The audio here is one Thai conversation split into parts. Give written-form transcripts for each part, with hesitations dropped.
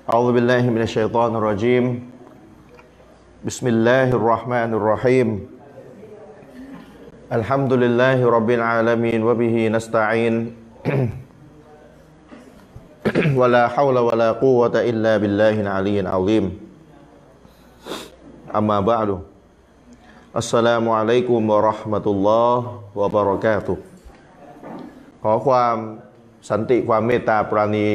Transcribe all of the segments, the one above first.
أعوذ بالله من الشيطان الرجيم بسم الله الرحمن الرحيم الحمد لله رب العالمين وبه نستعين ولا حول ولا قوة إلا بالله العلي العظيم أما بعد السلام عليكم ورحمة الله وبركاته ขอความสันติความเมตตาปราณี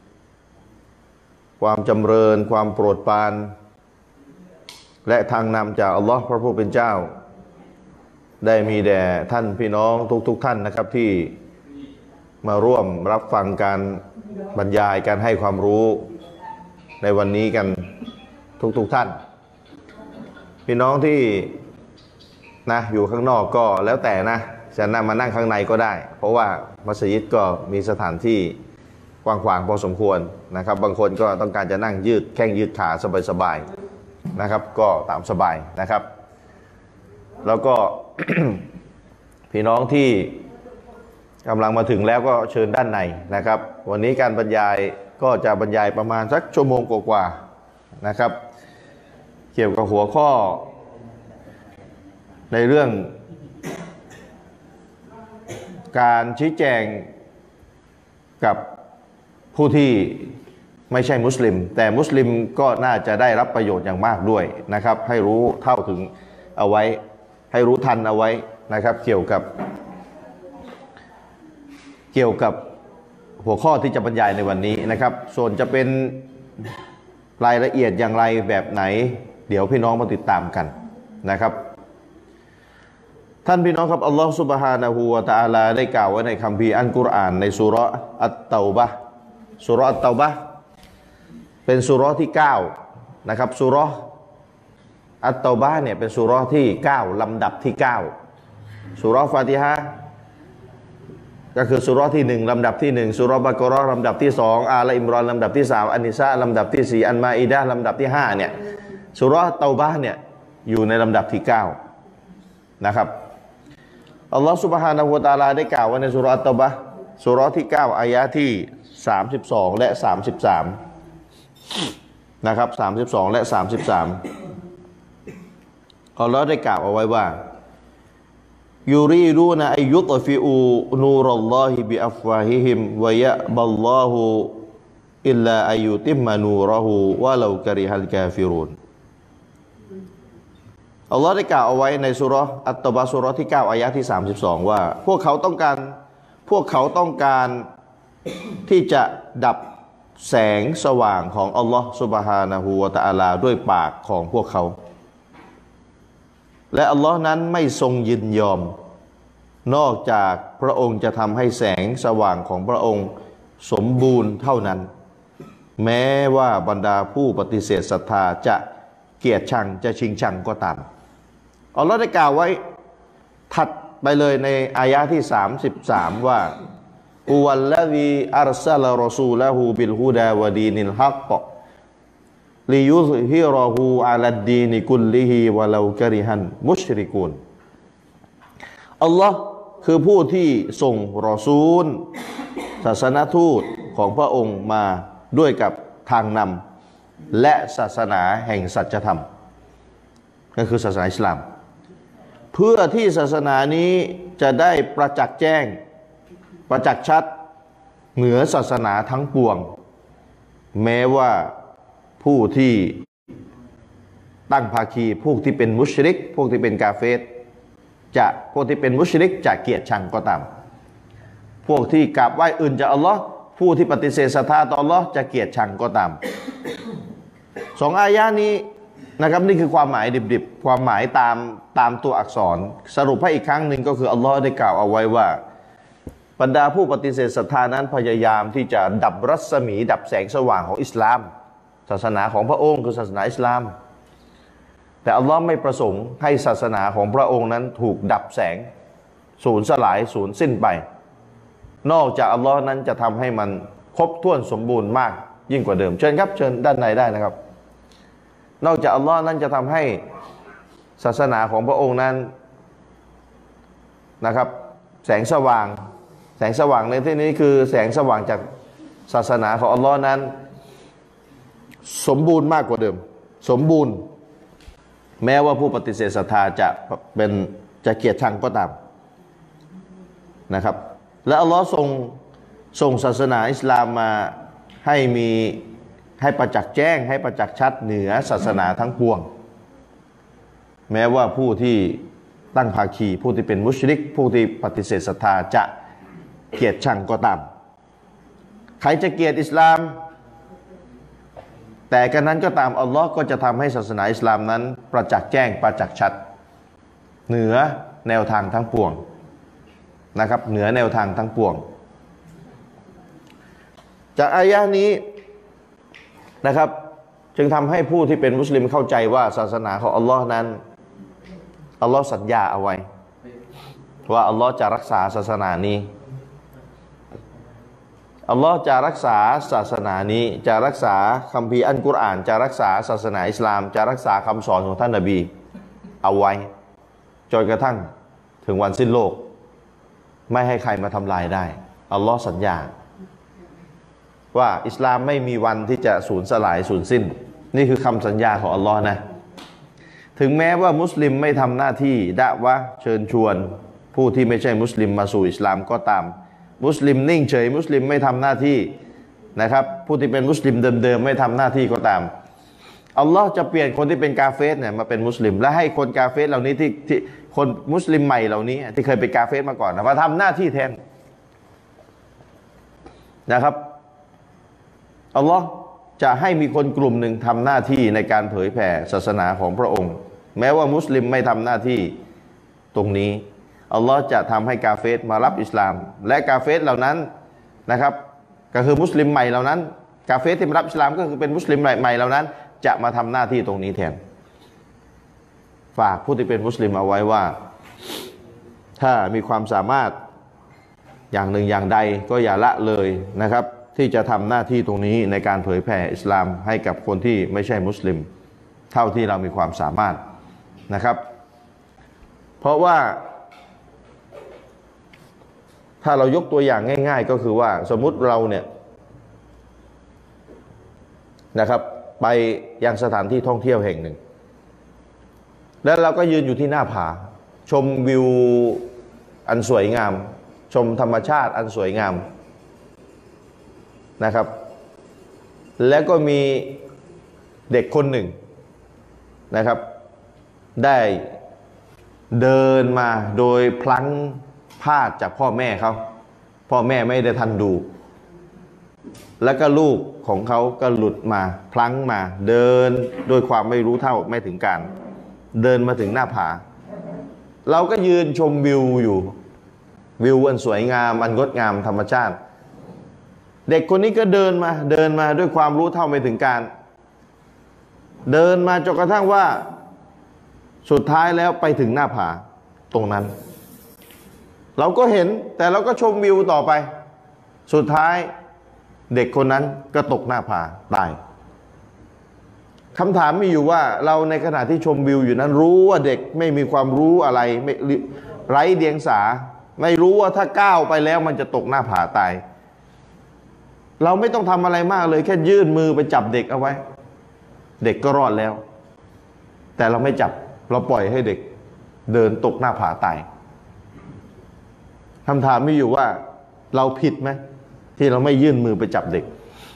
ความจำเริญความโปรดปรานและทางนำจากอัลลอฮ์พระผู้เป็นเจ้าได้มีแด่ท่านพี่น้องทุกท่านนะครับที่มาร่วมรับฟังการบรรยายการให้ความรู้ในวันนี้กันทุกท่านพี่น้องที่นะอยู่ข้างนอกก็แล้วแต่นะจะนั่งมานั่งข้างในก็ได้เพราะว่ามัสยิดก็มีสถานที่กว้างขวางพอสมควรนะครับบางคนก็ต้องการจะนั่งยืดแข้งยืดขาสบายๆนะครับก็ตามสบายนะครับแล้วก็ พี่น้องที่กำลังมาถึงแล้วก็เชิญด้านในนะครับวันนี้การบรรยายก็จะบรรยายประมาณสักชั่วโมงกว่าๆนะครับเกี่ยวกับหัวข้อในเรื่องการชี้แจงกับผู้ที่ไม่ใช่มุสลิมแต่มุสลิมก็น่าจะได้รับประโยชน์อย่างมากด้วยนะครับให้รู้เท่าถึงเอาไว้ให้รู้ทันเอาไว้นะครับเกี่ยวกับหัวข้อที่จะบรรยายในวันนี้นะครับส่วนจะเป็นรายละเอียดอย่างไรแบบไหนเดี๋ยวพี่น้องมาติดตามกันนะครับท่านพี่น้องครับอัลลอฮฺซุบฮานะฮูวะตะอาลาได้กล่าวไว้ในคัมภีร์อัลกุรอานในซูเราะห์อัตเตาบะห์ซูเราะห์อัตเตาบะห์เป็นซูเราะห์ที่9นะครับซูเราะห์อัตเตาบะห์เนี่ยเป็นซูเราะห์ที่9ลำดับที่9ซูเราะห์ฟาติฮะห์ก็คือซูเราะห์ที่1ลำดับที่1ซูเราะห์บะเกาะเราะห์ลำดับที่2อาลอิมรอนลำดับที่3อันนิสาลำดับที่4อันมาอิดะห์ลำดับที่5เนี่ยซูเราะห์อัตเตาบะห์เนี่ยอยู่ในลำดับที่9นะครับอัลลอฮฺซุบฮานะฮูวะตะอาลาได้กล่าวไว้ในซูเราะห์อัตเตาบะห์ซูเราะห์ที่9อายะห์ที่32และ33นะครับ32และ33อัลลอฮฺได้กล่าวเอาไว้ว่ายูรีดูนะอัยยุตฟิอูนูรัลลอฮิบิอัฟวาฮิฮิมวะยะบัลลอฮุอิลลาอัยยุติมมานูเราะฮูวะลากะริฮัลกาฟิรูนอัลลอฮ์ได้กล่าวเอาไว้ในซูเราะห์อัตตะบะห์ซูเราะห์ที่9อายะห์ที่32ว่าพวกเขาต้องการที่จะดับแสงสว่างของอัลลอฮ์ซุบฮานะฮูวะตะอาลาด้วยปากของพวกเขาและอัลลอฮ์นั้นไม่ทรงยินยอมนอกจากพระองค์จะทำให้แสงสว่างของพระองค์สมบูรณ์เท่านั้นแม้ว่าบรรดาผู้ปฏิเสธศรัทธาจะเกลียดชังจะชิงชังก็ตามอัลลอฮ์ได้กล่าวไว้ถัดไปเลยในอายะห์ที่33ว่าอุวัลลซีอัรซะลารอซูละฮูบิลฮุดาวะดีนิลฮักกลิยุซฮิเราะฮูอะลัดดีนิกุลลิฮิวะลากะริฮันมุชริกูนอัลลอฮ์คือผู้ที่ส่งรอซูลศาสนทูตของพระองค์มาด้วยกับทางนำและศาสนาแห่งสัจธรรมก็คือศาสนาอิสลามเพื่อที่ศาสนานี้จะได้ประจักษ์แจ้งประจักษ์ชัดเหนือศาสนาทั้งปวงแม้ว่าผู้ที่ตั้งภาคีพวกที่เป็นมุชริกพวกที่เป็นกาเฟรพวกที่เป็นมุชริกจะเกลียดชังก็ตามพวกที่กราบไหว้อื่นจากอัลลอฮ์ผู้ที่ปฏิเสธศรัทธาต่ออัลลอฮ์จะเกลียดชังก็ตามสองอายะนี้นะครับนี่คือความหมายดิบๆความหมายตามตัวอักษรสรุปให้อีกครั้งหนึ่งก็คืออัลลอฮ์ได้กล่าวเอาไว้ว่าบรรดาผู้ปฏิเสธศรัทธานั้นพยายามที่จะดับรัศมีดับแสงสว่างของอิสลามศาสนาของพระองค์คือศาสนาอิสลามแต่อัลลอฮ์ไม่ประสงค์ให้ศาสนาของพระองค์นั้นถูกดับแสงสูญสลายสูญสิ้นไปนอกจากอัลลอฮ์นั้นจะทำให้มันครบถ้วนสมบูรณ์มากยิ่งกว่าเดิมเชิญครับเชิญด้านในได้นะครับนอกจากอัลลอฮ์นั้นจะทำให้ศาสนาของพระองค์นั้นนะครับแสงสว่างในที่นี้คือแสงสว่างจากศาสนาของอัลลอฮ์นั้นสมบูรณ์มากกว่าเดิมสมบูรณ์แม้ว่าผู้ปฏิเสธศรัทธาจะเกลียดชังก็ตามนะครับและอัลลอฮ์ส่งศาสนาอิสลามมาให้ประจักษ์แจ้งให้ประจักษ์ชัดเหนือศาสนาทั้งปวงแม้ว่าผู้ที่ตั้งภาคีผู้ที่เป็นมุชริกผู้ที่ปฏิเสธศรัทธาจะเกลียดชังก็ตามใครจะเกลียดอิสลามแต่กันนั้นก็ตามอัลลอฮ์ก็จะทำให้ศาสนาอิสลามนั้นประจักษ์แจ้งประจักษ์ชัดเหนือแนวทางทั้งปวงนะครับเหนือแนวทางทั้งปวงจากอายะห์นี้นะครับจึงทำให้ผู้ที่เป็นมุสลิมเข้าใจว่าศาสนาของอัลลอฮ์นั้นอัลลอฮ์สัญญาเอาไว้ว่าอัลลอฮ์จะรักษาศาสนานี้อัลลอฮ์จะรักษาศาสนานี้จะรักษาคัมภีร์อัลกุรอานจะรักษาศาสนาอิสลามจะรักษาคำสอนของท่านนบีเอาไว้จนกระทั่งถึงวันสิ้นโลกไม่ให้ใครมาทำลายได้อัลลอฮ์สัญญาว่าอิสลามไม่มีวันที่จะสูญสลายสูญสิ้นนี่คือคำสัญญาของอัลลอฮ์นะถึงแม้ว่ามุสลิมไม่ทำหน้าที่ดะวะเชิญชวนผู้ที่ไม่ใช่มุสลิมมาสู่อิสลามก็ตามมุสลิมนิ่งเฉยมุสลิมไม่ทำหน้าที่นะครับผู้ที่เป็นมุสลิมเดิมๆไม่ทำหน้าที่ก็ตามอัลลอฮ์จะเปลี่ยนคนที่เป็นกาเฟรเนี่ยมาเป็นมุสลิมและให้คนกาเฟรเหล่านี้ที่คนมุสลิมใหม่เหล่านี้ที่เคยเป็นกาเฟรมาก่อนมาทำหน้าที่แทนนะครับอัลลอฮ์จะให้มีคนกลุ่มหนึ่งทำหน้าที่ในการเผยแผ่ศาสนาของพระองค์แม้ว่ามุสลิมไม่ทำหน้าที่ตรงนี้อัลลอฮ์จะทำให้กาเฟรมารับอิสลามและกาเฟรเหล่านั้นนะครับก็คือมุสลิมใหม่เหล่านั้นกาเฟรที่มารับอิสลามก็คือเป็นมุสลิมใหม่เหล่านั้นจะมาทำหน้าที่ตรงนี้แทนฝากผู้ที่เป็นมุสลิมเอาไว้ว่าถ้ามีความสามารถอย่างหนึ่งอย่างใดก็อย่าละเลยนะครับที่จะทำหน้าที่ตรงนี้ในการเผยแผ่อิสลามให้กับคนที่ไม่ใช่มุสลิมเท่าที่เรามีความสามารถนะครับเพราะว่าถ้าเรายกตัวอย่างง่ายๆก็คือว่าสมมุติเราเนี่ยนะครับไปยังสถานที่ท่องเที่ยวแห่งหนึ่งแล้วเราก็ยืนอยู่ที่หน้าผาชมวิวอันสวยงามชมธรรมชาติอันสวยงามนะครับแล้วก็มีเด็กคนหนึ่งนะครับได้เดินมาโดยพลั้งพลาดจากพ่อแม่เขาพ่อแม่ไม่ได้ทันดูแล้วก็ลูกของเขาก็หลุดมาพลั้งมาเดินโดยความไม่รู้เท่าไม่ถึงการเดินมาถึงหน้าผาเราก็ยืนชมวิวอยู่วิวอันสวยงามอันงดงามธรรมชาติเด็กคนนี้ก็เดินมาด้วยความรู้เท่าไม่ถึงการเดินมาจนกระทั่งว่าสุดท้ายแล้วไปถึงหน้าผาตรงนั้นเราก็เห็นแต่เราก็ชมวิวต่อไปสุดท้ายเด็กคนนั้นก็ตกหน้าผาตายคำถามมีอยู่ว่าเราในขณะที่ชมวิวอยู่นั้นรู้ว่าเด็กไม่มีความรู้อะไรไม่ไร้เดียงสาไม่รู้ว่าถ้าก้าวไปแล้วมันจะตกหน้าผาตายเราไม่ต้องทำอะไรมากเลยแค่ยื่นมือไปจับเด็กเอาไว้เด็กก็รอดแล้วแต่เราไม่จับเราปล่อยให้เด็กเดินตกหน้าผาตายคำถามมีอยู่ว่าเราผิดไหมที่เราไม่ยื่นมือไปจับเด็ก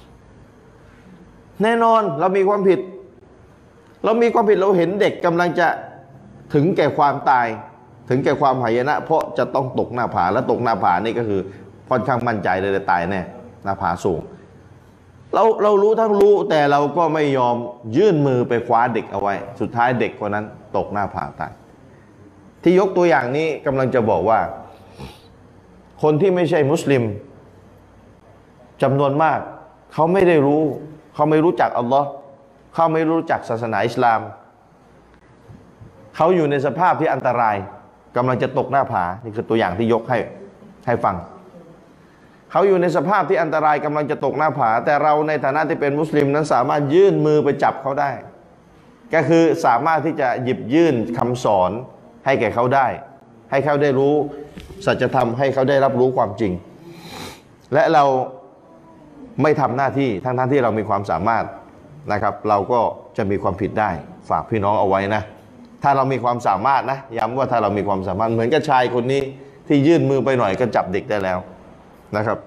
แน่นอนเรามีความผิดเราเห็นเด็กกำลังจะถึงแก่ความตายถึงแก่ความหายนะเพราะจะต้องตกหน้าผาและตกหน้าผานี่ก็คือค่อนข้างมั่นใจเลยจะตายแน่หน้าผาสูงเรารู้ทั้งรู้แต่เราก็ไม่ยอมยื่นมือไปคว้าเด็กเอาไว้สุดท้ายเด็กคนนั้นตกหน้าผาตายที่ยกตัวอย่างนี้กำลังจะบอกว่าคนที่ไม่ใช่มุสลิมจำนวนมากเขาไม่ได้รู้เขาไม่รู้จักอัลลอฮ์เขาไม่รู้จักศาสนาอิสลามเขาอยู่ในสภาพที่อันตรายกำลังจะตกหน้าผานี่คือตัวอย่างที่ยกให้ฟังเขาอยู่ในสภาพที่อันตรายกำลังจะตกหน้าผาแต่เราในฐานะที่เป็นมุสลิมนั้นสามารถยื่นมือไปจับเขาได้ก็คือสามารถที่จะหยิบยื่นคำสอนให้แก่เขาได้ให้เขาได้รู้สัจธรรมให้เขาได้รับรู้ความจริงและเราไม่ทำหน้าที่ทั้งที่เรามีความสามารถนะครับเราก็จะมีความผิดได้ฝากพี่น้องเอาไว้นะถ้าเรามีความสามารถนะย้ำว่าถ้าเรามีความสามารถเหมือนกับชายคนนี้ที่ยื่นมือไปหน่อยก็จับเด็กได้แล้วนะครับ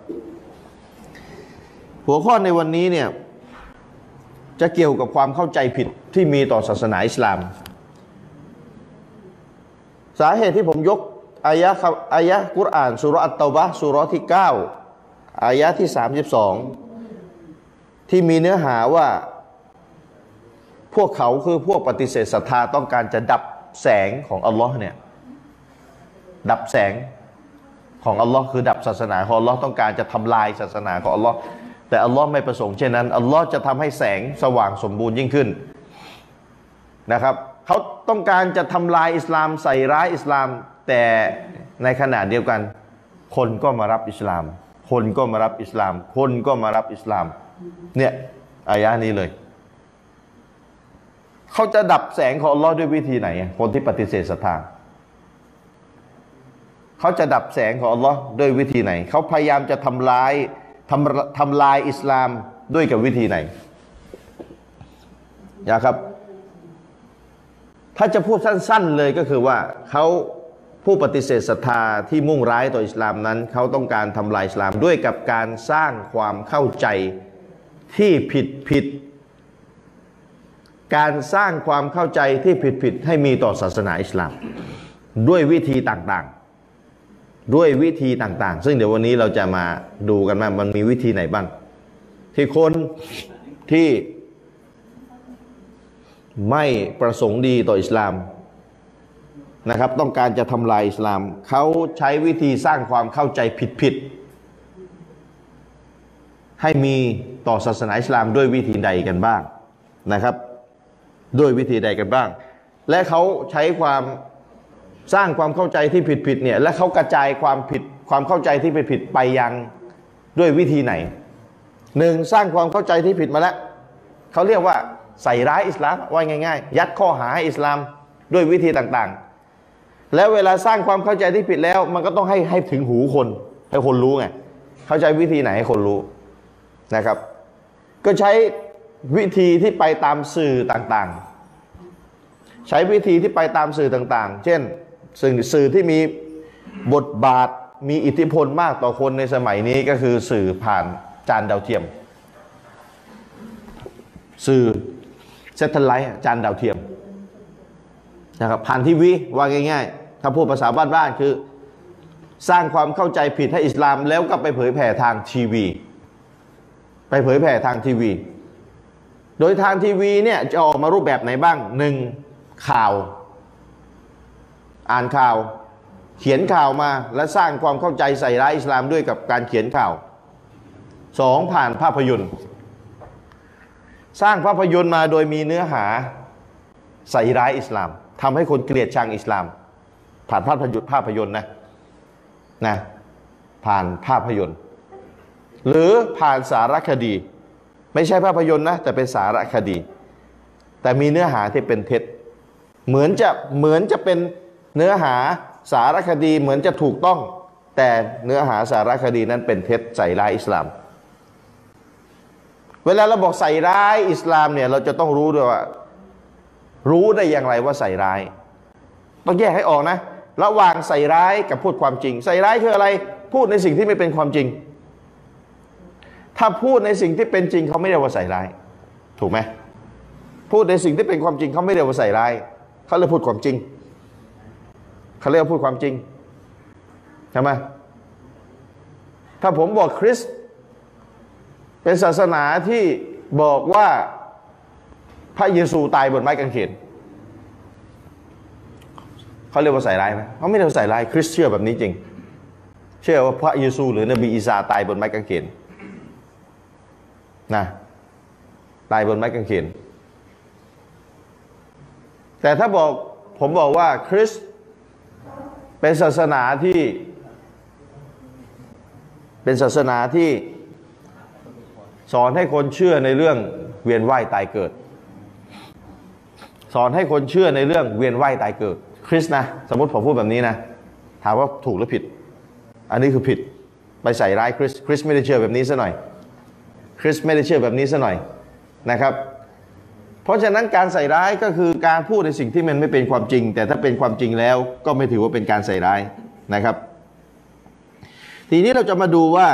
หัวข้อในวันนี้เนี่ยจะเกี่ยวกับความเข้าใจผิดที่มีต่อศาสนาอิสลามสาเหตุที่ผมยกอายะกุรอานสุเราะห์อัตเตาบะห์สุเราะห์ที่9อายะที่32ที่มีเนื้อหาว่าพวกเขาคือพวกปฏิเสธศรัทธาต้องการจะดับแสงของอัลลอฮ์เนี่ยดับแสงของอัลลอฮ์คือดับศาสนาของอัลลอฮ์ต้องการจะทำลายศาสนาของอัลลอฮ์แต่อัลลอฮ์ไม่ประสงค์เช่นนั้นอัลลอฮ์จะทำให้แสงสว่างสมบูรณ์ยิ่งขึ้นนะครับเขาต้องการจะทำลายอิสลามใส่ร้ายอิสลามแต่ในขณะเดียวกันคนก็มารับอิสลามคนก็มารับอิสลามคนก็มารับอิสลามเนี่ยอายะนี้เลยเขาจะดับแสงของอัลลอฮ์ด้วยวิธีไหนคนที่ปฏิเสธศรัทธาเขาจะดับแสงของอัลลอฮ์ด้วยวิธีไหนเขาพยายามจะทำลายอิสลามด้วยกับวิธีไหนนะครับถ้าจะพูดสั้นๆเลยก็คือว่าเขาผู้ปฏิเสธศรัทธาที่มุ่งร้ายต่ออิสลามนั้นเขาต้องการทำลายอิสลามด้วยกับการสร้างความเข้าใจที่ผิดการสร้างความเข้าใจที่ผิดให้มีต่อศาสนาอิสลามด้วยวิธีต่างๆซึ่งเดี๋ยววันนี้เราจะมาดูกันว่ามันมีวิธีไหนบ้างที่คนที่ไม่ประสงค์ดีต่ออิสลามนะครับต้องการจะทำลายอิสลามเขาใช้วิธีสร้างความเข้าใจผิดให้มีต่อศาสนาอิสลามด้วยวิธีใดกันบ้างนะครับด้วยวิธีใดกันบ้างและเขาใช้ความสร้างความเข้าใจที่ผิดเนี่ยและเขากระจายความเข้าใจที่ผิดไปยังด้วยวิธีไหนหนึ่งสร้างความเข้าใจที่ผิดมาแล้วเขาเรียกว่าใส่ร้ายอิสลามว่าง่ายๆยัดข้อหาให้อิสลามด้วยวิธีต่างๆแล้วเวลาสร้างความเข้าใจที่ผิดแล้วมันก็ต้องให้ถึงหูคนให้คนรู้ไงเข้าใจวิธีไหนให้คนรู้นะครับก็ใช้วิธีที่ไปตามสื่อต่างๆใช้วิธีที่ไปตามสื่อต่างๆเช่นสื่อที่มีบทบาทมีอิทธิพลมากต่อคนในสมัยนี้ก็คือสื่อผ่านจานดาวเทียมสื่อเซตเทไลท์จานดาวเทียมนะครับผ่านทีวีว่าง่ายๆถ้าพูดภาษาบ้านๆคือสร้างความเข้าใจผิดให้อิสลามแล้วก็ไปเผยแผ่ทางทีวีโดยทางทีวีเนี่ยจะออกมารูปแบบไหนบ้างหนึ่งข่าวอ่านข่าวเขียนข่าวมาและสร้างความเข้าใจใส่ร้ายอิสลามด้วยกับการเขียนข่าวสองผ่านภาพยนตร์สร้างภาพยนตร์มาโดยมีเนื้อหาใส่ร้ายอิสลามทำให้คนเกลียดชังอิสลามผ่านภาพยนตร์นะผ่านภาพยนตร์หรือผ่านสารคดีไม่ใช่ภาพยนตร์นะแต่เป็นสารคดีแต่มีเนื้อหาที่เป็นเท็จเหมือนจะเป็นเนื้อหาสารคดีเหมือนจะถูกต้องแต่เนื้อหาสารคดีนั้นเป็นเท็จใส่ร้ายอิสลามเวลาเราบอกใส่ร้ายอิสลามเนี่ยเราจะต้องรู้ด้วยว่ารู้ได้อย่างไรว่าใส่ร้ายต้องแยกให้ออกนะระหว่างใส่ร้ายกับพูดความจริงใส่ร้ายคืออะไรพูดในสิ่งที่ไม่เป็นความจริงถ้าพูดในสิ่งที่เป็นจริงเขาไม่เรียกว่าใส่ร้ายถูกไหมพูดในสิ่งที่เป็นความจริงเขาไม่เรียกว่าใส่ร้ายเขาเรียกพูดความจริงเขาเรียกพูดความจริงใช่ไหมถ้าผมบอกคริสต์เป็นศาสนาที่บอกว่าพระเยซูตายบนไม้กางเขนเขาเรียกว่าใส่ร้ายไหมเขาไม่ได้ใส่ร้ายคริสเชื่อแบบนี้จริงเชื่อว่าพระเยซูหรือนบีอีสาตายบนไม้กางเขนนะตายบนไม้กางเขนแต่ถ้าผมบอกว่าคริสต์เป็นศาสนาที่สอนให้คนเชื่อในเรื่องเวียนว่ายตายเกิดสอนให้คนเชื่อในเรื่องเวียนว่ายตายเกิดคริสต์นะสมมติผมพูดแบบนี้นะถามว่าถูกหรือผิดอันนี้คือผิดไปใส่ร้ายคริสต์ไม่ได้เชื่อแบบนี้ซะหน่อยคริสต์ไม่ได้เชื่อแบบนี้ซะหน่อยนะครับเพราะฉะนั้นการใส่ร้ายก็คือการพูดในสิ่งที่มันไม่เป็นความจริงแต่ถ้าเป็นความจริงแล้วก็ไม่ถือว่าเป็นการใส่ร้ายนะครับทีนี้เราจะมาดูว่า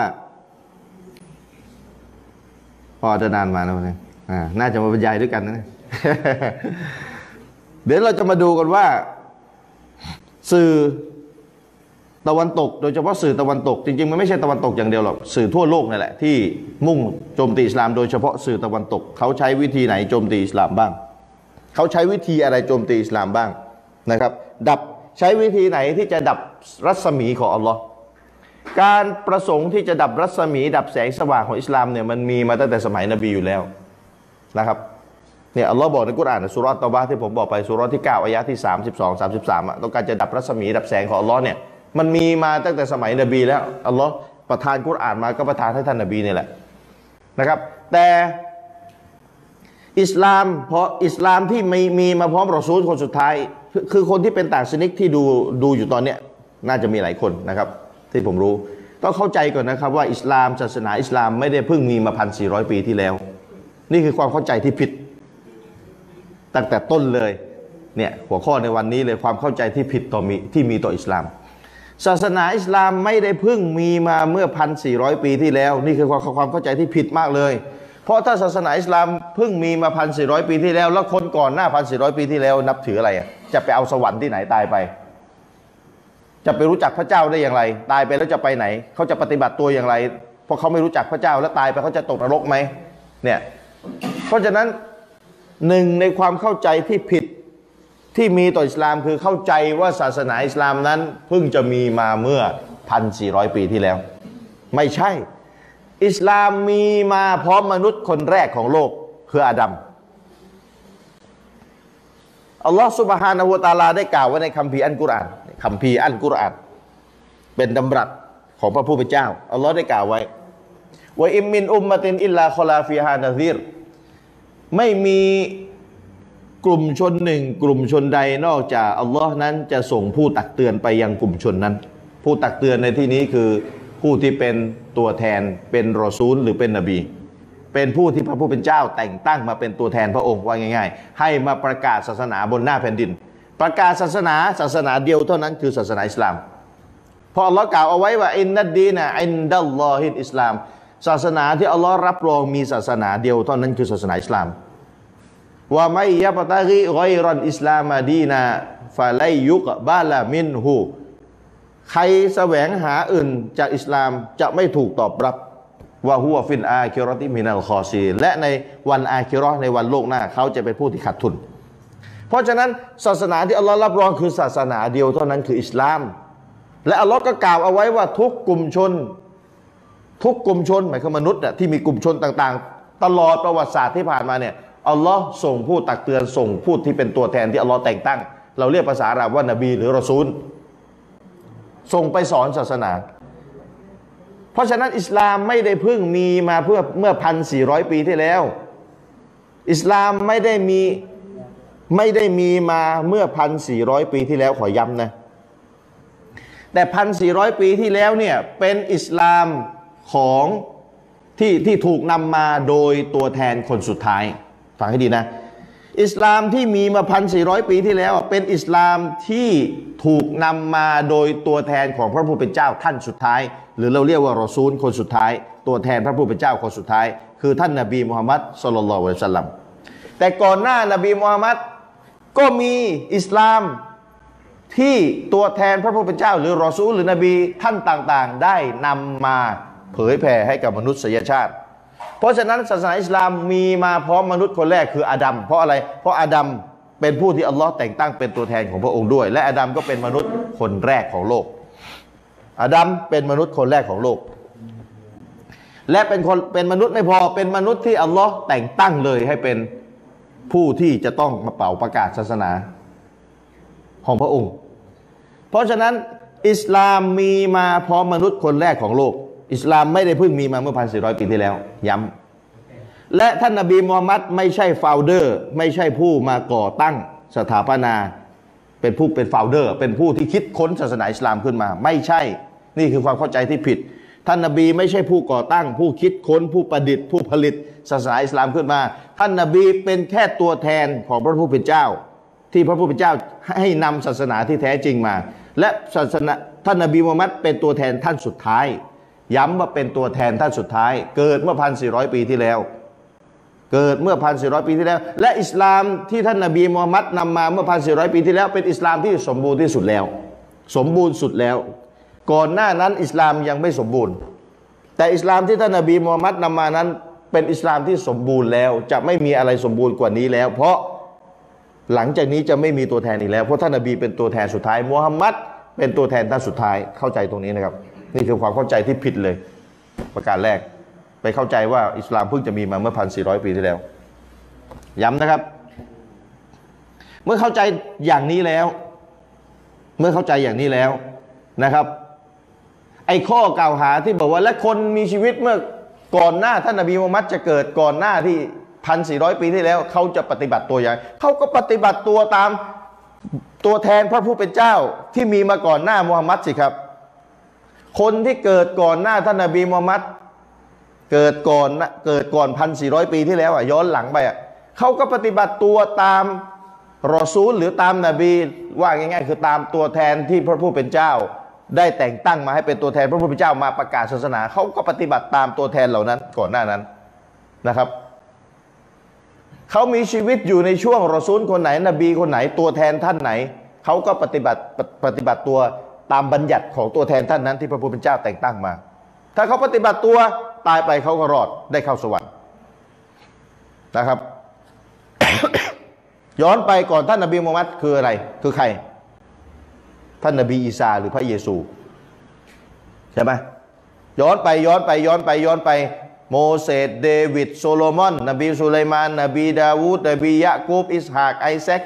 พอจะนานมาแล้วนะน่าจะมาบรรยายด้วยกันนะ เดี๋ยวเราจะมาดูกันว่าสื่อตะวันตกโดยเฉพาะสื่อตะวันตกจริงๆมันไม่ใช่ตะวันตกอย่างเดียวหรอกสื่อทั่วโลกนั่นแหละที่มุ่งโจมตีอิสลามโดยเฉพาะสื่อตะวันตกเขาใช้วิธีไหนโจมตีอิสลามบ้างเขาใช้วิธีอะไรโจมตีอิสลามบ้างนะครับใช้วิธีไหนที่จะดับรัศมีของอัลลอฮ์การประสงค์ที่จะดับรัศมีดับแสงสว่างของอิสลามเนี่ยมันมีมาตั้งแต่สมัยนบีอยู่แล้วนะครับเนี่ยอัลลอฮ์บอกในกุรอานสุเราะห์เตาบะห์ที่ผมบอกไปสุเราะห์ที่9อายะห์ที่32 33ต้องการจะดับรัศมีดับแสงของอัลลอฮ์เนี่ยมันมีมาตั้งแต่สมัยนบีแล้วอัลลอฮ์ประทานกุรอานมาก็ประทานให้ท่านนบีนี่แหละนะครับแต่อิสลามเพราะอิสลามที่มีมาพร้อมรอซูลคนสุดท้ายคือคนที่เป็นต่างศาสนิกที่ดูอยู่ตอนเนี้ยน่าจะมีหลายคนนะครับที่ผมรู้ต้องเข้าใจก่อนนะครับว่าอิสลามศาสนาอิสลามไม่ได้เพิ่งมีมา1,400 ปีที่แล้วนี่คือความเข้าใจที่ผิดตั้งแต่ต้นเลยเนี่ยหัวข้อในวันนี้เลยความเข้าใจที่ผิดที่มีต่ออิสลามศาสนาอิสลามไม่ได้เพิ่งมีมาเมื่อ1,400 ปีที่แล้วนี่คือความเข้าใจที่ผิดมากเลยเพราะถ้าศาสนาอิสลามเพิ่งมีมา1,400 ปีที่แล้วแล้วคนก่อนหน้า1,400 ปีที่แล้วนับถืออะไรจะไปเอาสวรรค์ที่ไหนตายไปจะไปรู้จักพระเจ้าได้อย่างไรตายไปแล้วจะไปไหนเขาจะปฏิบัติตัวอย่างไรเพราะเขาไม่รู้จักพระเจ้าแล้วตายไปเขาจะตกนรกไหมเนี่ยเพราะฉะนั้นหนึ่งในความเข้าใจที่ผิดที่มีต่ออิสลามคือเข้าใจว่าศาสนาอิสลามนั้นเพิ่งจะมีมาเมื่อ1,400 ปีที่แล้วไม่ใช่อิสลามมีมาพร้อมมนุษย์คนแรกของโลกคืออาดัมอัลลอฮฺซุบฮานะฮูวะตะอาลาได้กล่าวไว้ในคัมภีร์อัลกุรอานคัมภีร์อัลกุรอานเป็นดำรัสของพระผู้เป็นเจ้าอัลลอฮฺได้กล่าวไว้ว่าอิมมินอุมมะตินอิลลาคอลาฟิฮานะซีรไม่มีกลุ่มชนหนึ่งกลุ่มชนใดนอกจากอัลลอฮ์นั้นจะส่งผู้ตักเตือนไปยังกลุ่มชนนั้นผู้ตักเตือนในที่นี้คือผู้ที่เป็นตัวแทนเป็นรอซูลหรือเป็นนบีเป็นผู้ที่พระผู้เป็นเจ้าแต่งตั้งมาเป็นตัวแทนพระองค์ว่าง่ายๆให้มาประกาศศาสนาบนหน้าแผ่นดินประกาศศาสนาเดียวเท่านั้นคือศาสนาอิสลามเพราะอัลลอฮ์กล่าวเอาไว้ว่าอินนัดดีนะอินดัลลอฮิลอิสลามศาสนาที่อัลลอฮ์รับรองมีศาสนาเดียวเท่านั้นคือศาสนาอิสลามว่าไม่ยะปะตะกีกอยรันอิสลามดีนาฟะไลยุกบาลามินหูใครแสวงหาอื่นจากอิสลามจะไม่ถูกตอบรับว่าฮัวฟินอาคิรอติมินัลคอซีและในวันอาคิเราะห์ในวันโลกหน้าเขาจะเป็นผู้ที่ขาดทุนเพราะฉะนั้นศาสนาที่อัลลอฮ์รับรองคือศาสนาเดียวเท่านั้นคืออิสลามและอัลลอฮ์ก็กล่าวเอาไว้ว่าทุกกลุ่มชนหมายถึงมนุษย์ที่มีกลุ่มชนต่างๆตลอดประวัติศาสตร์ที่ผ่านมาเนี่ยอัลลอฮ์ส่งผู้ตักเตือนส่งผู้ที่เป็นตัวแทนที่อัลลอฮ์แต่งตั้งเราเรียกภาษาอาหรับว่านบีหรือรอซูลส่งไปสอนศาสนาเพราะฉะนั้นอิสลามไม่ได้เพิ่งมีมาเมื่อ1,400 ปีที่แล้วอิสลามไม่ได้มีมาเมื่อ1,400 ปีที่แล้วขอย้ำนะแต่1,400 ปีที่แล้วเนี่ยเป็นอิสลามของที่ถูกนำมาโดยตัวแทนคนสุดท้ายฟังให้ดีนะอิสลามที่มีมา1,400 ปีที่แล้วเป็นอิสลามที่ถูกนำมาโดยตัวแทนของพระผู้เป็นเจ้าท่านสุดท้ายหรือเราเรียกว่ารอซูลคนสุดท้ายตัวแทนพระผู้เป็นเจ้าคนสุดท้ายคือท่านนบีมุฮัมมัดศ็อลลัลลอฮุอะลัยฮิวะซัลลัมแต่ก่อนหน้านบีมุฮัมมัดก็มีอิสลามที่ตัวแทนพระผู้เป็นเจ้าหรือรอซูลหรือนบีท่านต่างๆได้นำมาเผยแผ่ให้กับมนุษยชาติเพราะฉะนั้นศาสนาอิสลามมีมาพร้อมมนุษย์คนแรกคืออาดัมเพราะอะไรเพราะอาดัมเป็นผู้ที่อัลลอฮ์แต่งตั้งเป็นตัวแทนของพระองค์ด้วยและอาดัมก็เป็นมนุษย์คนแรกของโลกอาดัมเป็นมนุษย์คนแรกของโลกและเป็นมนุษย์ไม่พอเป็นมนุษย์ที่อัลลอฮ์แต่งตั้งเลยให้เป็นผู้ที่จะต้องมาเป่าประกาศศาสนาของพระองค์เพราะฉะนั้นอิสลามมีมาพร้อมมนุษย์คนแรกของโลกอิสลามไม่ได้เพิ่งมีมาเมื่อ1,400 ปีที่แล้วย้ำและท่านนบีมูฮัมมัดไม่ใช่โฟลเดอร์ไม่ใช่ผู้มาก่อตั้งสถาปนาเป็นโฟลเดอร์เป็นผู้ที่คิดค้นศาสนาอิสลามขึ้นมาไม่ใช่นี่คือความเข้าใจที่ผิดท่านนบีไม่ใช่ผู้ก่อตั้งผู้คิดค้นผู้ประดิษฐ์ผู้ผลิตศาสนาอิสลามขึ้นมาท่านนบีเป็นแค่ตัวแทนของพระผู้เป็นเจ้าที่พระผู้เป็นเจ้าให้นำศาสนาที่แท้จริงมาและศาสนาท่านนบีมุฮัมมัดเป็นตัวแทนท่านสุดท้ายย้ำว่าเป็นตัวแทนท่านสุดท้ายเกิดเมื่อ 1,400 ปีที่แล้วเกิดเมื่อ 1,400 ปีที่แล้วและอิสลามที่ท่านนบีมุฮัมมัดนำมาเมื่อ 1,400 ปีที่แล้วเป็นอิสลามที่สมบูรณ์ที่สุดแล้วสมบูรณ์สุดแล้วก่อนหน้านั้นอิสลามยังไม่สมบูรณ์แต่อิสลามที่ท่านนบีมุฮัมมัดนำมานั้นเป็นอิสลามที่สมบูรณ์แล้วจะไม่มีอะไรสมบูรณ์กว่านี้แล้วเพราะหลังจากนี้จะไม่มีตัวแทนอีกแล้วเพราะท่านนบีเป็นตัวแทนสุดท้ายมุฮัมมัดเป็นตัวแทนท่านสุดท้ายเข้าใจตรงนี้นะครับนี่คือความเข้าใจที่ผิดเลยประการแรกไปเข้าใจว่าอิสลามเพิ่งจะมีมาเมื่อ 1,400 ปีที่แล้วย้ำนะครับเมื่อเข้าใจอย่างนี้แล้วนะครับไอ้ข้อกล่าวหาที่บอกว่าและคนมีชีวิตเมื่อก่อนหน้าท่านนบีมุฮัมมัดจะเกิดก่อนหน้าที่ 1,400 ปีที่แล้วเขาจะปฏิบัติตัวอย่างเขาก็ปฏิบัติตัวตามตัวแทนพระผู้เป็นเจ้าที่มีมาก่อนหน้ามุฮัมมัดสิครับคนที่เกิดก่อนหน้าท่านนบีมุฮัมมัดเกิดก่อน 1,400 ปีที่แล้วย้อนหลังไปเขาก็ปฏิบัติตัวตามรอซูลหรือตามนบีว่าง่ายๆคือตามตัวแทนที่พระผู้เป็นเจ้าได้แต่งตั้งมาให้เป็นตัวแทนพระผู้เป็นเจ้ามาประกาศศาสนาเขาก็ปฏิบัติตามตัวแทนเหล่านั้นก่อนหน้านั้นนะครับเขามีชีวิตอยู่ในช่วงรอซูลคนไหนนบีคนไหนตัวแทนท่านไหนเขาก็ปฏิบัติตัวตามบัญญัติของตัวแทนท่านนั้นที่พระผู้เป็นเจ้าแต่งตั้งมาถ้าเขาปฏิบัติตัวตายไปเขาก็รอดได้เข้าสวรรค์นะครับ ย้อนไปก่อนท่านนบีมุฮัมมัดคืออะไรคือใครท่านนบีอีสาหรือพระเยซูใช่ไหมย้อนไปโมเสสเดวิดโซโลมอนนบีสุไลมานนบีดาวูดนบียะกูบอิสฮากไอแซค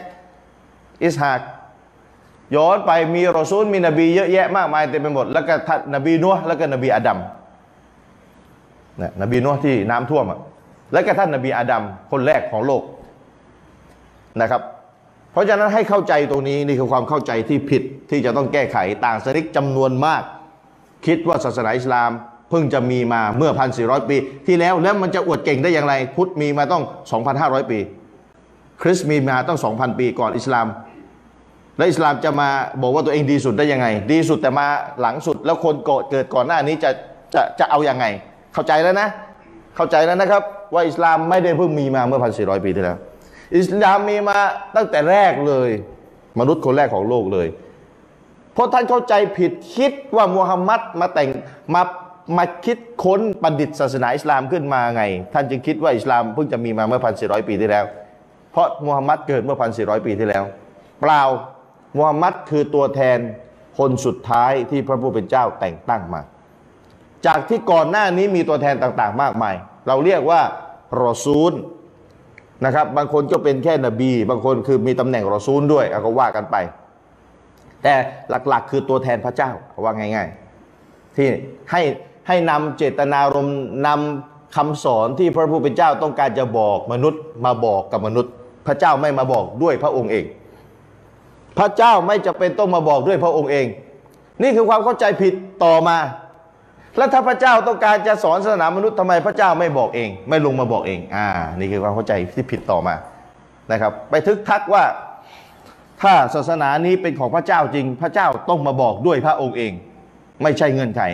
ย้อนไปมีรอซูลมีนบีเยอะแยะมากมายเต็มไปหมดแล้วก็ท่านนบีนัวแล้วก็นบีอาดัมนบีนัวที่น้ำท่วมแล้วก็ท่านนบีอาดัมคนแรกของโลกนะครับเพราะฉะนั้นให้เข้าใจตรงนี้นี่คือความเข้าใจที่ผิดที่จะต้องแก้ไขต่างศาสนิกจำนวนมากคิดว่าศาสนาอิสลามเพิ่งจะมีมาเมื่อ 1,400 ปีที่แล้วมันจะอวดเก่งได้อย่างไรพุทธมีมาต้อง 2,500 ปีคริสต์มีมาต้อง 2,000 ปีก่อนอิสลามและอิสลามจะมาบอกว่าตัวเองดีสุดได้ยังไงดีสุดแต่มาหลังสุดแล้วคนเกิดก่อนหน้านี้จะเอายังไงเข้าใจแล้วนะครับว่าอิสลามไม่ได้เพิ่งมีมาเมื่อ 1,400 ปีที่แล้วอิสลามมีมาตั้งแต่แรกเลยมนุษย์คนแรกของโลกเลยเพราะท่านเข้าใจผิดคิดว่ามุฮัมมัดมาคิดค้นประดิษฐ์ศาสนาอิสลามขึ้นมาไงท่านจึงคิดว่าอิสลามเพิ่งจะมีมาเมื่อ 1,400 ปีที่แล้วเพราะมุฮัมมัดเกิดเมื่อ 1,400 ปีที่แล้วเปล่ามุฮัมมัดคือตัวแทนคนสุดท้ายที่พระผู้เป็นเจ้าแต่งตั้งมาจากที่ก่อนหน้านี้มีตัวแทนต่างๆมากมายเราเรียกว่ารอซูลนะครับบางคนก็เป็นแค่นบีบางคนคือมีตำแหน่งรอซูลด้วยก็ว่ากันไปแต่หลักๆคือตัวแทนพระเจ้าว่าง่ายๆที่ให้นำเจตนารมณ์นำคำสอนที่พระผู้เป็นเจ้าต้องการจะบอกมนุษย์มาบอกกับมนุษย์พระเจ้าไม่มาบอกด้วยพระองค์เองพระเจ้าไม่จำเป็นต้องมาบอกด้วยพระองค์เองนี่คือความเข้าใจผิดต่อมาแล้วถ้าพระเจ้าต้องการจะสอนศาสนามนุษย์ทำไมพระเจ้าไม่บอกเองไม่ลงมาบอกเองนี่คือความเข้าใจที่ผิดต่อมานะครับไปทึกทักว่าถ้าศาสนานี้เป็นของพระเจ้าจริงพระเจ้าต้องมาบอกด้วยพระองค์เองไม่ใช่เงื่อนไข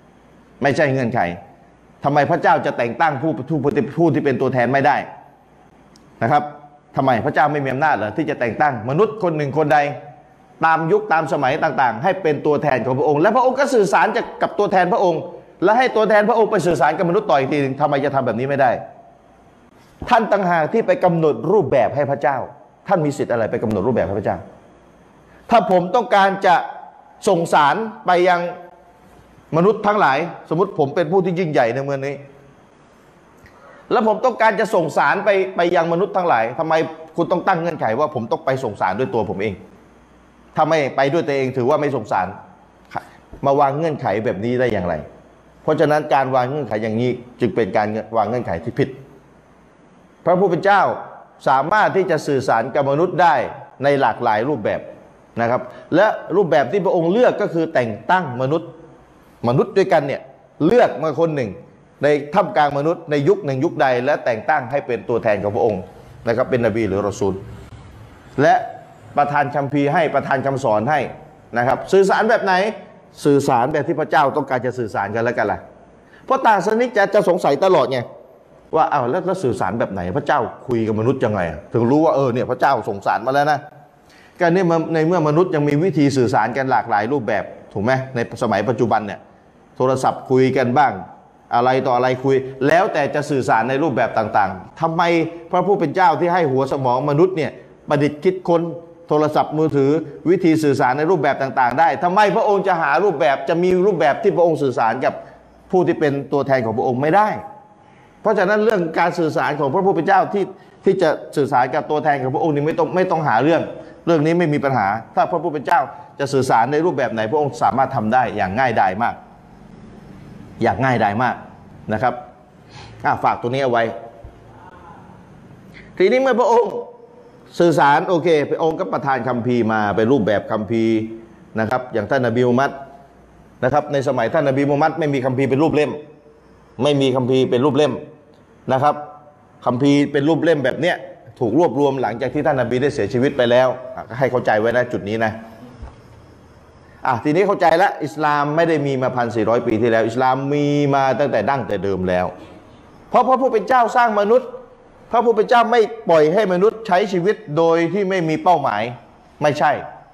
ทำไมพระเจ้าจะแต่งตั้งผู้ที่เป็นตัวแทนไม่ได้นะครับทำไมพระเจ้าไม่มีอำนาจเหรอที่จะแต่งตั้งมนุษย์คนหนึ่งคนใดตามยุคตามสมัยต่างๆให้เป็นตัวแทนของพระองค์และพระองค์ก็สื่อสารกับตัวแทนพระองค์และให้ตัวแทนพระองค์ไปสื่อสารกับมนุษย์ต่ออีกทีนึงทำไมจะทำแบบนี้ไม่ได้ท่านต่างหากที่ไปกำหนดรูปแบบให้พระเจ้าท่านมีสิทธิ์อะไรไปกำหนดรูปแบบให้พระเจ้าถ้าผมต้องการจะส่งสารไปยังมนุษย์ทั้งหลายสมมติผมเป็นผู้ที่ยิ่งใหญ่ในเมืองนี้แล้วผมต้องการจะส่งสารไปยังมนุษย์ทั้งหลายทำไมคุณต้องตั้งเงื่อนไขว่าผมต้องไปส่งสารด้วยตัวผมเองถ้าไม่ไปด้วยตัวเองถือว่าไม่ส่งสารมาวางเงื่อนไขแบบนี้ได้อย่างไรเพราะฉะนั้นการวางเงื่อนไขอย่างนี้จึงเป็นการวางเงื่อนไขที่ผิดพระผู้เป็นเจ้าสามารถที่จะสื่อสารกับมนุษย์ได้ในหลากหลายรูปแบบนะครับและรูปแบบที่พระองค์เลือกก็คือแต่งตั้งมนุษย์ด้วยกันเนี่ยเลือกมาคนหนึ่งในท่ามกลางมนุษย์ในยุคหนึ่งยุคใดและแต่งตั้งให้เป็นตัวแทนของพระองค์นะครับเป็นนบีหรือรอซูลและประทานคัมภีร์ให้ประทานคำสอนให้นะครับสื่อสารแบบไหนสื่อสารแบบที่พระเจ้าต้องการจะสื่อสารกันแล้วกันล่ะเพราะต่างศาสนิกจะสงสัยตลอดไงว่าอ้าวแล้วสื่อสารแบบไหนพระเจ้าคุยกับมนุษย์ยังไงถึงรู้ว่าเนี่ยพระเจ้าส่งสารมาแล้วนะการนี้ในเมื่อมนุษย์ยังมีวิธีสื่อสารกันหลากหลายรูปแบบถูกไหมในสมัยปัจจุบันเนี่ยโทรศัพท์คุยกันบ้างอะไรต่ออะไรคุยแล้วแต่จะสื่อสารในรูปแบบต่างๆทำไมพระผู้เป็นเจ้าที่ให้หัวสมองมนุษย์เนี่ยประดิษฐ์คิดค้นโทรศัพท์มือถือวิธีสื่อสารในรูปแบบต่างๆได้ทำไมพระองค์จะหารูปแบบจะมีรูปแบบที่พระองค์สื่อสารกับผู้ที่เป็นตัวแทนของพระองค์ไม่ได้เพราะฉะนั้นเรื่องการสื่อสารของพระผู้เป็นเจ้าที่จะสื่อสารกับตัวแทนของพระองค์นี้ไม่ต้องหาเรื่องนี้ไม่มีปัญหาถ้าพระผู้เป็นเจ้าจะสื่อสารในรูปแบบไหนพระองค์สามารถทำได้อย่างง่ายดายมากนะครับฝากตัวนี้เอาไว้ทีนี้เมื่อพระองค์สื่อสารโอเคพระองค์ก็ประทานคัมภีร์มาเป็นรูปแบบคัมภีร์นะครับอย่างท่านนบีมุฮัมมัดนะครับในสมัยท่านนบีมุฮัมมัดไม่มีคัมภีร์เป็นรูปเล่มไม่มีคัมภีร์เป็นรูปเล่มนะครับคัมภีร์เป็นรูปเล่มแบบเนี้ยถูกรวบรวมหลังจากที่ท่านนบีได้เสียชีวิตไปแล้วให้เข้าใจไว้นะจุดนี้นะทีนี้เข้าใจแล้วอิสลามไม่ได้มีมา1,400 ปีที่แล้วอิสลามมีมาตั้งแต่ดั้งแต่เดิมแล้วเพราะพระผู้เป็นเจ้าสร้างมนุษย์พระผู้เป็นเจ้าไม่ปล่อยให้มนุษย์ใช้ชีวิตโดยที่ไม่มีเป้าหมายไม่ใช่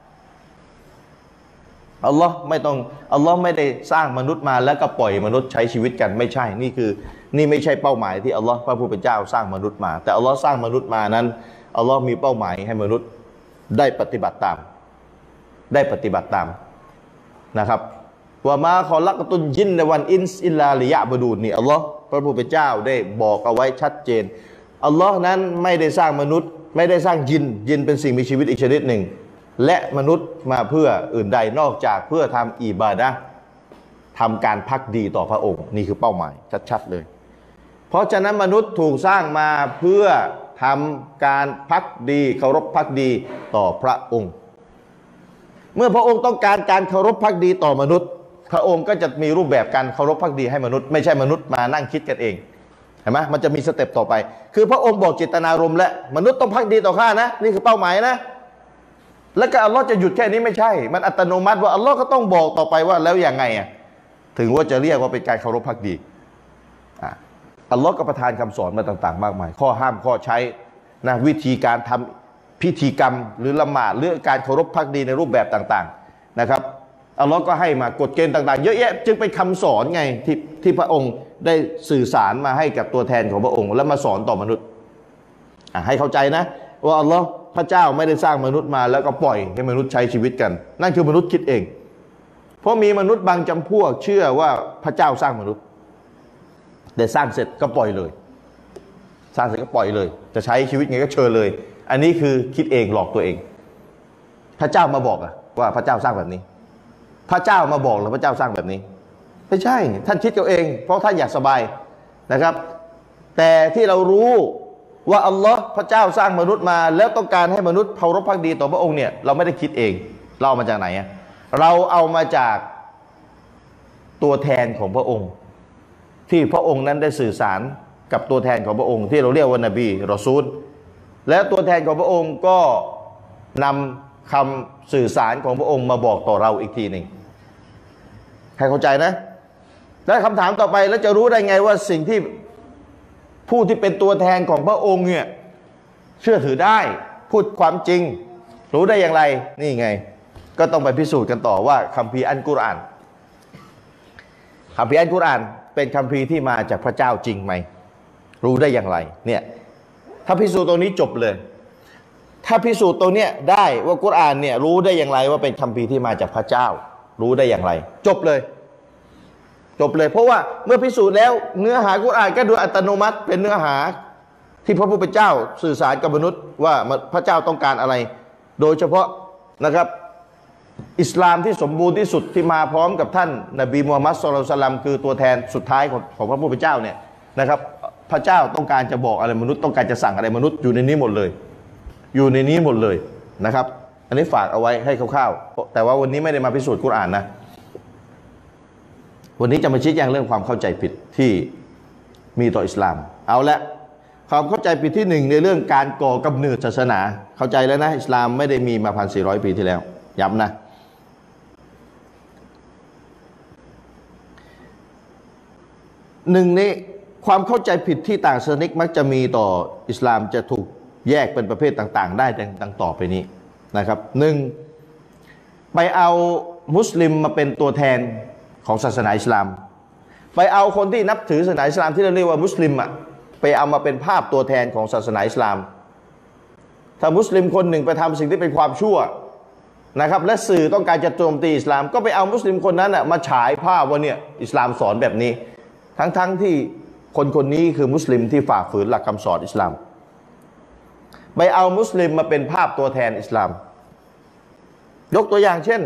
อัลลอฮ์ไม่ได้สร้างมนุษย์มาแล้วก็ปล่อยมนุษย์ใช้ชีวิตกันไม่ใช่นี่ไม่ใช่เป้าหมายที่อัลลอฮ์พระผู้เป็นเจ้าสร้างมนุษย์มาแต่อัลลอฮ์สร้างมนุษย์มานั้นอัลลอฮ์มีเป้าหมายให้มนุษย์ได้ปฏิบัติตามนะครับว่ามาขอลักตุนยินในวันอินส์อิลลาลิยะบดูนนี่อัลลอฮ์พระผู้เป็นเจ้าได้บอกเอาไว้ชัดเจนอัลลอฮ์นั้นไม่ได้สร้างมนุษย์ไม่ได้สร้างยินเป็นสิ่งมีชีวิตอีกชนิดหนึ่งและมนุษย์มาเพื่ออื่นใดนอกจากเพื่อทำอิบาดะห์ทำการภักดีต่อพระองค์นี่คือเป้าหมายชัดๆเลยเพราะฉะนั้นมนุษย์ถูกสร้างมาเพื่อทำการภักดีเคารพภักดีต่อพระองค์เมื่อพระองค์ต้องการการเคารพภักดีต่อมนุษย์พระองค์ก็จะมีรูปแบบการเคารพภักดีให้มนุษย์ไม่ใช่มนุษย์มานั่งคิดกันเองเห็นไหมมันจะมีสเต็ปต่อไปคือพระองค์บอกเจตนารมณ์และมนุษย์ต้องภักดีต่อข้านะนี่คือเป้าหมายนะแล้วก็อัลลอฮ์จะหยุดแค่นี้ไม่ใช่มันอัตโนมัติว่าอัลลอฮ์ก็ต้องบอกต่อไปว่าแล้วยังไงถึงว่าจะเรียกว่าเป็นการเคารพภักดีอัลลอฮ์ก็ประทานคำสอนมาต่างๆมากมายข้อห้ามข้อใช้นะวิธีการทำพิธีกรรมหรือละหมาดหรือการเคารพภักดีในรูปแบบต่างๆนะครับอัลลอฮ์ก็ให้มากฎเกณฑ์ต่างๆเยอะแยะจึงเป็นคำสอนไงที่พระองค์ได้สื่อสารมาให้กับตัวแทนของพระองค์แล้วมาสอนต่อมนุษย์ให้เข้าใจนะว่าอัลลอฮ์พระเจ้าไม่ได้สร้างมนุษย์มาแล้วก็ปล่อยให้มนุษย์ใช้ชีวิตกันนั่นคือมนุษย์คิดเองเพราะมีมนุษย์บางจำพวกเชื่อว่าพระเจ้าสร้างมนุษย์แต่สร้างเสร็จก็ปล่อยเลยสร้างเสร็จก็ปล่อยเลยจะใช้ชีวิตไงก็เชิญเลยอันนี้คือคิดเองหลอกตัวเองพระเจ้ามาบอกว่าพระเจ้าสร้างแบบนี้พระเจ้ามาบอกหรือพระเจ้าสร้างแบบนี้ไม่ใช่ท่านคิดเอาเองเพราะท่านอยากสบายนะครับแต่ที่เรารู้ว่าอัลลอฮ์พระเจ้าสร้างมนุษย์มาแล้วต้องการให้มนุษย์เคารพภักดีต่อพระองค์เนี่ยเราไม่ได้คิดเองเราเอามาจากไหนเราเอามาจากตัวแทนของพระองค์ที่พระองค์นั้นได้สื่อสารกับตัวแทนของพระองค์ที่เราเรียกว่านบีรอซูลและตัวแทนของพระองค์ก็นำคำสื่อสารของพระองค์มาบอกต่อเราอีกทีหนึ่งใครเข้าใจนะและคำถามต่อไปแล้วจะรู้ได้ไงว่าสิ่งที่ผู้ที่เป็นตัวแทนของพระองค์เนี่ยเชื่อถือได้พูดความจริงรู้ได้อย่างไรนี่ไงก็ต้องไปพิสูจน์กันต่อว่าคัมภีร์อัลกุรอานเป็นคัมภีร์ที่มาจากพระเจ้าจริงไหมรู้ได้อย่างไรเนี่ยถ้าพิสูจน์ตรงนี้จบเลยถ้าพิสูจน์ตรงเนี้ยได้ว่ากุรอานเนี่ยรู้ได้อย่างไรว่าเป็นคัมภีร์ที่มาจากพระเจ้ารู้ได้อย่างไรจบเลยเพราะว่าเมื่อพิสูจน์แล้วเนื้อหากุรอานก็โดยอัตโนมัติเป็นเนื้อหาที่พระผู้เป็นเจ้าสื่อสารกับมนุษย์ว่าพระเจ้าต้องการอะไรโดยเฉพาะนะครับอิสลามที่สมบูรณ์ที่สุดที่มาพร้อมกับท่านนบีมูฮัมมัดศ็อลลัลลอฮุอะลัยฮิวะซัลลัมคือตัวแทนสุดท้ายของพระผู้เป็นเจ้าเนี่ยนะครับพระเจ้าต้องการจะบอกอะไรมนุษย์ต้องการจะสั่งอะไรมนุษย์อยู่ในนี้หมดเลยนะครับอันนี้ฝากเอาไว้ให้คร่าวๆแต่ว่าวันนี้ไม่ได้มาพิสูจน์กุรอานนะวันนี้จะมาชี้แจงเรื่องความเข้าใจผิดที่มีต่ออิสลามเอาละความเข้าใจผิดที่หนึ่งในเรื่องการก่อกำเนิดศาสนาเข้าใจแล้วนะอิสลามไม่ได้มีมา 1,400 ปีที่แล้วย้ำนะหนึ่งในความเข้าใจผิดที่ต่างศาสนิกมักจะมีต่ออิสลามจะถูกแยกเป็นประเภทต่างๆได้ดังต่อไปนี้นะครับหนึ่งไปเอามุสลิมมาเป็นตัวแทนของศาสนาอิสลามไปเอาคนที่นับถือศาสนาอิสลามที่เราเรียกว่ามุสลิมไปเอามาเป็นภาพตัวแทนของศาสนาอิสลามถ้ามุสลิมคนหนึ่งไปทำสิ่งที่เป็นความชั่วนะครับและสื่อต้องการจะโจมตีอิสลามก็ไปเอามุสลิมคนนั้นมาฉายภาพว่าเนี่ยอิสลามสอนแบบนี้ทั้งที่คนนี้คือมุสลิมที่ฝ่าฝืนหลักคำสอนอิสลามไปเอามุสลิมมาเป็นภาพตัวแทนอิสลามยกตัวอย่างเช่น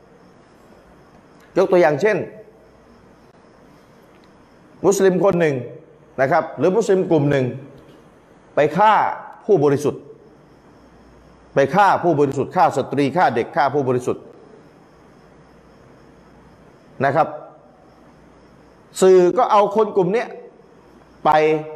มุสลิมคนหนึ่งนะครับหรือมุสลิมกลุ่มหนึ่งไปฆ่าผู้บริสุทธิ์ฆ่าสตรีฆ่าเด็กฆ่าผู้บริสุทธิ์นะครับสื่อก็เอาคนกลุ่มนี้ไป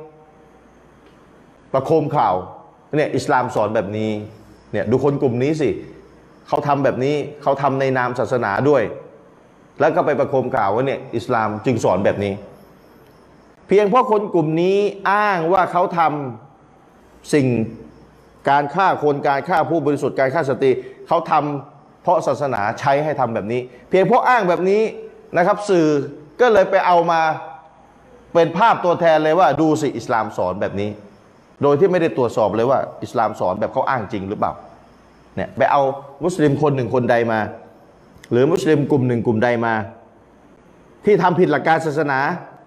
ประโคมข่าวเนี่ยอิสลามสอนแบบนี้เนี่ยดูคนกลุ่มนี้สิเขาทำแบบนี้เขาทำในนามศาสนาด้วยแล้วก็ไปประโคมข่าวว่าเนี่ยอิสลามจึงสอนแบบนี้เพียงเพราะคนกลุ่มนี้อ้างว่าเขาทำสิ่งการฆ่าคนการฆ่าผู้บริสุทธิ์การฆ่าสตรีเขาทำเพราะศาสนาใช้ให้ทำแบบนี้เพียงเพราะอ้างแบบนี้นะครับสื่อก็เลยไปเอามาเป็นภาพตัวแทนเลยว่าดูสิอิสลามสอนแบบนี้โดยที่ไม่ได้ตรวจสอบเลยว่าอิสลามสอนแบบเขาอ้างจริงหรือเปล่าเนี่ยไปเอามุสลิมคนหนึ่งคนใดมาหรือมุสลิมกลุ่มหนึ่งกลุ่มใดมาที่ทำผิดหลักการศาสนา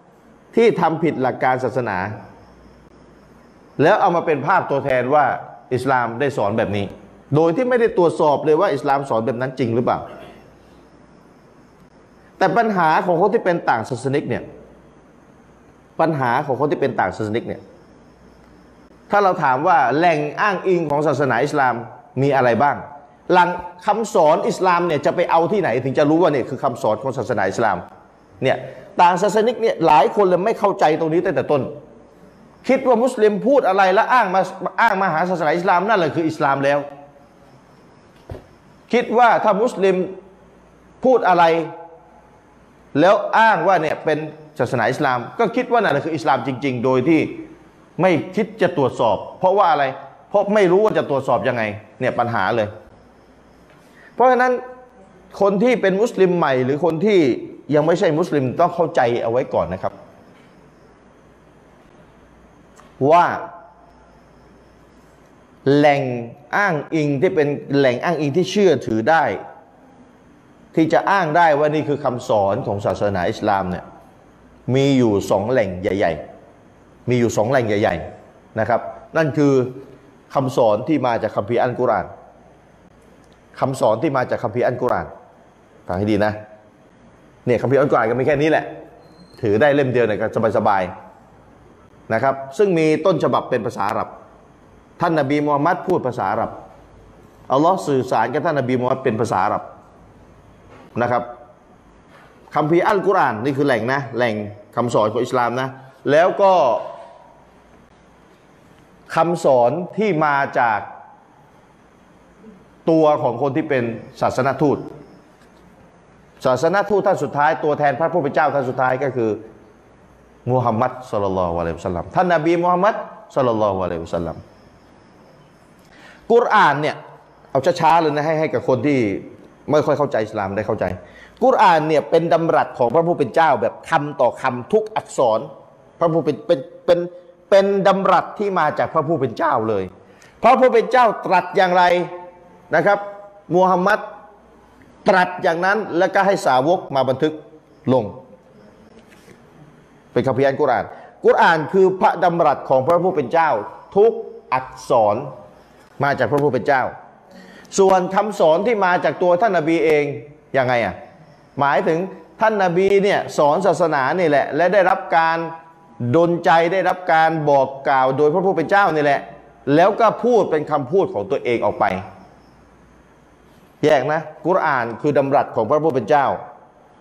แล้วเอามาเป็นภาพตัวแทนว่าอิสลามได้สอนแบบนี้โดยที่ไม่ได้ตรวจสอบเลยว่าอิสลามสอนแบบนั้นจริงหรือเปล่าแต่ปัญหาของคนที่เป็นต่างศาสนิกเนี่ยถ้าเราถามว่าแหล่งอ้างอิงของศาสนาอิสลามมีอะไรบ้างหลังคำสอนอิสลามเนี่ยจะไปเอาที่ไหนถึงจะรู้ว่าเนี่ยคือคำสอนของศาสนาอิสลามเนี่ยต่างศาสนิกเนี่ยหลายคนเลยไม่เข้าใจตรงนี้ตั้งแต่ต้นคิดว่ามุสลิมพูดอะไรแล้วอ้างมาหาศาสนาอิสลามนั่นแหละคืออิสลามแล้วคิดว่าถ้ามุสลิมพูดอะไรแล้วอ้างว่าเนี่ยเป็นศาสนาอิสลามก็คิดว่านั่นแหละคืออิสลามจริงๆโดยที่ไม่คิดจะตรวจสอบเพราะว่าอะไรเพราะไม่รู้ว่าจะตรวจสอบยังไงเนี่ยปัญหาเลยเพราะฉะนั้นคนที่เป็นมุสลิมใหม่หรือคนที่ยังไม่ใช่มุสลิมต้องเข้าใจเอาไว้ก่อนนะครับว่าแหล่งอ้างอิงที่เป็นแหล่งอ้างอิงที่เชื่อถือได้ที่จะอ้างได้ว่านี่คือคำสอนของศาสนาอิสลามเนี่ยมีอยู่สองแหล่งใหญ่ๆนะครับนั่นคือคำสอนที่มาจากคัมภีร์อัลกุรอานฟังให้ดีนะเนี่ยคัมภีร์อัลกุรอานก็มีแค่นี้แหละถือได้เล่มเดียวเนี่ยก็สบายๆนะครับซึ่งมีต้นฉบับเป็นภาษาอาหรับท่านนบีมูฮัมมัดพูดภาษาอาหรับอัลลอฮ์สื่อสารกับท่านนบีมูฮัมมัดเป็นภาษาอาหรับนะครับคัมภีร์อัลกุรอานนี่คือแหล่งคำสอนของอิสลามนะแล้วก็คำสอนที่มาจากตัวของคนที่เป็นศาสนทูตท่านสุดท้ายตัวแทนพระผู้เป็นเจ้าท่านสุดท้ายก็คือมุฮัมมัดศ็อลลัลลอฮุอะลัยฮิวะซัลลัมท่านนบีมุฮัมมัดศ็อลลัลลอฮุอะลัยฮิวะซัลลัมกุรอานเนี่ยเอาช้าๆเลยนะให้กับคนที่ไม่ค่อยเข้าใจอิสลามได้เข้าใจกุรอานเนี่ยเป็นดำรัสของพระผู้เป็นเจ้าแบบคำต่อคำทุกอักษรพระผู้เป็นดำรัสที่มาจากพระผู้เป็นเจ้าเลยพระผู้เป็นเจ้าตรัสอย่างไรนะครับมุฮัมมัดตรัสอย่างนั้นแล้วก็ให้สาวกมาบันทึกลงเป็นคัมภีร์อัลกุรอานคือพระดำรัสของพระผู้เป็นเจ้าทุกอักษรมาจากพระผู้เป็นเจ้าส่วนคำสอนที่มาจากตัวท่านนบีเองยังไงหมายถึงท่านนบีเนี่ยสอนศาสนานี่แหละและได้รับการดลใจได้รับการบอกกล่าวโดยพระผู้เป็นเจ้านี่แหละแล้วก็พูดเป็นคำพูดของตัวเองออกไปแยกนะกุรอานคือดำรัสของพระผู้เป็นเจ้า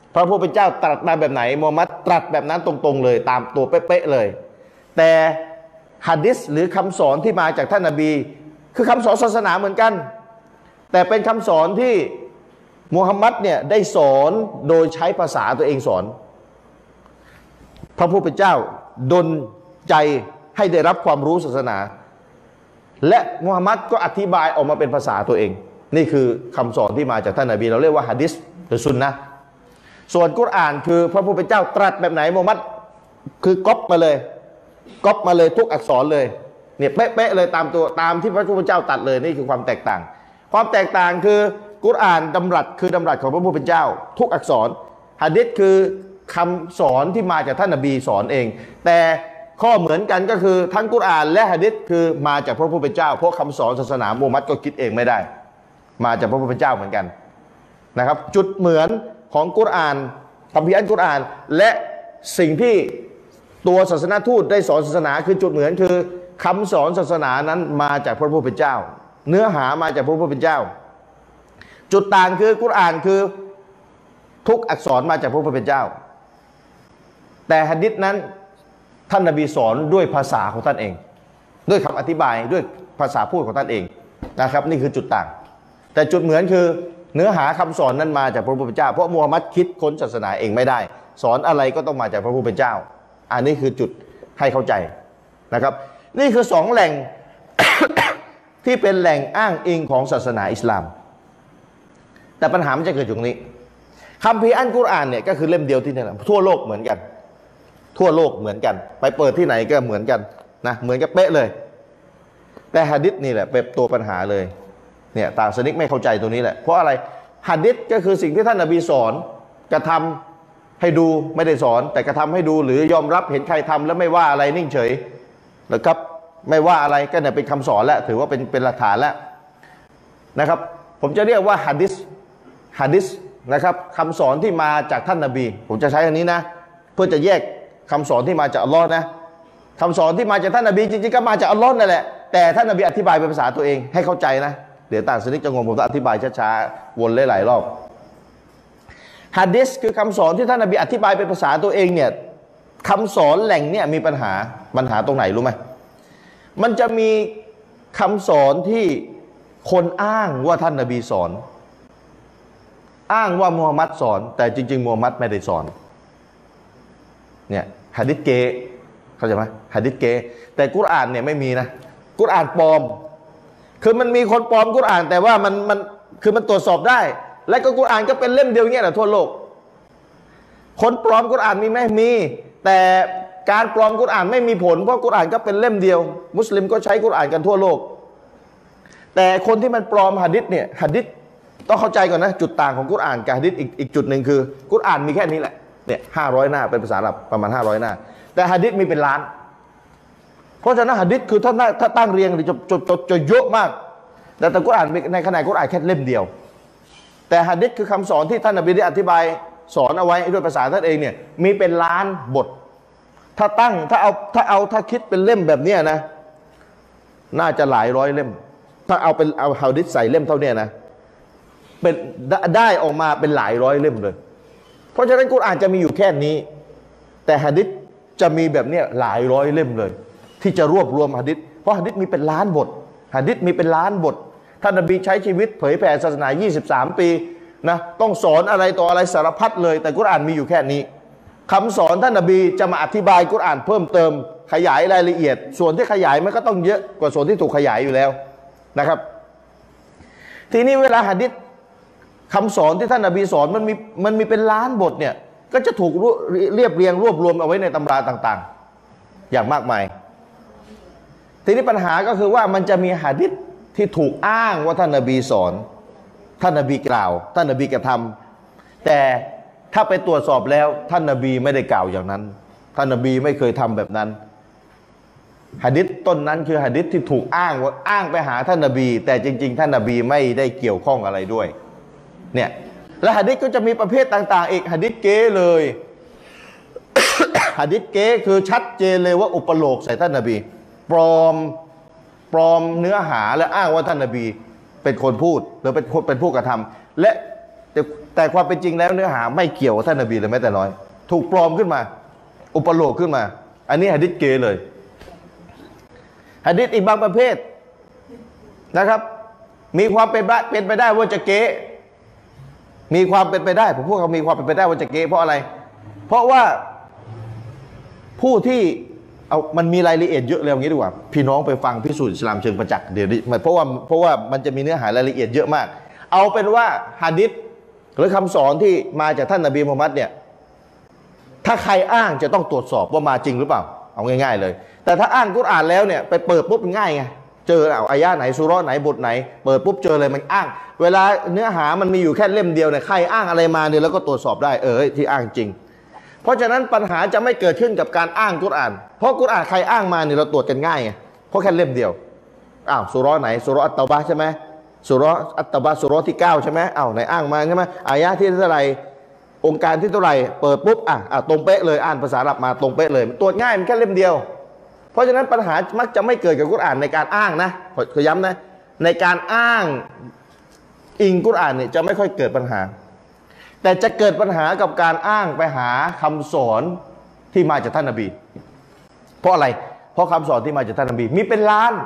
พระผู้เป็นเจ้าตรัสมาแบบไหนมูฮัมหมัดตรัสแบบนั้นตรงๆเลยตามตัวเป๊ะๆเลยแต่หะดีษหรือคำสอนที่มาจากท่านนบีคือคำสอนศาสนาเหมือนกันแต่เป็นคำสอนที่มูฮัมหมัดเนี่ยได้สอนโดยใช้ภาษาตัวเองสอนพระผู้เป็นเจ้าดลใจให้ได้รับความรู้ศาสนาและมูฮัมหมัดก็อธิบายออกมาเป็นภาษาตัวเองนี่คือคำสอนที่มาจากท่านนบีเราเรียกว่าหะดีษหรือซุนนะห์ส่วนกุรอานคือพระผู้เป็นเจ้าตรัสแบบไหนมูฮัมหมัดคือก๊อปมาเลยทุกอักษรเลยเนี่ยเป๊ะๆเลยตามที่พระผู้เป็นเจ้าตรัสเลยนี่คือความแตกต่างคือกุรอานดำรัสคือดำรัสของพระผู้เป็นเจ้าทุกอักษรหะดีษคือคำสอนที่มาจากท่านนบีสอนเองแต่ข้อเหมือนกันก็คือทั้งกุรอานและหะดีษคือมาจากพระผู้เป็นเจ้าเพราะคำสอนศาสนามูฮัมหมัดก็คิดเองไม่ได้มาจากพระผู้เป็นเจ้าเหมือนกันนะครับจุดเหมือนของกุรอานคัมภีร์อัลกุรอานและสิ่งที่ตัวศาสนทูตได้สอนศาสนาคือจุดเหมือนคือคำสอนศาสนานั้นมาจากพระผู้เป็นเจ้าเนื้อหามาจากพระผู้เป็นเจ้าจุดต่างคือกุรอานคือทุกอักษรมาจากพระผู้เป็นเจ้าแต่หะดีษนั้นท่านนบีสอนด้วยภาษาของท่านเองด้วยคำอธิบายด้วยภาษาพูดของท่านเองนะครับนี่คือจุดต่างแต่จุดเหมือนคือเนื้อหาคำสอนนั้นมาจากพระผู้เป็นเจ้าเพราะมูฮัมหมัดคิดค้นศาสนาเองไม่ได้สอนอะไรก็ต้องมาจากพระผู้เป็นเจ้าอันนี้คือจุดให้เข้าใจนะครับนี่คือสองแหล่ง ที่เป็นแหล่งอ้างอิงของศาสนาอิสลามแต่ปัญหามันจะเกิดอยู่ตรงนี้คัมภีร์อัลกุรอานเนี่ยก็คือเล่มเดียวที่นี่แหละทั่วโลกเหมือนกันทั่วโลกเหมือนกันไปเปิดที่ไหนก็เหมือนกันนะเหมือนกับเป๊ะเลยแต่หะดีษนี่แหละเป็นตัวปัญหาเลยเนี่ยต่างศาสนิกไม่เข้าใจตัวนี้แหละเพราะอะไรหะดีษก็คือสิ่งที่ท่านนบีสอนกระทำให้ดูไม่ได้สอนแต่กระทำให้ดูหรือยอมรับเห็นใครทำแล้วไม่ว่าอะไรนิ่งเฉยนะครับไม่ว่าอะไรก็เนี่ยเป็นคำสอนแล้วถือว่าเป็นหลักฐานแล้วนะครับผมจะเรียกว่าหะดีษนะครับคำสอนที่มาจากท่านนบีผมจะใช้อันนี้นะเพื่อจะแยกคำสอนที่มาจากอัลลอฮ์นะคำสอนที่มาจากท่านนบีจริงๆก็มาจากอัลลอฮ์นั่นแหละแต่ท่านนบีอธิบายเป็นภาษาตัวเองให้เข้าใจนะเดี๋ยวต่างศาสนิกจะงงผมต้องอธิบายช้าๆวนหลายๆรอบหะดีษคือคำสอนที่ท่านนบีอธิบายเป็นภาษาตัวเองเนี่ยคำสอนแหล่งเนี่ยมีปัญหาตรงไหนรู้ไหมมันจะมีคำสอนที่คนอ้างว่าท่านนบีสอนอ้างว่ามูฮัมหมัดสอนแต่จริงๆมูฮัมหมัดไม่ได้สอนเนี่ยหะดีษเกเข้าใจไหมหะดีษเกแต่กุรอานเนี่ยไม่มีนะกุรอานปลอมคือมันมีคนปลอมกุรอานแต่ว่ามันคือมันตรวจสอบได้และก็กุรอานก็เป็นเล่มเดียวเงี้ยแหละทั่วโลกคนปลอมกุรอานมีไหมมีแต่การปลอมกุรอานไม่มีผลเพราะกุรอานก็เป็นเล่มเดียวมุสลิมก็ใช้กุรอานกันทั่วโลกแต่คนที่มันปลอมหะดีษเนี่ยหะดีษต้องเข้าใจก่อนนะจุดต่างของกุรอานกับหะดีษอีกจุดหนึ่งคือกุรอานมีแค่นี้แหละเนี่ย500 หน้าเป็นภาษาอาหรับประมาณ500 หน้าแต่หะดีษมีเป็นล้านเพราะฉะนั้นหะดีษคือถ้าตั้งเรียงจะเยอะมากแต่กุรอานในขณะกุรอานแค่เล่มเดียวแต่หะดีษคือคำสอนที่ท่านนบีได้อธิบายสอนเอาไว้ด้วยภาษาท่านเองเนี่ยมีเป็นล้านบทถ้าคิดเป็นเล่มแบบเนี้ยนะน่าจะหลายร้อยเล่มถ้าเอาหะดีษใส่เล่มเท่านี้นะเป็นได้ออกมาเป็นหลายร้อยเล่มเลยเพราะฉะนั้นกุรอานจะมีอยู่แค่นี้แต่หะดีษจะมีแบบเนี้ยหลายร้อยเล่มเลยที่จะรวบรวมหะดีษเพราะหะดีษมีเป็นล้านบทหะดีษมีเป็นล้านบทท่านนบีใช้ชีวิตเผยแผ่ศาสนา23 ปีนะต้องสอนอะไรต่ออะไรสารพัดเลยแต่กุรอานมีอยู่แค่นี้คำสอนท่านนบีจะมาอธิบายกุรอานเพิ่มเติมขยายรายละเอียดส่วนที่ขยายมันก็ต้องเยอะกว่าส่วนที่ถูกขยายอยู่แล้วนะครับทีนี้เวลาหะดีษคำสอนที่ท่านนบีสอนมันมีเป็นล้านบทเนี่ยก็จะถูกเรียบเรียงรวบรวมเอาไว้ในตำราต่างๆอย่างมากมายทีนี้ปัญหาก็คือว่ามันจะมีหะดีษที่ถูกอ้างว่าท่านนบีสอนท่านนบีกล่าวท่านนบีกระทำแต่ถ้าไปตรวจสอบแล้วท่านนบีไม่ได้กล่าวอย่างนั้นท่านนบีไม่เคยทำแบบนั้นหะดีษต้นนั้นคือหะดีษที่ถูกอ้างไปหาท่านนบีแต่จริงๆท่านนบีไม่ได้เกี่ยวข้องอะไรด้วยเนี่ยและหะดีษก็จะมีประเภทต่างๆอีกหะดีษเก๊เลย หะดีษเก๊คือชัดเจนเลยว่าอุปโลกใส่ท่านนบีปลอมเนื้อหาและอ้างว่าท่านนบีเป็นคนพูดหรือเป็นผู้กระทำและแต่ความเป็นจริงแล้วเนื้อหาไม่เกี่ยวกับท่านนบีเลยแม้แต่น้อยถูกปลอมขึ้นมาอุปโลกขึ้นมาอันนี้หะดีษเก๋เลยหะดีษอีกบางประเภทนะครับมีความเป็นไปได้ว่าจะเก๋มีความเป็นไปได้ผมพูดว่ามีความเป็นไปได้ว่าจะเก๋เพราะอะไรเพราะว่าผู้ที่เอามันมีรายละเอียดเยอะเลยอย่างนี้ดีกว่าพี่น้องไปฟังพิสูจน์อิสลามเชิงประจักษ์เดี๋ยวนี้เพราะว่ามันจะมีเนื้อหารายละเอียดเยอะมากเอาเป็นว่าหะดีษหรือคำสอนที่มาจากท่านนบีมุฮัมมัดเนี่ยถ้าใครอ้างจะต้องตรวจสอบว่ามาจริงหรือเปล่าเอาง่ายๆเลยแต่ถ้าอ้างกุรอานแล้วเนี่ยไปเปิดปุ๊บง่ายไงเจอเอาอายะไหนซูเราะห์ไหนบทไหนเปิดปุ๊บเจอเลยมันอ้างเวลาเนื้อหามันมีอยู่แค่เล่มเดียวเนี่ยใครอ้างอะไรมาเนี่ยแล้วก็ตรวจสอบได้ที่อ้างจริงเพราะฉะนั้นปัญหาจะไม่เกิดขึ้นกับการอ้างกุรอานเพราะกุรอานใครอ้างมาเนี่ยเราตรวจกันง่ายไงเพราะแค่เล่มเดียวซูเราะห์ไหนซูเราะห์อัตตะบะห์ใช่ไหมซูเราะห์อัตตะบะห์ซูเราะห์ที่9ใช่ไหมไหนอ้างมาใช่ไหมอายะที่เท่าไหร่องค์การที่เท่าไหร่เปิดปุ๊บตรงเป๊ะเลยอ่านภาษาอาหรับมาตรงเป๊ะเลยตรวจง่ายมันแค่เล่มเดียวเพราะฉะนั้นปัญหามักจะไม่เกิดกับกุรอานในการอ้างนะขอย้ำนะในการอ้างอิงกุรอานเนี่ยจะไม่ค่อยเกิดปัญหาแต่จะเกิดปัญหากับการอ้างไปหาคำสอนที่มาจากท่านนบีเพราะอะไรเพราะคำสอนที่มาจากท่านนบีมีเป็นล้าน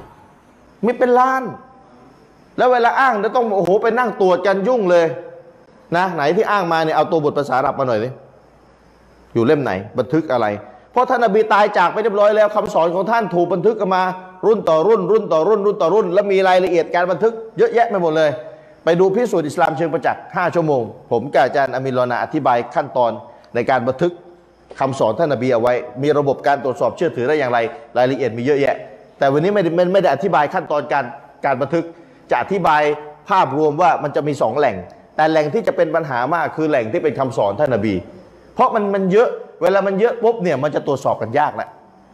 แล้วเวลาอ้างจะต้องโอ้โหไปนั่งตรวจกันยุ่งเลยนะไหนที่อ้างมาเนี่ยเอาตัวบทภาษาอาหรับมาหน่อยสิอยู่เล่มไหนบันทึกอะไรเพราะท่านนบีตายจากไปเรียบร้อยแล้วคำสอนของท่านถูกบันทึกกันมารุ่นต่อรุ่นแล้วมีรายละเอียดการบันทึกเยอะแยะไปหมดเลยไปดูพิสูจน์อิสลามเชิงประจักษ์5 ชั่วโมงผมกับอาจารย์อามิน รอนาอธิบายขั้นตอนในการบันทึกคำสอนท่านนบีเอาไว้มีระบบการตรวจสอบเชื่อถือได้อย่างไรรายละเอียดมีเยอะแยะแต่วันนี้ไม่ได้อธิบายขั้นตอนการบันทึกจะอธิบายภาพรวมว่ามันจะมี2 แหล่งแต่แหล่งที่จะเป็นปัญหามากคือแหล่งที่เป็นคำสอนท่านนบีเพราะมันเยอะเวลามันเยอะปุ๊บเนี่ยมันจะตรวจสอบกันยากแล้ว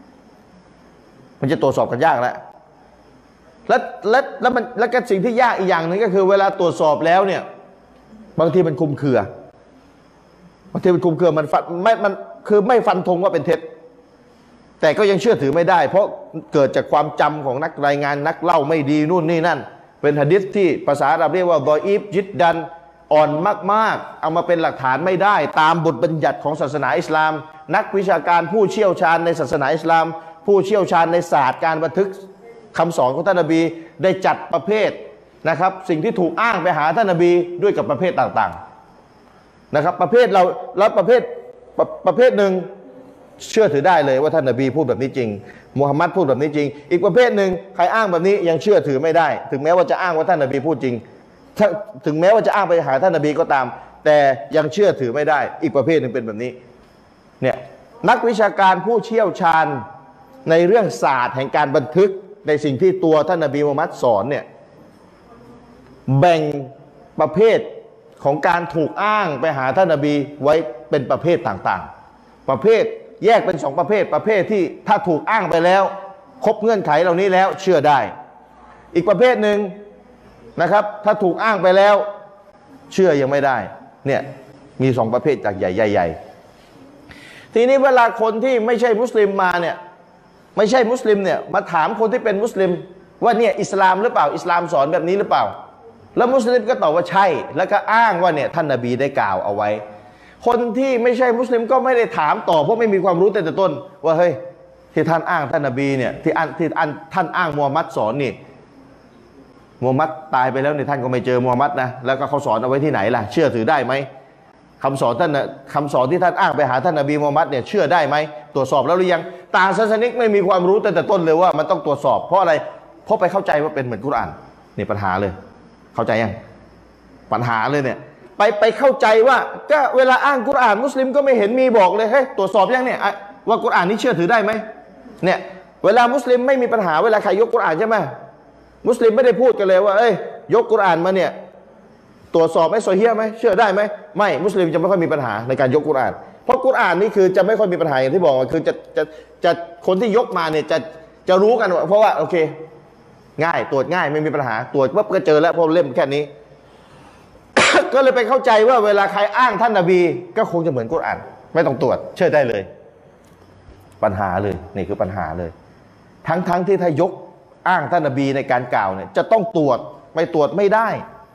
แล้วก็สิ่งที่ยากอีกอย่างหนึ่งก็คือเวลาตรวจสอบแล้วเนี่ยบางทีมันคลุมเครือมันคือไม่ฟันธงว่าเป็นเท็จแต่ก็ยังเชื่อถือไม่ได้เพราะเกิดจากความจำของนักรายงานนักเล่าไม่ดีนู่นนี่นั่นเป็นหะดีษที่ภาษาอาหรับเรียกว่าดออีฟจิดดันอ่อนมากๆเอามาเป็นหลักฐานไม่ได้ตามบทบัญญัติของศาสนาอิสลามนักวิชาการผู้เชี่ยวชาญในศาสนาอิสลามผู้เชี่ยวชาญในศาสตร์การบันทึกคำสอนของท่านนบีได้จัดประเภทนะครับสิ่งที่ถูกอ้างไปหาท่านนบีด้วยกับประเภทต่างๆนะครับประเภทเราแล้วประเภทหนึ่งเชื่อถือได้เลยว่าท่านนบีพูดแบบนี้จริงมุฮัมมัดพูดแบบนี้จริงอีกประเภทหนึ่งใครอ้างแบบนี้ยังเชื่อถือไม่ได้ถึงแม้ว่าจะอ้างว่าท่านนบีพูดจริงถึงแม้ว่าจะอ้างไปหาท่านนบีก็ตามแต่ยังเชื่อถือไม่ได้อีกประเภทหนึ่งเป็นแบบนี้เนี่ยนักวิชาการผู้เชี่ยวชาญในเรื่องศาสตร์แห่งการบันทึกในสิ่งที่ตัวท่านนบีมุฮัมมัดสอนเนี่ยแบ่งประเภทของการถูกอ้างไปหาท่านนบีไว้เป็นประเภทต่างๆประเภทแยกเป็น2 ประเภทที่ถ้าถูกอ้างไปแล้วครบเงื่อนไขเหล่านี้แล้วเชื่อได้อีกประเภทหนึ่งนะครับถ้าถูกอ้างไปแล้วเชื่อยังไม่ได้เนี่ยมี2 ประเภทจากใหญ่ๆทีนี้เวลาคนที่ไม่ใช่มุสลิมมาเนี่ยไม่ใช่มุสลิมเนี่ยมาถามคนที่เป็นมุสลิมว่าเนี่ยอิสลามหรือเปล่าอิสลามสอนแบบนี้หรือเปล่าแล้วมุสลิมก็ตอบว่าใช่แล้วก็อ้างว่าเนี่ยท่านนบีได้กล่าวเอาไว้คนที่ไม่ใช่มุสลิมก็ไม่ได้ถามต่อเพราะไม่มีความรู้แต่ต้นว่าเฮ้ยที่ท่านอ้างท่านนบีเนี่ยที่ท่านอ้างมูฮัมมัดสอนนี่มูฮัมมัดตายไปแล้วเนี่ยท่านก็ไม่เจอมูฮัมมัดนะแล้วก็เขาสอนเอาไว้ที่ไหนล่ะเชื่อถือได้ไหมคำสอนที่ท่านอ้างไปหาท่านนบีมูฮัมมัดเนี่ยเชื่อได้ไหมตรวจสอบแล้วหรือยังต่างศาสนิกไม่มีความรู้แต่ต้นเลยว่ามันต้องตรวจสอบเพราะอะไรเพราะไปเข้าใจว่าเป็นเหมือนกุรอานนี่ปัญหาเลยเข้าใจยังปัญหาเลยเนี่ยไปเข้าใจว่าก็เวลาอ้างกุรอานมุสลิมก็ไม่เห็นมีบอกเลยเฮ้ยตรวจสอบยังเนี่ยว่ากุรอานนี้เชื่อถือได้ไหมเนี่ยเวลามุสลิมไม่มีปัญหาเวลาใครยกกุรอานใช่ไหมมุสลิมไม่ได้พูดกันเลยว่าเอ้ยยกกุรอานมาเนี่ยตรวจสอบไหมโซเฮียไหมเชื่อได้ไหมไม่มุสลิมจะไม่ค่อยมีปัญหาในการยกกุรอานเพราะกุรอานนี่คือจะไม่ค่อยมีปัญหาอย่างที่บอกคือจะคนที่ยกมาเนี่ยจะรู้กันว่าเพราะว่าโอเคง่ายตรวจง่ายไม่มีปัญหาตรวจปุ๊บก็เจอแล้วเพราะเล่มแค่นี้ ก็เลยไปเข้าใจว่าเวลาใครอ้างท่านนบีก็คงจะเหมือนกุรอานไม่ต้องตรวจเชื่อได้เลยปัญหาเลยนี่คือปัญหาเลยทั้งที่ถ้ายกอ้างท่านนบีในการกล่าวเนี่ยจะต้องตรวจไม่ตรวจไม่ได้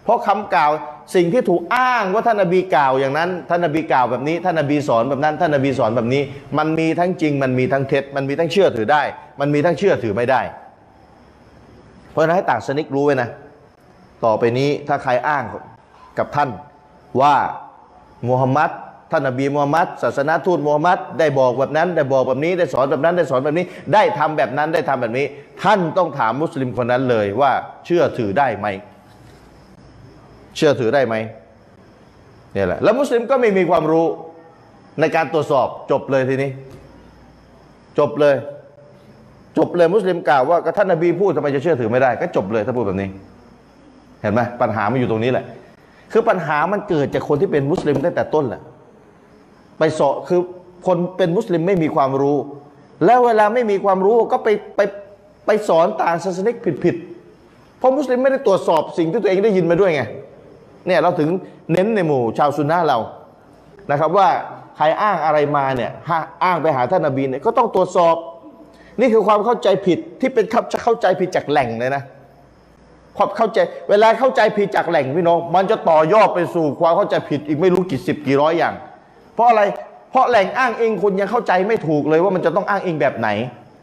เพราะคำกล่าวสิ่งที่ถูกอ้างว่าท่านนบีกล่าวอย่างนั้นท่านนบีกล่าวแบบนี้ท่านนบีสอนแบบนั้นท่านนบีสอนแบบนี้มันมีทั้งจริงมันมีทั้งเท็จมันมีทั้งเชื่อถือได้มันมีทั้งเชื่อถือไม่ได้เพราะฉะนั้นให้ต่างศาสนิกรู้ไว้นะต่อไปนี้ถ้าใครอ้างกับท่านว่ามูฮัมมัดท่านนบีมูฮัมมัดศาสนาทูตมูฮัมมัดได้บอกแบบนั้นได้บอกแบบนี้ได้สอนแบบนั้นได้สอนแบบนี้ได้ทำแบบนั้นได้ทำแบบนี้ท่านต้องถามมุสลิมคนนั้นเลยว่าเชื่อถือได้ไหมเชื่อถือได้ไหมเนี่ยแหละแล้วมุสลิมก็ไม่มีความรู้ในการตรวจสอบจบเลยทีนี้จบเลยมุสลิมกล่าวว่าก็ท่านนบีพูดทำไมจะเชื่อถือไม่ได้ก็จบเลยถ้าพูดแบบนี้เห็นไหมปัญหามันอยู่ตรงนี้แหละคือปัญหามันเกิดจากคนที่เป็นมุสลิมตั้งแต่ต้นแหละไปสอนคือคนเป็นมุสลิมไม่มีความรู้แล้วเวลาไม่มีความรู้ก็ไปสอนต่างศาสนิกผิดเพราะมุสลิมไม่ได้ตรวจสอบสิ่งที่ตัวเองได้ยินมาด้วยไงเนี่ยเราถึงเน้นในหมู่ชาวซุนนะห์เรานะครับว่าใครอ้างอะไรมาเนี่ยอ้างไปหาท่านนบีเนี่ยก็ต้องตรวจสอบนี่คือความเข้าใจผิดที่เป็นเข้าใจผิดจากแหล่งเลยนะความเข้าใจเวลาเข้าใจผิดจากแหล่งพี่น้องมันจะต่อยอดไปสู่ความเข้าใจผิดอีกไม่รู้กี่สิบกี่ร้อยอย่างเพราะอะไรเพราะแหล่งอ้างอิงคุณยังเข้าใจไม่ถูกเลยว่ามันจะต้องอ้างอิงแบบไหน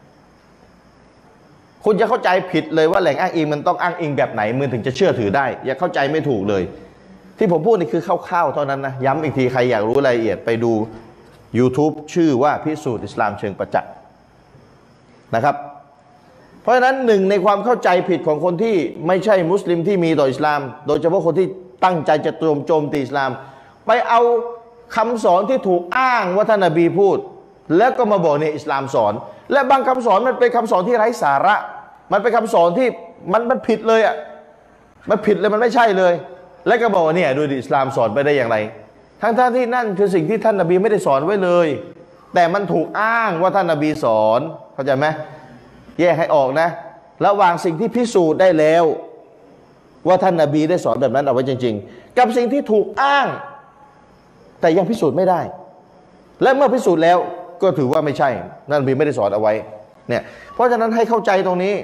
คุณจะเข้าใจผิดเลยว่าแหล่งอ้างอิงมันต้องอ้างอิงแบบไหนมึงถึงจะเชื่อถือได้อย่าเข้าใจไม่ถูกเลยที่ผมพูดนี่คือคร่าวๆเท่านั้นนะย้ำอีกทีใครอยากรู้รายละเอียดไปดู YouTube ชื่อว่าพิสูจน์อิสลามเชิงประจักษ์นะครับเพราะฉะนั้นหนึ่งในความเข้าใจผิดของคนที่ไม่ใช่มุสลิมที่มีต่ออิสลามโดยเฉพาะคนที่ตั้งใจจะโจมตีอิสลามไปเอาคำสอนที่ถูกอ้างว่าท่านนบีพูดแล้วก็มาบอกในอิสลามสอนและบางคำสอนมันเป็นคำสอนที่ไร้สาระมันเป็นคำสอนที่มันผิดเลยอ่ะมันผิดเลยมันไม่ใช่เลยแล้วก็บอกว่าเนี่ยดูดิอิสลามสอนไปได้อย่างไรทั้งที่นั่นคือสิ่งที่ท่านนบีไม่ได้สอนไว้เลยแต่มันถูกอ้างว่าท่านนบีสอนเข้าใจไหมแยกให้ออกนะระหว่างสิ่งที่พิสูจน์ได้แล้วว่าท่านนบีได้สอนแบบนั้นเอาไว้จริงๆกับสิ่งที่ถูกอ้างแต่ยังพิสูจน์ไม่ได้และเมื่อพิสูจน์แล้วก็ถือว่าไม่ใช่ท่านนบีไม่ได้สอนเอาไว้เนี่ยเพราะฉะนั้นให้เข้าใจตรงนี้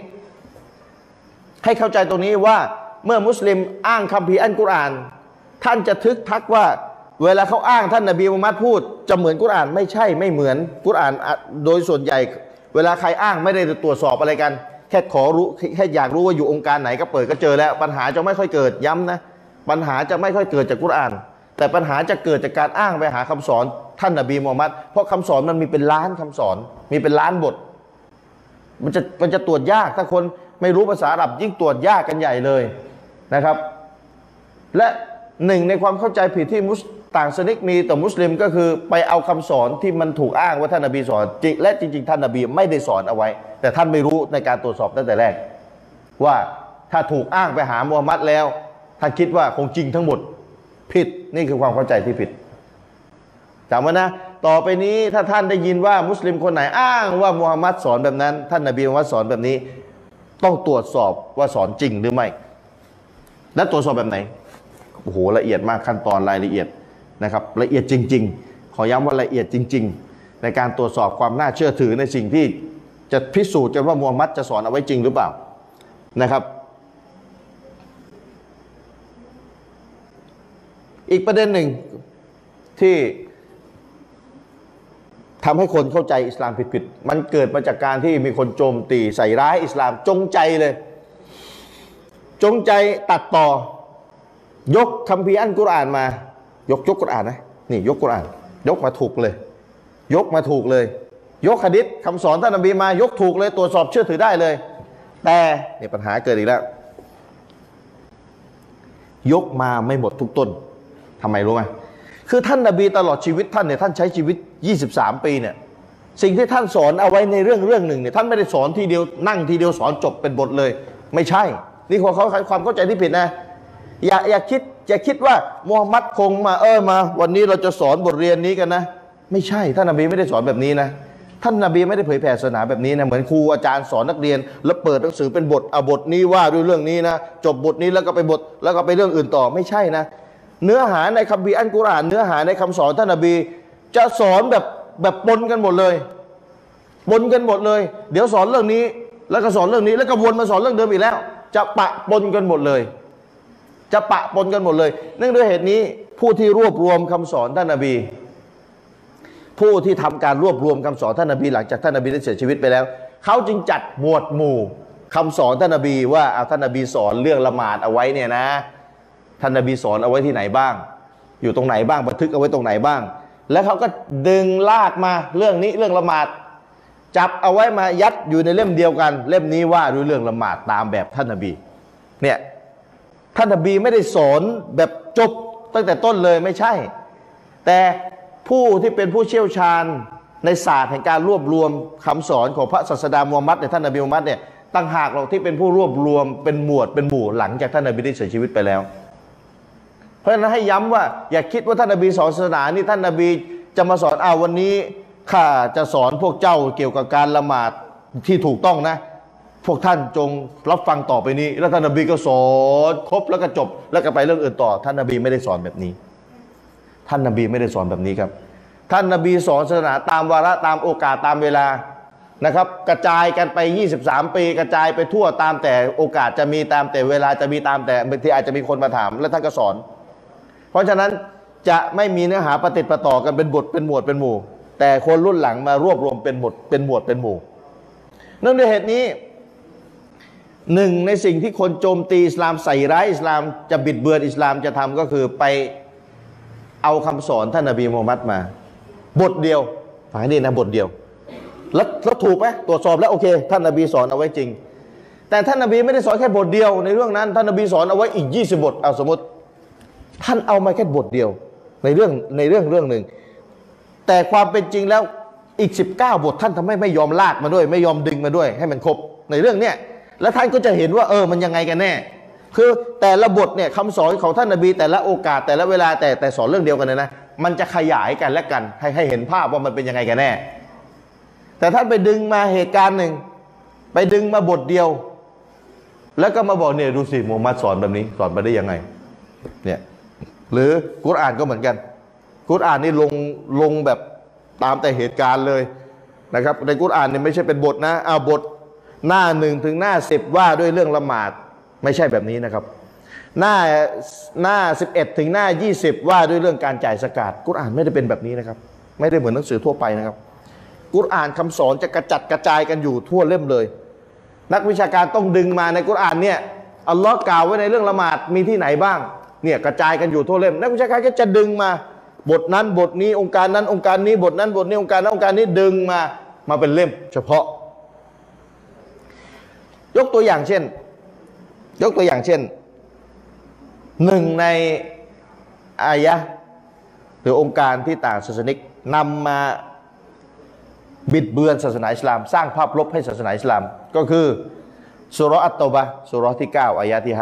ว่าเมื่อมุสลิมอ้างคัมภีร์อัลกุรอานท่านจะทึกทักว่าเวลาเขาอ้างท่านนบีมุฮัมมัดพูดจะเหมือนกุรอานไม่ใช่ไม่เหมือนกุรอานโดยส่วนใหญ่เวลาใครอ้างไม่ได้ตรวจสอบอะไรกันแค่ขอรู้แค่อยากรู้ว่าอยู่องค์การไหนก็เปิดก็เจอแล้วปัญหาจะไม่ค่อยเกิดย้ำนะปัญหาจะไม่ค่อยเกิดจากกุรอานแต่ปัญหาจะเกิดจากการอ้างไปหาคำสอนท่านนบีมุฮัมมัดเพราะคำสอนมันมีเป็นล้านคำสอนมีเป็นล้านบทมันจะตรวจยากถ้าคนไม่รู้ภาษาอาหรับยิ่งตรวจยากกันใหญ่เลยนะครับและหนึ่งในความเข้าใจผิดที่ต่างศาสนิกมีต่อมุสลิมก็คือไปเอาคำสอนที่มันถูกอ้างว่าท่านนบีสอนและจริงๆท่านนบีไม่ได้สอนเอาไว้แต่ท่านไม่รู้ในการตรวจสอบตั้งแต่แรกว่าถ้าถูกอ้างไปหามูฮัมหมัดแล้วท่านคิดว่าคงจริงทั้งหมดผิดนี่คือความเข้าใจที่ผิดจำไว้นะต่อไปนี้ถ้าท่านได้ยินว่ามุสลิมคนไหนอ้างว่ามูฮัมหมัดสอนแบบนั้นท่านนบีมูฮัมหมัดสอนแบบนี้ต้องตรวจสอบว่าสอนจริงหรือไม่และตรวจสอบแบบไหนโอ้โหละเอียดมากขั้นตอนรายละเอียดนะครับละเอียดจริงๆขอย้ำว่าละเอียดจริงๆในการตรวจสอบความน่าเชื่อถือในสิ่งที่จะพิสูจน์กันว่ามูฮัมหมัดจะสอนเอาไว้จริงหรือเปล่านะครับอีกประเด็นหนึ่งที่ทำให้คนเข้าใจอิสลามผิดๆมันเกิดมาจากการที่มีคนโจมตีใส่ร้ายอิสลามจงใจเลยจงใจตัดต่อยกคัมภีร์อัลกุรอานมายกกุรอานนะนี่ยกกุรอานยกมาถูกเลยยกมาถูกเลยยกหะดีษคำสอนท่านนบีมายกถูกเลยตรวจสอบเชื่อถือได้เลยแต่นี่ปัญหาเกิดอีกแล้วยกมาไม่หมดทุกต้นทำไมรู้ไหมคือท่านนบีตลอดชีวิตท่านเนี่ยท่านใช้ชีวิต23ปีเนี่ยสิ่งที่ท่านสอนเอาไว้ในเรื่องหนึ่งเนี่ยท่านไม่ได้สอนทีเดียวนั่งทีเดียวสอนจบเป็นบทเลยไม่ใช่นี่ความเข้าใจที่ผิดนะอย่าคิดว่ามูฮัมหมัดคงมามาวันนี้เราจะสอนบทเรียนนี้กันนะไม่ใช่ท่านนบีไม่ได้สอนแบบนี้นะท่านนบีไม่ได้เผยแผ่ศาสนาแบบนี้นะเหมือนครูอาจารย์สอนนักเรียนแล้วเปิดหนังสือเป็นบทบทนี้ว่าด้วยเรื่องนี้นะจบบทนี้แล้วก็ไปบทแล้วก็ไปเรื่องอื่นต่อไม่ใช่นะเนื้อหาในคัมภีร์อัลกุรอานเนื้อหาในคำสอนท่านนบีจะสอนแบบปนกันหมดเลยปนกันหมดเลยเดี๋ยวสอนเรื่องนี้แล้วก็สอนเรื่องนี้แล้วก็วนมาสอนเรื่องเดิมอีกแล้วจะปะปนกันหมดเลยจะปะปนกันหมดเลยเนื่องด้วยเหตุนี้ผู้ที่รวบรวมคำสอนท่านนบีผู้ที่ทำการรวบรวมคำสอนท่านนบีหลังจากท่านนบีได้เสียชีวิตไปแล้วเขาจึงจัดหมวดหมู่คำสอนท่านนบีว่าท่านนบีสอนเรื่องละหมาดเอาไว้เนี่ยนะท่านนบีสอนเอาไว้ที่ไหนบ้างอยู่ตรงไหนบ้างบันทึกเอาไว้ตรงไหนบ้างแล้วเขาก็ดึงลากมาเรื่องนี้เรื่องละหมาดจับเอาไว้มายัดอยู่ในเล่มเดียวกันเล่มนี้ว่าด้วยเรื่องละหมาดตามแบบท่านนบีเนี่ยท่านนบีไม่ได้สอนแบบจบตั้งแต่ต้นเลยไม่ใช่แต่ผู้ที่เป็นผู้เชี่ยวชาญในศาสตร์แห่งการรวบรวมคำสอนของพระศาสดามูฮัมมัดเนี่ยท่านนบีมูฮัมมัดเนี่ยตั้งหากเราที่เป็นผู้รวบรวมเป็นหมวดเป็นหมู่หลังจากท่านนบีได้เสียชีวิตไปแล้วเพราะฉะนั้นให้ย้ำว่าอย่าคิดว่าท่านนบีสอนศาสนานี่ท่านนบีจะมาสอนวันนี้ข้าจะสอนพวกเจ้าเกี่ยวกับการละหมาดที่ถูกต้องนะพวกท่านจงรับฟังต่อไปนี้แล้วท่านนบีก็สอนครบแล้วก็จบแล้วก็ไปเรื่องอื่นต่อท่านนบีไม่ได้สอนแบบนี้ท่านนบีไม่ได้สอนแบบนี้ครับท่านนบีสอนศาสนาตามวาระตามโอกาสตามเวลานะครับกระจายกันไป23ปีกระจายไปทั่วตามแต่โอกาสจะมีตามแต่เวลาจะมีตามแต่บางทีอาจจะมีคนมาถามแล้วท่านก็สอนเพราะฉะนั้นจะไม่มีเนื้อหาประติดประต่อกันเป็นบทเป็นหมวดเป็นหมู่แต่คนรุ่นหลังมารวบรวมเป็นบทเป็นหมวดเป็นหมู่เนื่องด้วยเหตุนี้หนึ่งในสิ่งที่คนโจมตีอิสลามใส่ร้ายอิสลามจะบิดเบือนอิสลามจะทำก็คือไปเอาคำสอนท่านนบีมูฮัมมัดมาบทเดียวฝ่ายนี้นะบทเดียวแล้วถูกไหมตรวจสอบแล้วโอเคท่านนบีสอนเอาไว้จริงแต่ท่านนบีไม่ได้สอนแค่บทเดียวในเรื่องนั้นท่านนบีสอนเอาไว้อีก20บทเอาสมมติท่านเอามาแค่บทเดียวในเรื่องหนึ่งแต่ความเป็นจริงแล้วอีก19บทท่านทำให้ไม่ยอมลากมาด้วยไม่ยอมดึงมาด้วยให้มันครบในเรื่องเนี้ยแล้วท่านก็จะเห็นว่ามันยังไงกันแน่คือแต่ละบทเนี่ยคำสอนของท่านนบีแต่ละโอกาสแต่ละเวลาแต่สอนเรื่องเดียวกันนะมันจะขยายกันและกันให้เห็นภาพว่ามันเป็นยังไงกันแน่แต่ท่านไปดึงมาเหตุการณ์หนึ่งไปดึงมาบทเดียวแล้วก็มาบอกเนี่ยดูสิมูฮัมหมัดสอนแบบนี้สอนไปได้ยังไงเนี่ยหรือกุรอานก็เหมือนกันกุรอานนี่ลงแบบตามแต่เหตุการณ์เลยนะครับในกุรอานเนี่ยไม่ใช่เป็นบทนะบทหน้า1ถึงหน้า10ว่าด้วยเรื่องละหมาดไม่ใช่แบบนี้นะครับหน้า11ถึงหน้า20ว่าด้วยเรื่องการจ่ายซะกาตกุรอานไม่ได้เป็นแบบนี้นะครับไม่ได้เหมือนหนังสือทั่วไปนะครับกุรอานคำสอนจะกระจัดกระจายกันอยู่ทั่วเล่มเลยนักวิชาการต้องดึงมาในกุรอานเนี่ยอัลลอฮ์กล่าวไว้ในเรื่องละหมาดมีที่ไหนบ้างเนี่ยกระจายกันอยู่ทั่วเล่มนักวิชาการก็จะดึงมาบทนั้นบทนี้องค์การนั้นองค์การนี้บทนั้นบทนี้องค์การนั้นองค์การนี้ดึงมาเป็นเล่มเฉพาะยกตัวอย่างเช่นหนึ่งในอายะห์หรือองค์การที่ต่างศาสนิกนำมาบิดเบือนศาสนาอิสลามสร้างภาพลบให้ศาสนาอิสลามก็คือซูเราะห์อัตเตาบะห์ซูเราะห์ที่9อายะห์ที่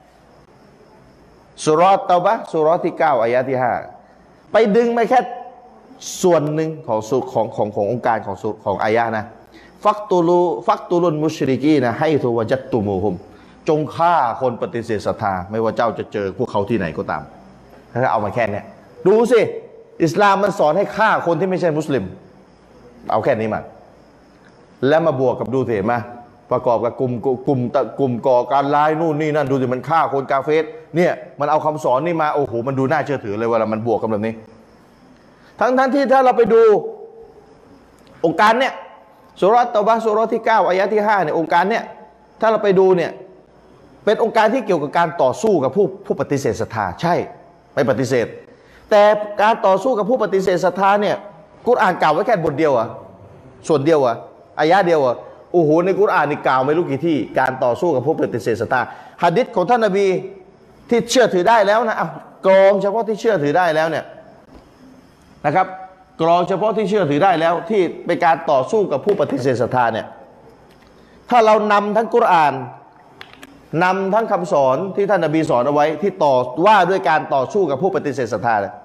5ซูเราะห์อัตเตาบะห์ซูเราะห์ที่9อายะห์ที่5ไปดึงมาแค่ส่วนหนึ่งขององค์การของอายะห์นะฟักตุลุนมุชริกีนะให้ทุวจัตตุมูฮุมจงฆ่าคนปฏิเสธศรัทธาไม่ว่าเจ้าจะเจอพวกเขาที่ไหนก็ตามถ้าเอามาแค่นี้ดูสิอิสลามมันสอนให้ฆ่าคนที่ไม่ใช่มุสลิมเอาแค่นี้มาแล้วมาบวกกับดูสิเห็นไหมประกอบกับกลุ่มก่อการร้ายนู่นนี่นั่นดูสิมันฆ่าคนกาเฟรเนี่ยมันเอาคำสอนนี่มาโอ้โหมันดูน่าเชื่อถือเลยเวลามันบวกกันแบบนี้ทั้งที่ถ้าเราไปดูองค์การเนี่ยซูเราะห์เตาบะห์ซูเราะห์ที่9อายะห์ที่5เนี่ยองค์การเนี่ยถ้าเราไปดูเนี่ยเป็นองค์การที่เกี่ยวกับการต่อสู้กับผู้ปฏิเสธศรัทธาใช่ไม่ปฏิเสธแต่การต่อสู้กับผู้ปฏิเสธศรัทธาเนี่ยกุรอานกล่าวไว้แค่บทเดียวส่วนเดียวอายะห์เดียวโอ้โหในกุรอานนี่กล่าวไม่รู้กี่ที่การต่อสู้กับผู้ปฏิเสธศรัทธาหะดีษของท่านนบีที่เชื่อถือได้แล้วนะกรองเฉพาะที่เชื่อถือได้แล้วเนี่ยนะครับกรองเฉพาะที่เชื่อถือได้แล้วที่เป็นการต่อสู้กับผู้ปฏิเสธศรัทธาเนี่ยถ้าเรานำทั้งกุรอานนำทั้งคำสอนที่ท่านนบีสอนเอาไว้ที่ต่อว่าด้วยการต่อสู้กับผู้ปฏิเสธศรัทธาเนี่ย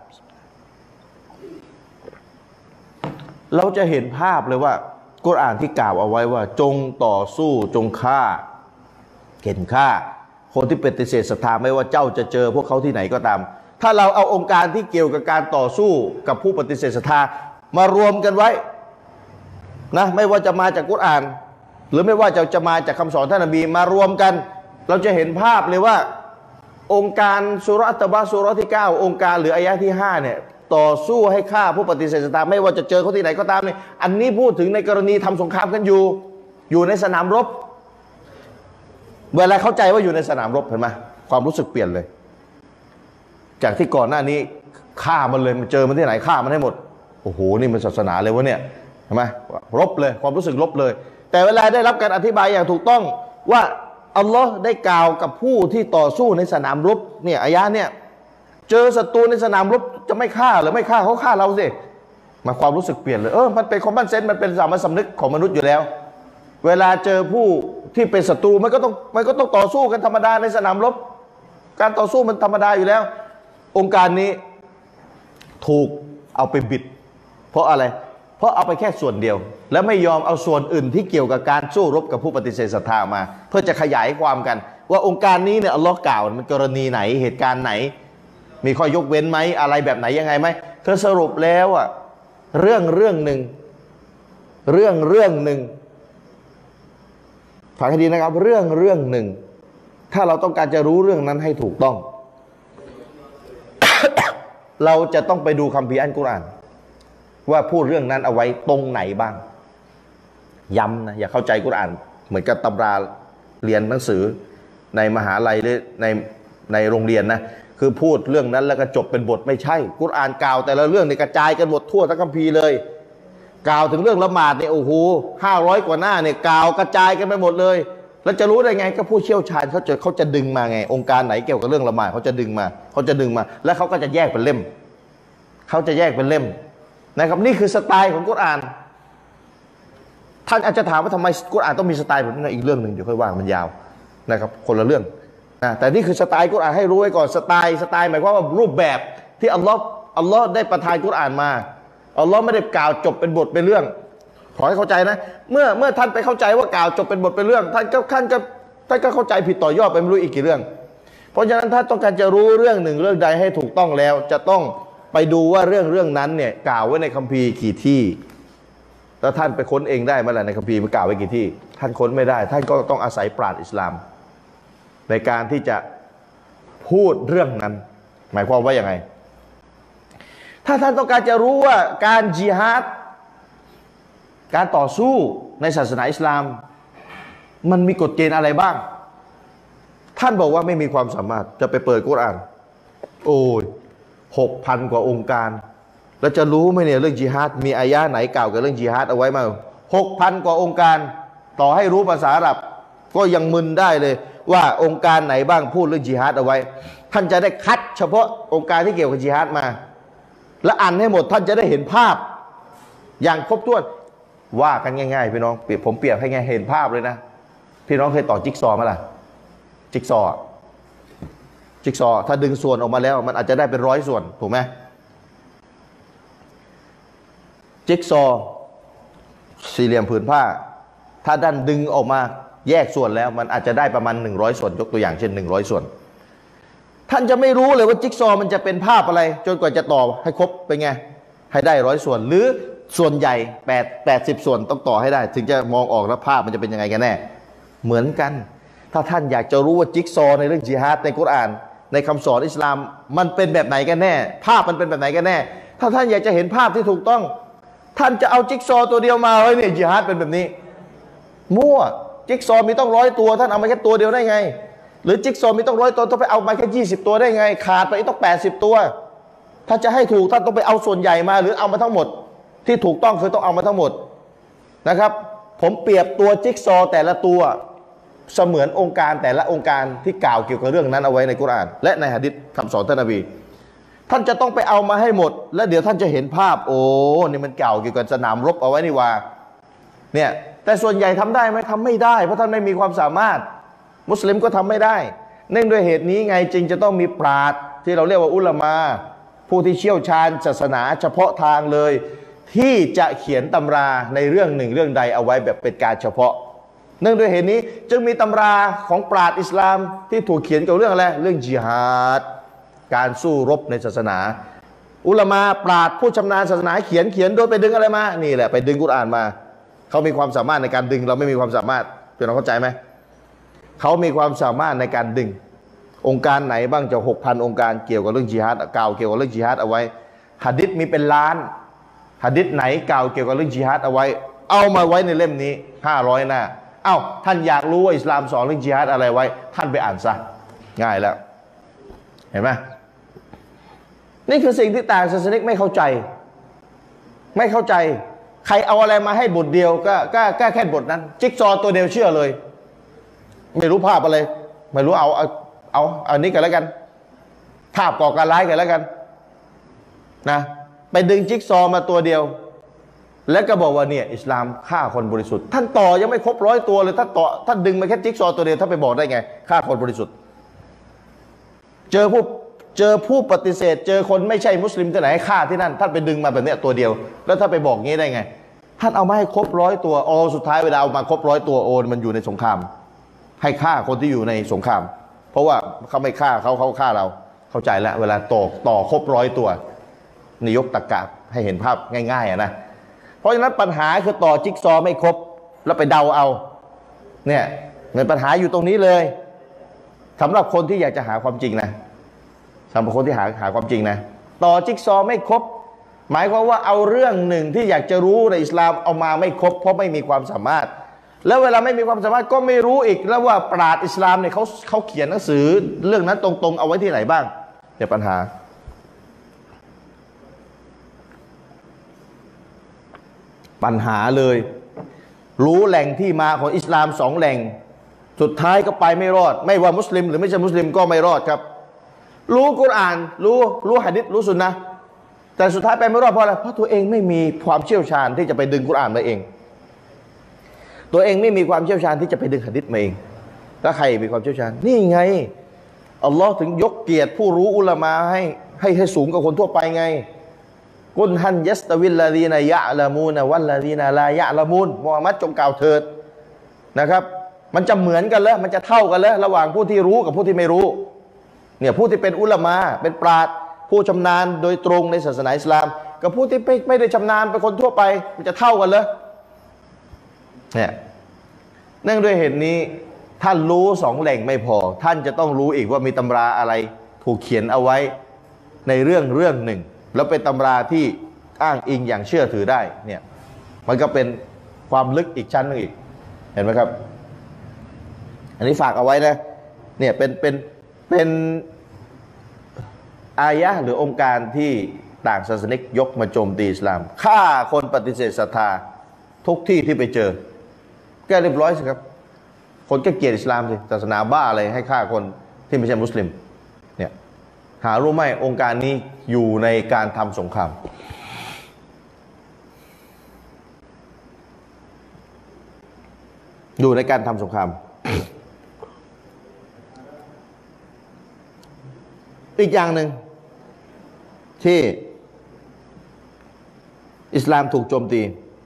เราจะเห็นภาพเลยว่ากุรอานที่กล่าวเอาไว้ว่าจงต่อสู้จงฆ่าเข็นฆ่าคนที่ปฏิเสธศรัทธาไม่ว่าเจ้าจะเจอพวกเขาที่ไหนก็ตามถ้าเราเอาองค์การที่เกี่ยวกับการต่อสู้กับผู้ปฏิเสธศรัทธามารวมกันไว้นะไม่ว่าจะมาจากกุรอานหรือไม่ว่าจะมาจากคำสอนท่านนบีมารวมกันเราจะเห็นภาพเลยว่าองค์การสุเราะห์อัตตะบะห์สุเราะห์ที่9องค์การหรืออายะห์ที่5เนี่ยต่อสู้ให้ฆ่าผู้ปฏิเสธศรัทธาไม่ว่าจะเจอเขาที่ไหนก็ตามเนี่ยอันนี้พูดถึงในกรณีทำสงครามกันอยู่ในสนามรบเวลาเข้าใจว่าอยู่ในสนามรบเห็นไหมความรู้สึกเปลี่ยนเลยจากที่ก่อนหน้านี้ฆ่ามันเลยมันเจอมันที่ไหนฆ่ามันให้หมดโอ้โหนี่มันศาสนาเลยวะเนี่ยเห็นไหมรบเลยความรู้สึกรบเลยแต่เวลาได้รับการอธิบายอย่างถูกต้องว่าอัลลอฮ์ได้กล่าวกับผู้ที่ต่อสู้ในสนามรบเนี่ยอายะเนี่ยเจอศัตรูในสนามรบจะไม่ฆ่าหรือไม่ฆ่าเขาฆ่าเราสิมาความรู้สึกเปลี่ยนเลยมันเป็นคอมมอนเซนส์มันเป็นสามัญสำนึกของมนุษย์อยู่แล้วเวลาเจอผู้ที่เป็นศัตรูมันก็ต้องต่อสู้กันธรรมดาในสนามรบการต่อสู้มันธรรมดาอยู่แล้วองค์การนี้ถูกเอาไปบิดเพราะอะไรเพราะเอาไปแค่ส่วนเดียวและไม่ยอมเอาส่วนอื่นที่เกี่ยวกับการสู้รบกับผู้ปฏิเสธศรัทธามาเพื่อจะขยายความกันว่าองค์การนี้เนี่ยอัลลอฮ์กล่าวมันกรณีไหนเหตุการณ์ไหนมีข้อยกเว้นไหมอะไรแบบไหนยังไงไหมเธอสรุปแล้วอะเรื่องหนึ่งฟังให้ดีนะครับเรื่องหนึ่งถ้าเราต้องการจะรู้เรื่องนั้นให้ถูกต้อง เราจะต้องไปดูคัมภีร์อัลกุรอานว่าพูดเรื่องนั้นเอาไว้ตรงไหนบ้างย้ำนะอย่าเข้าใจกุรอานเหมือนกับตำราเรียนหนังสือในมหาลัยหรือในโรงเรียนนะคือพูดเรื่องนั้นแล้วก็จบเป็นบทไม่ใช่กุรอานกล่าวแต่ละเรื่องเนี่ยกระจายกันหมดทั่วทั้งคัมภีร์เลยกล่าวถึงเรื่องละหมาดเนี่ยโอ้โห500กว่าหน้าเนี่ยกล่าวกระจายกันไปหมดเลยแล้วจะรู้ได้ไงก็ผู้เชี่ยวชาญเขาจะดึงมาไงองค์การไหนเกี่ยวกับเรื่องละหมาดเขาจะดึงมาแล้วเขาก็จะแยกเป็นเล่มนะครับนี่คือสไตล์ของกุรอานท่านอาจจะถามว่าทำไมกุรอานต้องมีสไตล์แบบนี้อีกเรื่องหนึ่งเดี๋ยวค่อยว่ามันยาวนะครับคนละเรื่องนะแต่นี่คือสไตล์กุรอานให้รู้ไว้ก่อนสไตล์หมายความว่ารูปแบบที่อัลลอฮ์ได้ประทานกุรอานมาอัลลอฮ์ไม่ได้กล่าวจบเป็นบทเป็นเรื่องขอให้เข้าใจนะเมื่อท่านไปเข้าใจว่ากล่าวจบเป็นบทเป็นเรื่องท่านก็เข้าใจผิดต่อยอดไปไม่รู้อีกกี่เรื่องเพราะฉะนั้นถ้าต้องการจะรู้เรื่องหนึ่งเรื่องใดให้ถูกต้องแล้วจะต้องไปดูว่าเรื่องนั้นเนี่ยกล่าวไว้ในคัมภีร์กี่ที่แล้วท่านไปค้นเองได้ไหมล่ะในคัมภีร์มันกล่าวไว้กี่ที่ท่านค้นไม่ได้ท่านก็ต้องอาศัยปราชญ์อิสลามในการที่จะพูดเรื่องนั้นหมายความว่าอย่างไงถ้าท่านต้องการจะรู้ว่าการญิฮาดการต่อสู้ในศาสนาอิสลามมันมีกฎเกณฑ์อะไรบ้างท่านบอกว่าไม่มีความสามารถจะไปเปิดกุรอานโอ้ย6,000 กว่าองค์การแล้วจะรู้ไหมเนี่ยเรื่องญิฮาดมีอายะห์ไหนกล่าวกับเรื่องญิฮาดเอาไว้มา6,000 กว่าองค์การต่อให้รู้ภาษาอาหรับก็ยังมึนได้เลยว่าองค์การไหนบ้างพูดเรื่องญิฮาดเอาไว้ท่านจะได้คัดเฉพาะองค์การที่เกี่ยวกับญิฮาดมาและอ่านให้หมดท่านจะได้เห็นภาพอย่างครบถ้วนว่ากันง่ายๆพี่น้องผมเปรียบให้ง่ายเห็นภาพเลยนะพี่น้องเคยต่อจิ๊กซอว์ไหมล่ะจิ๊กซอว์ถ้าดึงส่วนออกมาแล้วมันอาจจะได้เป็น100 ส่วนถูกไหมจิ๊กซอว์สี่เหลี่ยมผืนผ้าถ้าด้านดึงออกมาแยกส่วนแล้วมันอาจจะได้ประมาณ100 ส่วนยกตัวอย่างเช่น100 ส่วนท่านจะไม่รู้เลยว่าจิ๊กซอว์มันจะเป็นภาพอะไรจนกว่าจะต่อให้ครบเป็นไงให้ได้100 ส่วนหรือส่วนใหญ่80 ส่วนต้องต่อให้ได้ถึงจะมองออกแล้วภาพมันจะเป็นยังไงกันแน่เหมือนกันถ้าท่านอยากจะรู้ว่าจิ๊กซอว์ในเรื่องญิฮาดในกุรอานในคำสอนอิสลามมันเป็นแบบไหนกันแน่ภาพมันเป็นแบบไหนกันแน่ถ้าท่านอยากจะเห็นภาพที่ถูกต้องท่านจะเอาจิ๊กซอว์ตัวเดียวมาเนี่ยญิฮาดเป็นแบบนี้มั่วจิ๊กซอว์มีต้อง100 ตัวท่านเอามาแค่ตัวเดียวได้ไงหรือจิ๊กซอว์มีต้อง100 ตัวต้องไปเอามาแค่20 ตัวได้ไงขาดไปต้อง80 ตัวถ้าจะให้ถูกท่านต้องไปเอาส่วนใหญ่มาหรือเอามาทั้งหมดที่ถูกต้องคือต้องเอามาทั้งหมดนะครับผมเปรียบตัวจิ๊กซอว์แต่ละตัวเสมือนองค์การแต่ละองค์การที่กล่าวเกี่ยวกับเรื่องนั้นเอาไว้ในกุรอานและในหะดีษคำสอนท่านนบีท่านจะต้องไปเอามาให้หมดแล้วเดี๋ยวท่านจะเห็นภาพโอ้นี่มันกล่าวเกี่ยวกับสนามรบเอาไว้นี่ว่าเนี่ยแต่ส่วนใหญ่ทำได้ไหมทำไม่ได้เพราะท่านไม่มีความสามารถมุสลิมก็ทำไม่ได้เนื่องด้วยเหตุนี้ไงจึงจะต้องมีปราชญ์ที่เราเรียกว่าอุลามะผู้ที่เชี่ยวชาญศาสนาเฉพาะทางเลยที่จะเขียนตำราในเรื่องหนึ่งเรื่องใดเอาไว้แบบเป็นการเฉพาะเนื่องด้วยเหตุนี้จึงมีตำราของปราชญ์อิสลามที่ถูกเขียนเกี่ยวกับเรื่องอะไรเรื่องญิฮาดการสู้รบในศาสนาอุลามะปราชญ์ผู้ชำนาญศาสนาเขียนโดยไปดึงอะไรมานี่แหละไปดึงกุรอานมาเขามีความสามารถในการดึงเราไม่มีความสามารถพี่น้องเข้าใจไหมเขามีความสามารถในการดึงองค์การไหนบ้างจะ6,000องค์การเกี่ยวกับเรื่องจิฮาดกล่าวเกี่ยวกับเรื่องจิฮาดเอาไว้หะดีษมีเป็นล้านหะดีษไหนกล่าวเกี่ยวกับเรื่องจิฮาดเอาไว้เอามาไว้ในเล่มนี้500หน้าเอ้าท่านอยากรู้ว่าอิสลามสอนเรื่องจิฮาดอะไรไว้ท่านไปอ่านซะง่ายแล้วเห็นไหมนี่คือสิ่งที่ต่างศาสนิกไม่เข้าใจใครเอาอะไรมาให้บทเดียวก็แค่บทนั้นจิ๊กซอว์ตัวเดียวเชื่อเลยไม่รู้ภาพอะไรไม่รู้เอาอันนี้กันแล้วกันภาพก่อการร้ายกันแล้วกันนะไปดึงจิ๊กซอว์มาตัวเดียวแล้วก็บอกว่าเนี่ยอิสลามฆ่าคนบริสุทธิ์ท่านต่อยังไม่ครบ100ตัวเลยท่านดึงมาแค่จิ๊กซอว์ตัวเดียวท่านไปบอกได้ไงฆ่าคนบริสุทธิ์เจอผู้ปฏิเสธเจอคนไม่ใช่มุสลิมที่ไหนให้ฆ่าที่นั่นท่านไปดึงมาแบบนี้ตัวเดียวแล้วท่านไปบอกงี้ได้ไงท่านเอามาให้ครบ100ตัวสุดท้ายเวลาเอามาครบ100ตัวมันอยู่ในสงครามให้ฆ่าคนที่อยู่ในสงครามเพราะว่าเขาไม่ฆ่าเขาฆ่าเราเข้าใจแล้วเวลาต่อครบ100ตัวนิยกตะกะให้เห็นภาพง่ายๆนะเพราะฉะนั้นปัญหาคือต่อจิ๊กซอว์ไม่ครบแล้วไปเดาเอาเนี่ยเงินปัญหาอยู่ตรงนี้เลยสำหรับคนที่อยากจะหาความจริงนะสำหรับคนที่หาความจริงนะต่อจิ๊กซอว์ไม่ครบหมายความว่าเอาเรื่องหนึ่งที่อยากจะรู้ในอิสลามเอามาไม่ครบเพราะไม่มีความสามารถแล้วเวลาไม่มีความสามารถก็ไม่รู้อีกแล้วว่าปราชญ์อิสลามเนี่ยเขาเขียนหนังสือเรื่องนั้นตรงๆเอาไว้ที่ไหนบ้างเนี่ยปัญหาเลยรู้แหล่งที่มาของอิสลาม2แหล่งสุดท้ายก็ไปไม่รอดไม่ว่ามุสลิมหรือไม่ใช่มุสลิมก็ไม่รอดครับรู้กุรอานรู้หะดีษรู้สุนนะแต่สุดท้ายไปไม่รอดเพราะอะไรเพราะตัวเองไม่มีความเชี่ยวชาญที่จะไปดึงกุรอานมาเองตัวเองไม่มีความเชี่ยวชาญที่จะไปดึงหะดีษมาเองแล้วใครมีความเชี่ยวชาญนี่ไงอัลลอฮ์ถึงยกเกียรติผู้รู้อุลามะให้สูงกว่าคนทั่วไปไงกุลฮันยัสตะวิลลาดีนายะละมูนวัลลาดีนาลายะละมูนมุฮัมมัดจงกล่าวเถิดนะครับมันจะเหมือนกันเลยมันจะเท่ากันเลยระหว่างผู้ที่รู้กับผู้ที่ไม่รู้เนี่ยผู้ที่เป็นอุลามะเป็นปราชญ์ผู้ชำนาญโดยตรงในศาสนาอิสลามกับผู้ที่ไม่ได้ชำนาญเป็นคนทั่วไปมันจะเท่ากันเลยเนี่ยเนื่องด้วยเหตุนี้ท่านรู้2แหล่งไม่พอท่านจะต้องรู้อีกว่ามีตำราอะไรถูกเขียนเอาไว้ในเรื่องหนึ่งแล้วเป็นตำราที่อ้างอิงอย่างเชื่อถือได้เนี่ยมันก็เป็นความลึกอีกชั้นนึงอีกเห็นไหมครับอันนี้ฝากเอาไว้นะเนี่ยเป็นอายะห์หรือองค์การที่ต่างศาสนิกยกมาโจมตีอิสลามฆ่าคนปฏิเสธศรัทธาทุกที่ที่ไปเจอแก้เรียบร้อยสิครับคนก็เกลียดอิสลามสิศาสนาบ้าอะไรให้ฆ่าคนที่ไม่ใช่มุสลิมเนี่ยหารู้ไหมองค์การนี้อยู่ในการทำสงครามอยู่ในการทำสงครามอีกอย่างหนึ่งที่อิสลามถูกโจมตี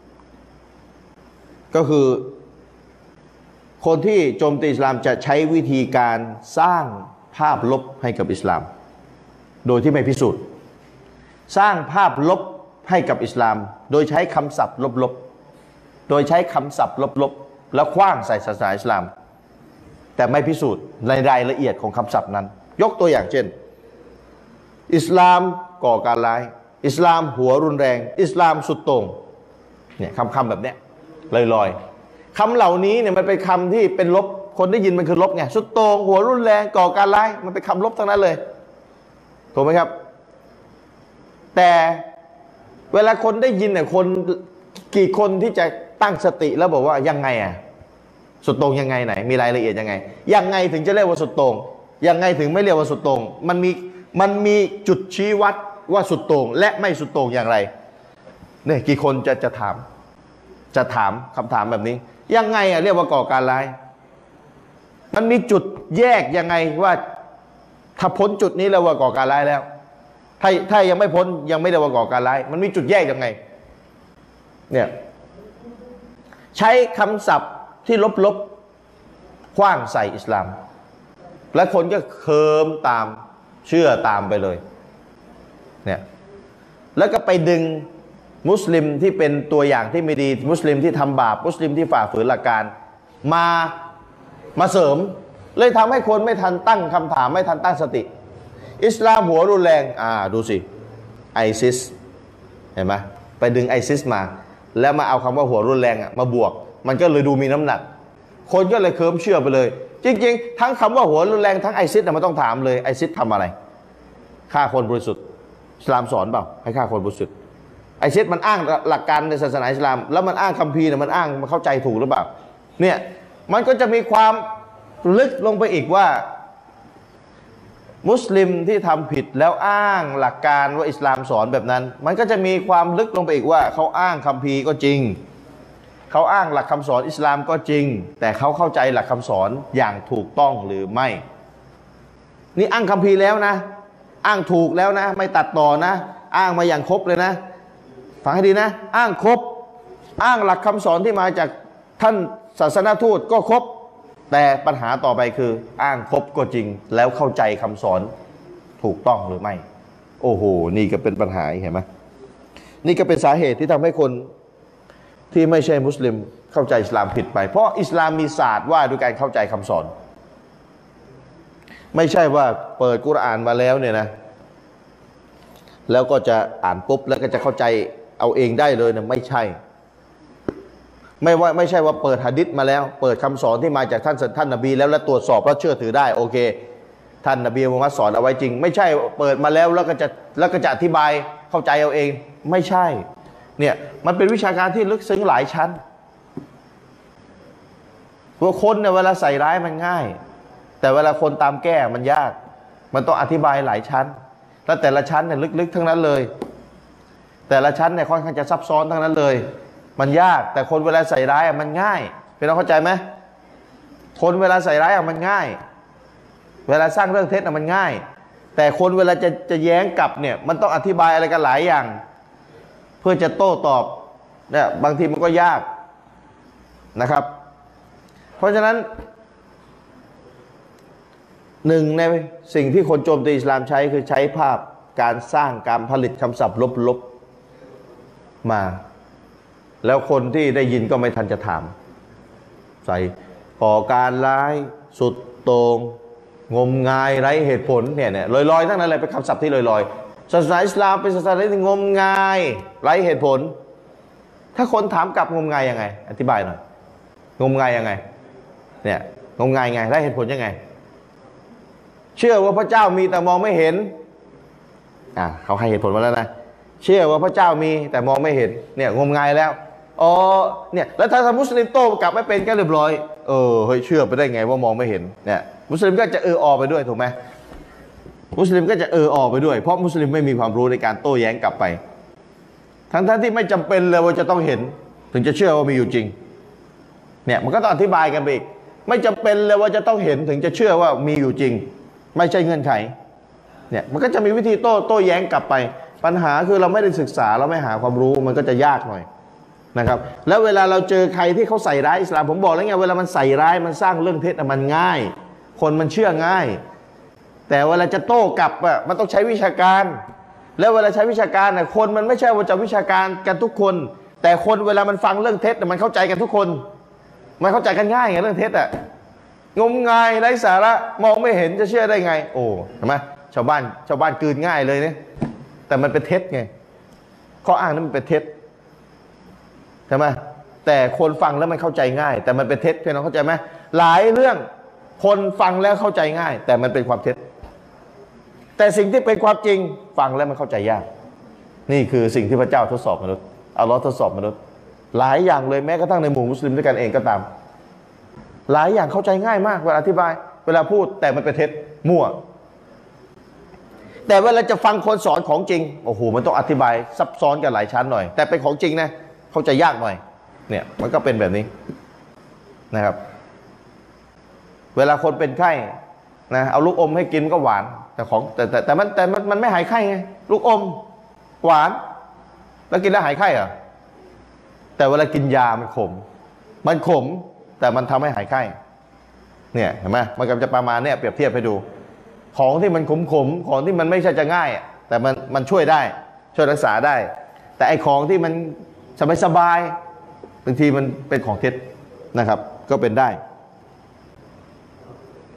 ก็คือคนที่โจมตีอิสลามจะใช้วิธีการสร้างภาพลบให้กับอิสลามโดยที่ไม่พิสูจน์สร้างภาพลบให้กับอิสลามโดยใช้คำศัพท์ลบๆโดยใช้คำศัพท์ลบๆแล้วคว้างใส่ศาสนาอิสลามแต่ไม่พิสูจน์ในรายละเอียดของคำศัพท์นั้นยกตัวอย่างเช่นอิสลามก่อการร้ายอิสลามหัวรุนแรงอิสลามสุดโต่งเนี่ยคำแบบเนี้ยลอยๆคำเหล่านี้เนี่ยมันเป็นคำที่เป็นลบคนได้ยินมันคือลบไงสุดโต่งหัวรุนแรงก่อการร้ายมันเป็นคำลบทั้งนั้นเลยถูกไหมครับแต่เวลาคนได้ยินเนี่ยคนกี่คนที่จะตั้งสติแล้วบอกว่ายังไงสุดโต่งยังไงไหนมีรายละเอียดยังไงถึงจะเรียกว่าสุดโต่งยังไงถึงไม่เรียกว่าสุดโต่งมันมีจุดชี้วัดว่าสุดโต่งและไม่สุดโต่งอย่างไรเนี่ยกี่คนจะถามคำถามแบบนี้ยังไงเรียกว่าก่อการร้ายมันมีจุดแยกยังไงว่าถ้าพ้นจุดนี้แล้วว่าก่อการร้ายแล้วถ้ายังไม่พ้นยังไม่ได้ว่าก่อการร้ายมันมีจุดแยกยังไงเนี่ยใช้คำศัพท์ที่ลบๆขว้างใส่อิสลามและคนก็เคลิ้มตามเชื่อตามไปเลยเนี่ยแล้วก็ไปดึงมุสลิมที่เป็นตัวอย่างที่ไม่ดีมุสลิมที่ทำบาปมุสลิมที่ฝ่าฝืนหลักการมาเสริมเลยทำให้คนไม่ทันตั้งคำถามไม่ทันตั้งสติอิสลามหัวรุนแรงดูสิไอซิสเห็นไหมไปดึงไอซิสมาแล้วมาเอาคำว่าหัวรุนแรงมาบวกมันก็เลยดูมีน้ำหนักคนก็เลยเคลิ้มเชื่อไปเลยจริงๆทั้งคำว่าหัวรุนแรงทั้งไอซิสมันต้องถามเลยไอซิสทำอะไรฆ่าคนบริสุทธิ์อิสลามสอนเปล่าให้ฆ่าคนบริสุทธิ์ไอซิสมันอ้างหลักการในศาสนาอิสลามแล้วมันอ้างคัมภีร์มันอ้างมันเข้าใจถูกหรือเปล่าเนี่ยมันก็จะมีความลึกลงไปอีกว่ามุสลิมที่ทำผิดแล้วอ้างหลักการว่าอิสลามสอนแบบนั้นมันก็จะมีความลึกลงไปอีกว่าเขาอ้างคัมภีร์ก็จริงเขาอ้างหลักคำสอนอิสลามก็จริงแต่เขาเข้าใจหลักคำสอนอย่างถูกต้องหรือไม่นี่อ้างคัมภีร์แล้วนะอ้างถูกแล้วนะไม่ตัดต่อนะอ้างมาอย่างครบเลยนะฟังให้ดีนะอ้างครบอ้างหลักคำสอนที่มาจากท่านศาสนทูตก็ครบแต่ปัญหาต่อไปคืออ้างครบก็จริงแล้วเข้าใจคำสอนถูกต้องหรือไม่โอ้โหนี่ก็เป็นปัญหาเห็นไหมนี่ก็เป็นสาเหตุที่ทำให้คนที่ไม่ใช่มุสลิมเข้าใจอิสลามผิดไปเพราะอิสลามมีศาสตร์ว่าด้วยการเข้าใจคำสอนไม่ใช่ว่าเปิดกุรอานมาแล้วเนี่ยนะแล้วก็จะอ่านปุ๊บแล้วก็จะเข้าใจเอาเองได้เลยนะไม่ใช่ไม่ใช่ว่าเปิดหะดีษมาแล้วเปิดคำสอนที่มาจากท่านนบีแล้วตรวจสอบแล้วเชื่อถือได้โอเคท่านนบีมุฮัมมัดสอนเอาไว้จริงไม่ใช่เปิดมาแล้วก็จะอธิบายเข้าใจเอาเองไม่ใช่เนี่ยมันเป็นวิชาการที่ลึกซึ้งหลายชั้นตัวคนเนี่ยเวลาใส่ร้ายมันง่ายแต่เวลาคนตามแก้มันยากมันต้องอธิบายหลายชั้นแล้วแต่ละชั้นเนี่ยลึกๆทั้งนั้นเลยแต่ละชั้นเนี่ยค่อนข้างจะซับซ้อนทั้งนั้นเลยมันยากแต่คนเวลาใส่ร้ายมันง่ายพี่น้องเข้าใจไหมคนเวลาใส่ร้ายมันง่ายเวลาสร้างเรื่องเท็จมันง่ายแต่คนเวลาจะแย้งกลับเนี่ยมันต้องอธิบายอะไรกันหลายอย่างเพื่อจะโต้ตอบเนี่ยบางทีมันก็ยากนะครับเพราะฉะนั้นหนึ่งในสิ่งที่คนโจมตีอิสลามใช้คือใช้ภาพการสร้างการผลิตคำศัพท์ลบๆมาแล้วคนที่ได้ยินก็ไม่ทันจะถามใส่ก่อการร้ายสุดโต่งงมงายไร้เหตุผลเนี่ยลอยๆทั้งนั้นเลยเป็นคำศัพท์ที่ลอยๆศาสนาอิสลามเป็นศาสนาที่งมงายไร้เหตุผลถ้าคนถามกลับงมงายยังไงอธิบายหน่อยงมงายยังไงเนี่ยงมงายไงไร้เหตุผลยังไงเชื่อว่าพระเจ้ามีแต่มองไม่เห็นเขาให้เหตุผลมาแล้วนะเชื่อว่าพระเจ้ามีแต่มองไม่เห็นเนี่ยงมงายแล้วเนี่ยแล้วถ้ามุสลิมโต้กลับไม่เป็นก็เรียบร้อยเฮ้ยเชื่อไปได้ไงว่ามองไม่เห็นเนี่ยมุสลิมก็จะอไปด้วยถูกไหมมุสลิมก็จะอไปด้วยเพราะมุสลิมไม่มีความรู้ในการโต้แย้งกลับไปทั้งที่ไม่จำเป็นเลยว่าจะต้องเห็นถึงจะเชื่อว่ามีอยู่จริงเนี่ยมันก็ต้องอธิบายกันไปอีกไม่จำเป็นเลยว่าจะต้องเห็นถึงจะเชื่อว่ามีอยู่จริงไม่ใช่เงื่อนไขเนี่ยมันก็จะมีวิธีโต้แย้งกลับไปปัญหาคือเราไม่ได้ศึกษาเราไม่หาความรู้มันก็จะยากหน่อยนะครับแล้วเวลาเราเจอใครที่เขาใส่ร้ายอิสลามผมบอกแล้วไงเวลามันใส่ร้ายมันสร้างเรื่องเท็จมันง่ายคนมันเชื่อง่ายแต่เวลาจะโต้กลับมันต้องใช้วิชาการแล้วเวลาใช้วิชาการคนมันไม่ใช่ว่าจะวิชาการกันทุกคนแต่คนเวลามันฟังเรื่องเท็จมันเข้าใจกันทุกคนมันเข้าใจกันง่ายไงเรื่องเท็จงมงายไร้สาระมองไม่เห็นจะเชื่อได้ไงโอ้เห็นไหมชาวบ้านกลืนง่ายเลยเนี่ยแต่มันเป็นเท็จไงข้ออ้างนั้นมันเป็นเท็จใช่ไหมแต่คนฟังแล้วมันเข้าใจง่ายแต่มันเป็นเท็จพี่น้องเข้าใจไหมหลายเรื่องคนฟังแล้วเข้าใจง่ายแต่มันเป็นความเท็จแต่สิ่งที่เป็นความจริงฟังแล้วมันเข้าใจยากนี่คือสิ่งที่พระเจ้าทดสอบมนุษย์อัลลอฮ์ทดสอบมนุษย์หลายอย่างเลยแม้กระทั่งในหมู่มุสลิมด้วยกันเองก็ตามหลายอย่างเข้าใจง่ายมากเวลาอธิบายเวลาพูดแต่มันเป็นเท็จมั่วแต่เวลาจะฟังคนสอนของจริงโอ้โหมันต้องอธิบายซับซ้อนกันหลายชั้นหน่อยแต่เป็นของจริงนะเข้าใจยากหน่อยเนี่ยมันก็เป็นแบบนี้นะครับเวลาคนเป็นไข้นะเอาลูกอมให้กินก็หวานแต่มันไม่หายไข้ไงลูกอมหวานแล้วกินแล้วหายไข้เหรอแต่เวลากินยามันขมแต่มันทำให้หายไข้เนี่ยเห็นไหมมันก็จะประมาณเนี่ยเปรียบเทียบให้ดูของที่มันขมของที่มันไม่ใช่จะง่ายแต่มันช่วยได้ช่วยรักษาได้แต่ไอ้ของที่มันสบายบางทีมันเป็นของเท็จนะครับก็เป็นได้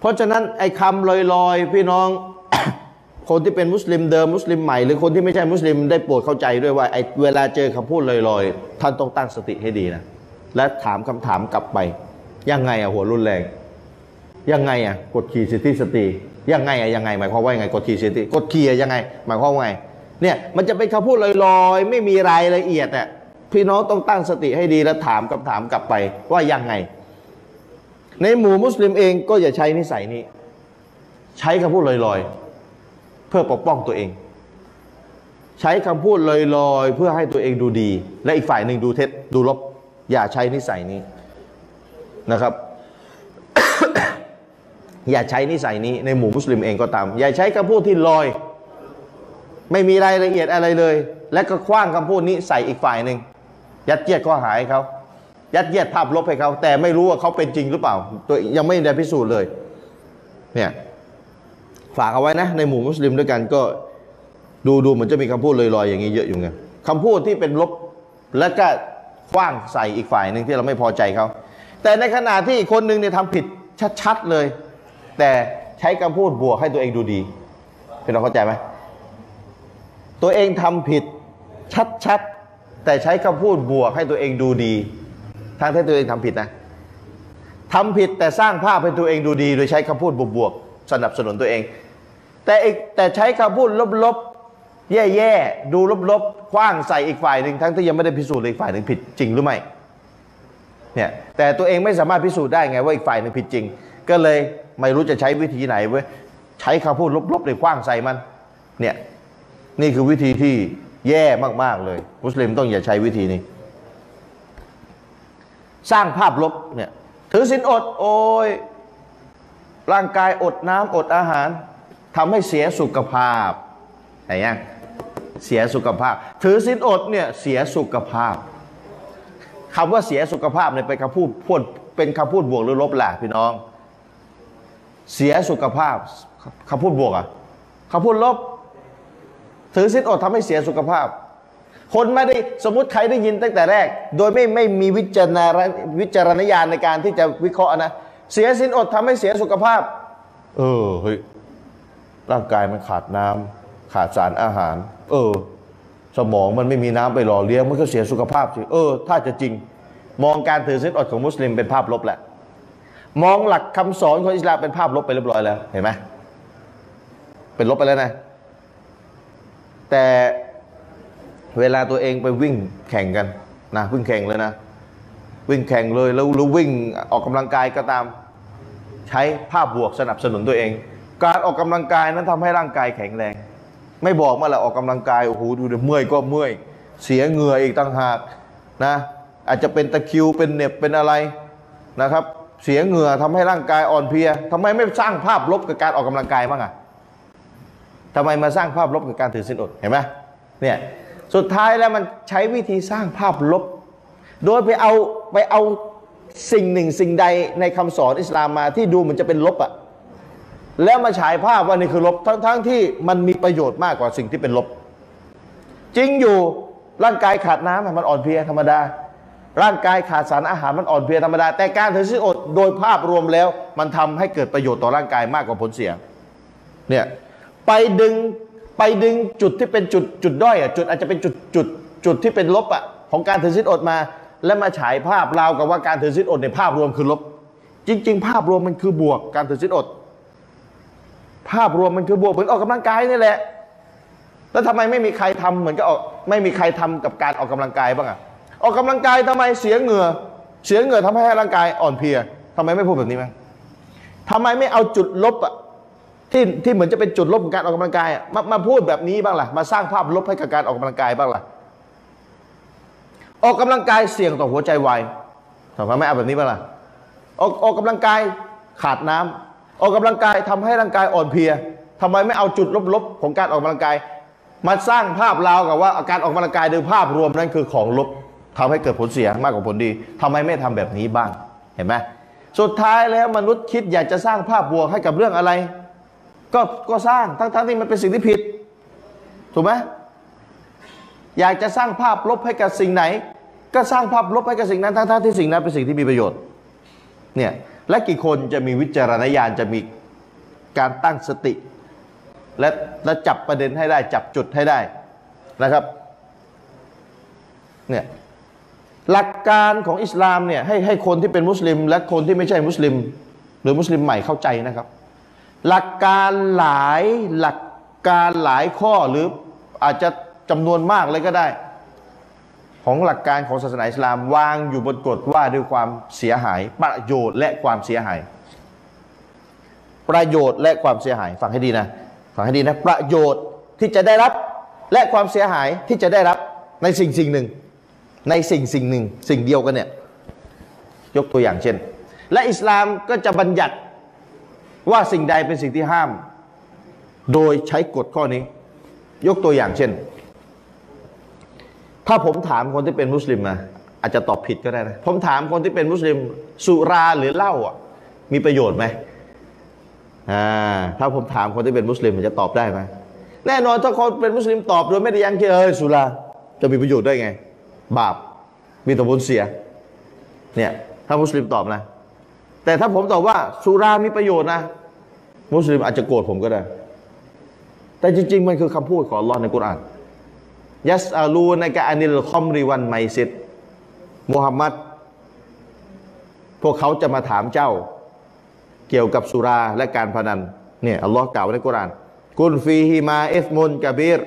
เพราะฉะนั้นไอ้คำลอยๆพี่น้อง คนที่เป็นมุสลิมเดิมมุสลิมใหม่หรือคนที่ไม่ใช่มุสลิมได้โปรดเข้าใจด้วยว่าไอ้เวลาเจอคำพูดลอยๆท่านต้องตั้งสติให้ดีนะและถามคำถามกลับไปยังไงหัวรุนแรงยังไงกดขี่สิทธิสตรียังไงยังไงหมายความว่ายังไงกดขี่สิทธิกดขี่ยังไงหมายความว่าไงเนี่ยมันจะเป็นคำพูดลอยๆไม่มีรายละเอียดเนี่ยพี่น้องต้องตั้งสติให้ดีและถามคำถามกลับไปว่ายังไงในหมู่มุสลิมเองก็อย่าใช้นิสัยนี้ใช้คำพูดลอยๆเพื่อปกป้องตัวเองใช้คำพูดลอยๆเพื่อให้ตัวเองดูดีและอีกฝ่ายหนึ่งดูเท็จดูลบอย่าใช้นิสัยนี้นะครับ อย่าใช้นิสัยนี้ในหมู่มุสลิมเองก็ตามอย่าใช้คำพูดที่ลอยไม่มีรายละเอียดอะไรเลยและก็คว้างคำพูดนี้ใส่อีกฝ่ายหนึ่งยัดเยียดข้อหาให้เขายัดเยียดภาพลบให้เขาแต่ไม่รู้ว่าเขาเป็นจริงหรือเปล่าตัวยังไม่ได้พิสูจน์เลยเนี่ยฝากเอาไว้นะในหมู่มุสลิมด้วยกันก็ดูเหมือนจะมีคำพูดลอยๆอย่างนี้เยอะอยู่ไงคำพูดที่เป็นลบและก็คว้างใส่อีกฝ่ายหนึ่งที่เราไม่พอใจเขาแต่ในขณะที่อีกคนหนึ่งเนี่ยทำผิดชัดๆเลยแต่ใช้คำพูดบวกให้ตัวเองดูดีพี่น้องเข้าใจไหมตัวเองทำผิดชัดๆแต่ใช้คำพูดบวกให้ตัวเองดูดีทั้งที่ตัวเองทำผิดนะทำผิดแต่สร้างภาพให้ตัวเองดูดีโดยใช้คำพูดบวกๆสนับสนุนตัวเองแต่ใช้คำพูดลบๆแย่ๆดูลบๆคว้างใส่อีกฝ่ายหนึ่งทั้งที่ยังไม่ได้พิสูจน์เลยอีกฝ่ายหนึ่งผิดจริงหรือไม่เนี่ยแต่ตัวเองไม่สามารถพิสูจน์ได้ไงว่าอีกฝ่ายหนึ่งผิดจริงก็เลยไม่รู้จะใช้วิธีไหนเว้ยใช้คำพูดลบๆเลยคว้างใส่มันเนี่ยนี่คือวิธีที่แย่มากๆเลยมุสลิมต้องอย่าใช้วิธีนี้สร้างภาพลบเนี่ยถือศีลอดโอ้ยร่างกายอดน้ำอดอาหารทำให้เสียสุขภาพเห็นยังเสียสุขภาพถือศีลอดเนี่ยเสียสุขภาพคำว่าเสียสุขภาพเนี่ยเป็นคำพูดเป็นคำพูดบวกหรือลบล่ะพี่น้องเสียสุขภาพคำพูดบวกคำพูดลบถือศีลอดทำให้เสียสุขภาพคนไม่ได้สมมติใครได้ยินตั้งแต่แรกโดยไม่มีวิจารณญาณในการที่จะวิเคราะห์นะเสียศีลอดทำให้เสียสุขภาพเฮ้ยร่างกายมันขาดน้ำขาดสารอาหารสมองมันไม่มีน้ำไปหล่อเลี้ยงมันก็เสียสุขภาพสิถ้าจะจริงมองการถือศีลอดของมุสลิมเป็นภาพลบแหละมองหลักคำสอนของอิสลามเป็นภาพลบไปเรียบร้อยแล้วเห็นไหมเป็นลบไปแล้วนะแต่เวลาตัวเองไปวิ่งแข่งกันนะวิ่งแข่งเลยนะวิ่งแข่งเลยแล้ววิ่งออกกำลังกายก็ตามใช้ภาพบวกสนับสนุนตัวเองการออกกำลังกายนั้นทำให้ร่างกายแข็งแรงไม่บอกมาแหละออกกำลังกายโอ้โหดูเดี๋ยวเมื่อยก็เมื่อยเสียเหงื่ออีกต่างหากนะอาจจะเป็นตะคริวเป็นเหน็บเป็นอะไรนะครับเสียเหงื่อทำให้ร่างกายอ่อนเพลียทำไมไม่สร้างภาพลบกับการออกกำลังกายบ้างทำไมมาสร้างภาพลบกับการถือศีลอดเห็นไหมเนี่ยสุดท้ายแล้วมันใช้วิธีสร้างภาพลบโดยไปเอาสิ่งหนึ่งสิ่งใดในคำสอนอิสลามมาที่ดูเหมือนจะเป็นลบแล้วมาฉายภาพว่านี่คือลบทั้งที่มันมีประโยชน์มากกว่าสิ่งที่เป็นลบจริงอยู่ร่างกายขาดน้ำมันอ่อนเพลียธรรมดาร่างกายขาดสารอาหารมันอ่อนเพลียธรรมดาแต่การถือศีลอดโดยภาพรวมแล้วมันทำให้เกิดประโยชน์ต่อร่างกายมากกว่าผลเสียเนี่ยไปดึงจุดที่เป็นจุดด้อยจุดอาจจะเป็นจุดที่เป็นลบของการถือศีลอดมาแล้วมาฉายภาพราวกับว่าการถือศีลอดในภาพรวมคือลบจริงๆภาพรวมมันคือบวกการถือศีลอดภาพรวมมันคือบวกเหมือนออกกำลังกายนี่แหละแล้วทำไมไม่มีใครทำเหมือนกับไม่มีใครทำกับการออกกำลังกายบ้างออกกำลังกายทำไมเสียเหงื่อทำให้ร่างกายอ่อนเพลียทำไมไม่พูดแบบนี้มั้งทำไมไม่เอาจุดลบที่เหมือนจะเป็นจุดลบของการออกกำลังกายมาพูดแบบนี้บ้างล่ะมาสร้างภาพลบให้กับการออกกำลังกายบ้างล่ะออกกำลังกายเสี่ยงต่อหัวใจวายทำไมไม่เอาแบบนี้บ้างล่ะออกกำลังกายขาดน้ำออกกำลังกายทำให้ร่างกายอ่อนเพลียทำไมไม่เอาจุดลบๆของการออกกำลังกายมาสร้างภาพราวกับว่าการออกกำลังกายโดยภาพรวมนั้นคือของลบทำให้เกิดผลเสียมากกว่าผลดีทำไมไม่ทำแบบนี้บ้างเห็นไหมสุดท้ายแล้วมนุษย์คิดอยากจะสร้างภาพบวกให้กับเรื่องอะไรก็สร้างทั้งที่มันเป็นสิ่งที่ผิดถูกไหมอยากจะสร้างภาพลบให้กับสิ่งไหนก็สร้างภาพลบให้กับสิ่งนั้นทั้งที่สิ่งนั้นเป็นสิ่งที่มีประโยชน์เนี่ยและกี่คนจะมีวิจารณญาณจะมีการตั้งสติและจับประเด็นให้ได้จับจุดให้ได้นะครับเนี่ยหลักการของอิสลามเนี่ยให้คนที่เป็นมุสลิมและคนที่ไม่ใช่มุสลิมหรือมุสลิมใหม่เข้าใจนะครับหลักการหลายข้อหรืออาจจะจำนวนมากเลยก็ได้ของหลักการของศาสนาอิสลามวางอยู่บนกฎว่าด้วยความเสียหายประโยชน์และความเสียหายประโยชน์และความเสียหายฟังให้ดีนะฟังให้ดีนะประโยชน์ที่จะได้รับและความเสียหายที่จะได้รับในสิ่งหนึ่งในสิ่งหนึ่งสิ่งเดียวกันเนี่ยยกตัวอย่างเช่นและอิสลามก็จะบัญญัติว่าสิ่งใดเป็นสิ่งที่ห้ามโดยใช้กฎข้อนี้ยกตัวอย่างเช่นถ้าผมถามคนที่เป็นมุสลิมนะอาจจะตอบผิดก็ได้นะผมถามคนที่เป็นมุสลิมสุราหรือเหล้าอ่ะมีประโยชน์ไหมถ้าผมถามคนที่เป็นมุสลิมมันจะตอบได้ไหมแน่นอนถ้าคนเป็นมุสลิมตอบโดยไม่ได้ยั้งคิดสุราจะมีประโยชน์ได้ไงบาปมีแต่ผลเสียเนี่ยถ้ามุสลิมตอบนะแต่ถ้าผมตอบว่าสุรามีประโยชน์นะมุสลิมอาจจะโกรธผมก็ได้แต่จริงๆมันคือคำพูดของอัลลอฮ์ในกุรอานยัสอาลูในกะอานิลคอมริวันไมซิดมุฮัมมัดพวกเขาจะมาถามเจ้าเกี่ยวกับสุราและการพนันเนี่ยอัลลอฮ์กล่าวในกุรอานกุนฟีฮิมาอิสมุนกะบีร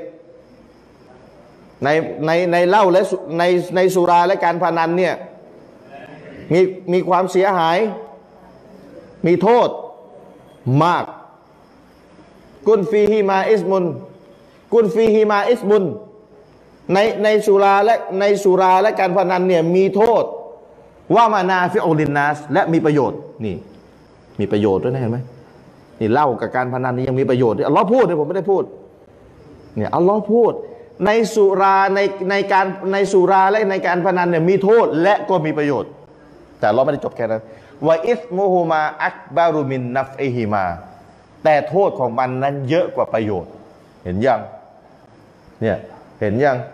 ในเหล้าและในสุราและการพนันเนี่ยมีความเสียหายมีโทษมากกุนฟีฮิมาอิสมุนกุนฟีฮิมาอิสมุนในสุราและการพนันเนี่ยมีโทษว่ามานาฟิอุลินนัสและมีประโยชน์นี่มีประโยชน์ด้วยนะเห็นไหมนี่เหล้ากับการพนันนี่ยังมีประโยชน์อัลลอฮ์พูดเนี่ยผมไม่ได้พูดเนี่ยอัลลอฮ์พูดในสุราในสุราและในการพนันเนี่ยมีโทษและก็มีประโยชน์แต่อัลลอฮ์ไม่ได้จบแค่นั้นวะอิสมุฮุมาอักบารุมินนัฟอิฮิมาแต่โทษของมันนั้นเยอะกว่าประโยชน์เห็นยังเนี่ยเห็นยัง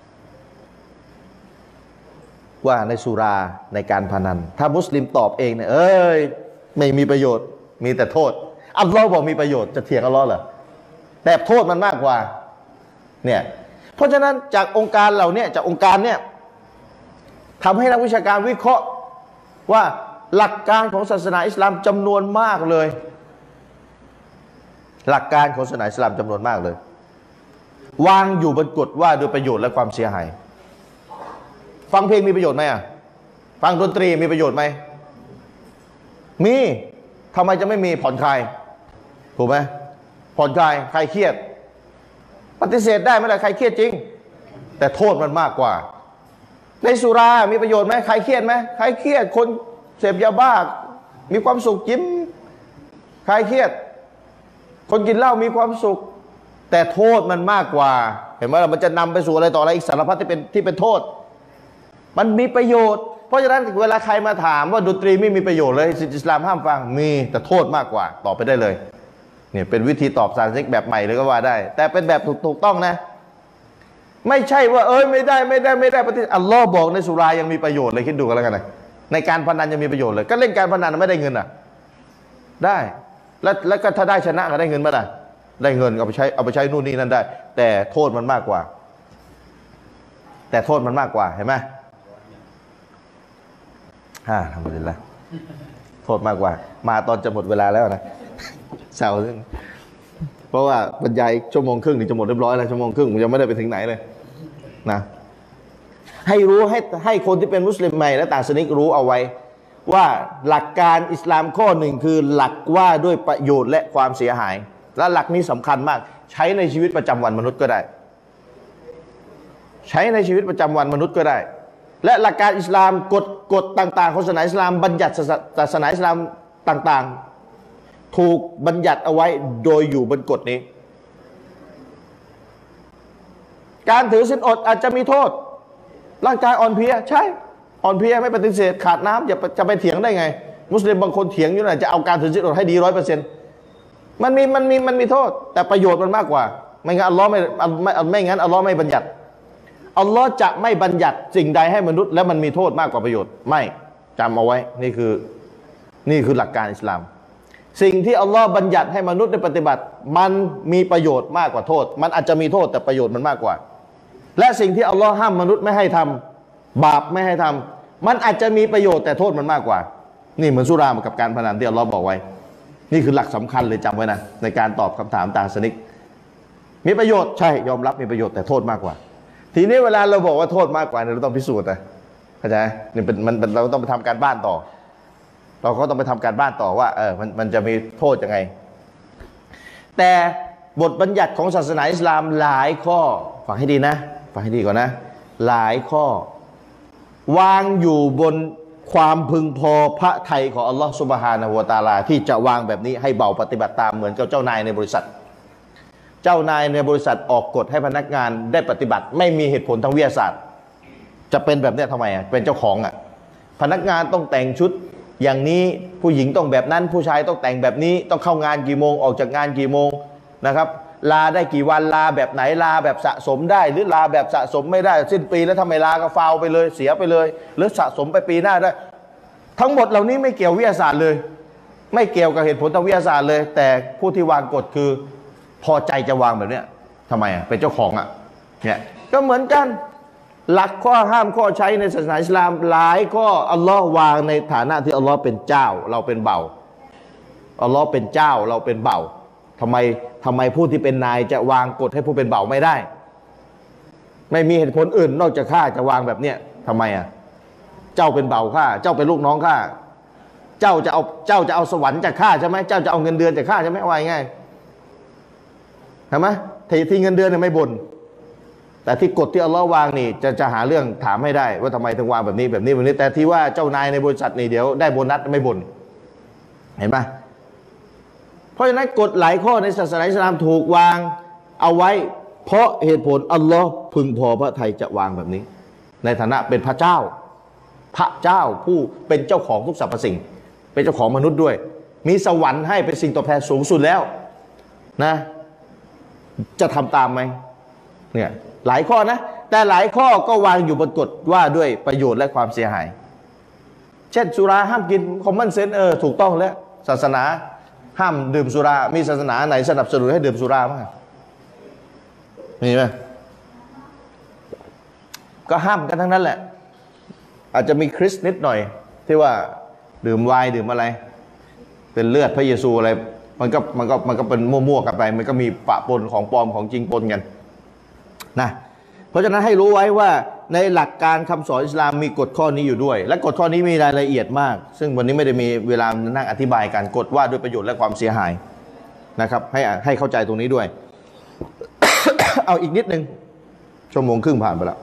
ว่าในสุราในการพนันถ้ามุสลิมตอบเองเนี่ยไม่มีประโยชน์มีแต่โทษอัลลอฮ์บอกมีประโยชน์จะเถียงอัลลอฮ์เหรอแต่โทษมันมากกว่าเนี่ยเพราะฉะนั้นจากองค์การเหล่านี้จากองค์การเนี่ยทำให้นักวิชาการวิเคราะห์ว่าหลักการของศาสนาอิสลามจำนวนมากเลยหลักการของศาสนาอิสลามจำนวนมากเลยวางอยู่บนกฎว่าด้วยประโยชน์และความเสียหายฟังเพลงมีประโยชน์ไหมฟังดนตรีมีประโยชน์ไหมมีทำไมจะไม่มีผ่อนคลายถูกไหมผ่อนคลายใครเครียดปฏิเสธได้ไหมล่ะใครเครียดจริงแต่โทษมันมากกว่าในสุรามีประโยชน์ไหมใครเครียดไหมใครเครียดคนเสพยาบ้ามีความสุขยิ้มใครเครียดคนกินเหล้ามีความสุขแต่โทษมันมากกว่าเห็นไหมล่ะมันจะนำไปสู่อะไรต่ออะไรอีกสารพัดที่เป็นโทษมันมีประโยชน์เพราะฉะนั้นเวลาใครมาถามว่าดนตรีไม่มีประโยชน์เลยอิสลามห้ามฟังมีแต่โทษมากกว่าตอบไปได้เลยเนี่ยเป็นวิธีตอบสารซิกแบบใหม่เลยก็ว่าได้แต่เป็นแบบถูกต้องนะไม่ใช่ว่าไม่ได้ปฏิอัลลอฮ์บอกในสุรายังมีประโยชน์เลยคิดดูกันแล้วกันนะในการพนันยังมีประโยชน์เลยก็เล่นการพนันไม่ได้เงินได้แล้วก็ถ้าได้ชนะก็ได้เงินมาได้เงินเอาไปใช้นู่นนี่นั่นได้แต่โทษมันมากกว่าเห็นไหมทำไปเลยละโทษมากกว่ามาตอนจะหมดเวลาแล้วนะเศร้าซึ่งเพราะว่าบรรยาย1 ชั่วโมงครึ่งถึงจะหมดเรียบร้อยแล้ว1 ชั่วโมงครึ่งผมยังไม่ได้ไปถึงไหนเลยนะให้รู้ให้คนที่เป็นมุสลิมใหม่และต่างศาสนิกรู้เอาไว้ว่าหลักการอิสลามข้อหนึ่งคือหลักว่าด้วยประโยชน์และความเสียหายและหลักนี้สำคัญมากใช้ในชีวิตประจำวันมนุษย์ก็ได้ใช้ในชีวิตประจำวันมนุษย์ก็ได้และหลักการอิสลามกฎต่างๆของศาสนาอิสลามบัญญัติศาสนาอิสลามต่างๆถูกบัญญัติเอาไว้โดยอยู่บนกฎนี้การถือศีลอดอาจจะมีโทษร่างกายอ่อนเพลียใช่อ่อนเพลียไม่ปฏิเสธขาดน้ำจะไปเถียงได้ไงมุสลิมบางคนเถียงอยู่นะจะเอาการถือศีลอดให้ดี100%มันมีโทษแต่ประโยชน์มันมากกว่าไม่งั้นอัลลอฮ์ไม่งั้นอัลลอฮ์ไม่บัญญัติอัลลอฮ์จะไม่บัญญัติสิ่งใดให้มนุษย์แล้วมันมีโทษมากกว่าประโยชน์ไม่จำเอาไว้นี่คือนี่คือหลักการอิสลามสิ่งที่อัลลอฮ์บัญญัติให้มนุษย์ได้ปฏิบัติมันมีประโยชน์มากกว่าโทษมันอาจจะมีโทษแต่ประโยชน์มันมากกว่าและสิ่งที่อัลลอฮ์ห้ามมนุษย์ไม่ให้ทำบาปไม่ให้ทำมันอาจจะมีประโยชน์แต่โทษมันมากกว่านี่เหมือนสุรากับการพนันที่อัลลอฮ์บอกไว้นี่คือหลักสำคัญเลยจำไว้นะในการตอบคำถามตาสนิกมีประโยชน์ใช่ยอมรับมีประโยชน์แต่โทษมากกว่าทีนี้เวลาเราบอกว่าโทษมากกว่าเราต้องพิสูจน์นะเข้าใจนี่เป็นเราต้องไปทำการบ้านต่อเราก็ต้องไปทำการบ้านต่อว่ามันจะมีโทษยังไงแต่บทบัญญัติของศาสนาอิสลามหลายข้อฟังให้ดีนะฟังให้ดีก่อนนะหลายข้อวางอยู่บนความพึงพอพระทัยของอัลลอฮฺซุบฮานะฮูวะตะอาลาที่จะวางแบบนี้ให้เบาปฏิบัติตามเหมือนกับเจ้านายในบริษัทเจ้านายในบริษัทออกกฎให้พนักงานได้ปฏิบัติไม่มีเหตุผลทางวิทยาศาสตร์จะเป็นแบบนี้ทำไมเป็นเจ้าของพนักงานต้องแต่งชุดอย่างนี้ผู้หญิงต้องแบบนั้นผู้ชายต้องแต่งแบบนี้ต้องเข้างานกี่โมงออกจากงานกี่โมงนะครับลาได้กี่วันลาแบบไหนลาแบบสะสมได้หรือลาแบบสะสมไม่ได้สิ้นปีแล้วทำไมลาก็ฟาวไปเลยเสียไปเลยหรือสะสมไปปีหน้าได้ทั้งหมดเหล่านี้ไม่เกี่ยววิทยาศาสตร์เลยไม่เกี่ยวกับเหตุผลทางวิทยาศาสตร์เลยแต่ผู้ที่วางกฎคือพอใจจะวางแบบนี้ทำไมเป็นเจ้าของเนี่ยก็เหมือนกันหลักข้อห้ามข้อใช้ในศาสนาอิสลามหลายข้ออัลลอฮ์วางในฐานะที่อัลลอฮ์เป็นเจ้าเราเป็นเบาอัลลอฮ์เป็นเจ้าเราเป็นเบาทำไมผู้ที่เป็นนายจะวางกฎให้ผู้เป็นเบาไม่ได้ไม่มีเหตุผลอื่นนอกจากข้าจะวางแบบเนี้ยทำไมเจ้าเป็นเบาข้าเจ้าเป็นลูกน้องข้าเจ้าจะเอาสวรรค์จากข้าใช่ไหมเจ้าจะเอาเงินเดือนจากข้าใช่ไหมว่าง่ายใช่ไหมที่เงินเดือนเนี่ยไม่บ่นแต่ที่กฎที่อัลลอฮ์วางนี่จะหาเรื่องถามให้ได้ว่าทำไมถึงวางแบบนี้แต่ที่ว่าเจ้านายในบริษัทนี่เดี๋ยวได้โบนัสไม่บ่นเห็นไหมเพราะฉะนั้นกฎหลายข้อในศาสนาอิสลามถูกวางเอาไว้เพราะเหตุผลอัลลอฮ์พึงพอพระทัยจะวางแบบนี้ในฐานะเป็นพระเจ้าผู้เป็นเจ้าของทุกสรรพสิ่งเป็นเจ้าของมนุษย์ด้วยมีสวรรค์ให้เป็นสิ่งตอบแทนสูงสุดแล้วนะจะทำตามไหมเนี่ยหลายข้อนะแต่หลายข้อก็วางอยู่บนกฎว่าด้วยประโยชน์และความเสียหายเช่นสุราห้ามกินคอมมอนเซนส์ถูกต้องแล้วศาสนาห้ามดื่มสุรามีศาสนาไหนสนับสนุนให้ดื่มสุราบ้างมีไหมก็ห้ามกันทั้งนั้นแหละอาจจะมีคริสต์นิดหน่อยที่ว่าดื่มไวน์ดื่มอะไรเป็นเลือดพระเยซูอะไรมันก็เป็นมั่วๆกันไปมันก็มีปะปนของปลอมของจริงปนกันนะเพราะฉะนั้นให้รู้ไว้ว่าในหลักการคำสอนอิสลามมีกฎข้อนี้อยู่ด้วยและกฎข้อนี้มีรายละเอียดมากซึ่งวันนี้ไม่ได้มีเวลานั่งอธิบายการกฎว่าด้วยประโยชน์และความเสียหายนะครับให้เข้าใจตรงนี้ด้วย เอาอีกนิดนึงชั่วโมงครึ่งผ่านไปแล้ว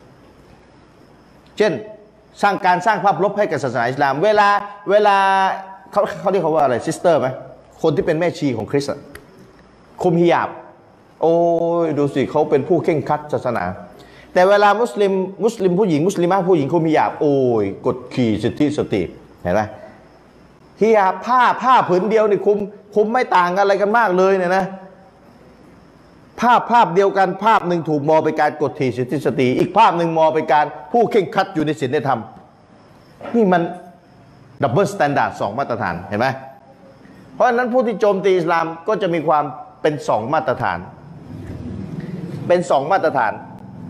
เช่นสร้างภาพลบให้กับศาสนาอิสลามเวลาเขาเรียกเขาว่าอะไรซิสเตอร์ไหมคนที่เป็นแม่ชีของคริสต์คุมฮิญาบโอ้ยดูสิเขาเป็นผู้เข่งครัดศาสนาแต่เวลามุสลิมผู้หญิงมุสลิมะผู้หญิงคุมฮิญาบโอ้ยกดขี่สิทธิสติเห็นไหมฮิญาบผ้าผืนเดียวนี่คุมไม่ต่างกันอะไรกันมากเลยเนี่ยนะภาพเดียวกันภาพหนึ่งถูกมองไปการกดขี่สิทธิสติอีกภาพหนึ่งมองไปการผู้เข่งครัดอยู่ในศีลในธรรมนี่มันดับเบิลสแตนดาร์ดสองมาตรฐานเห็นไหมเพราะฉะนั้นผู้ที่โจมตีอิสลามก็จะมีความเป็นสองมาตรฐานเป็นสองมาตรฐาน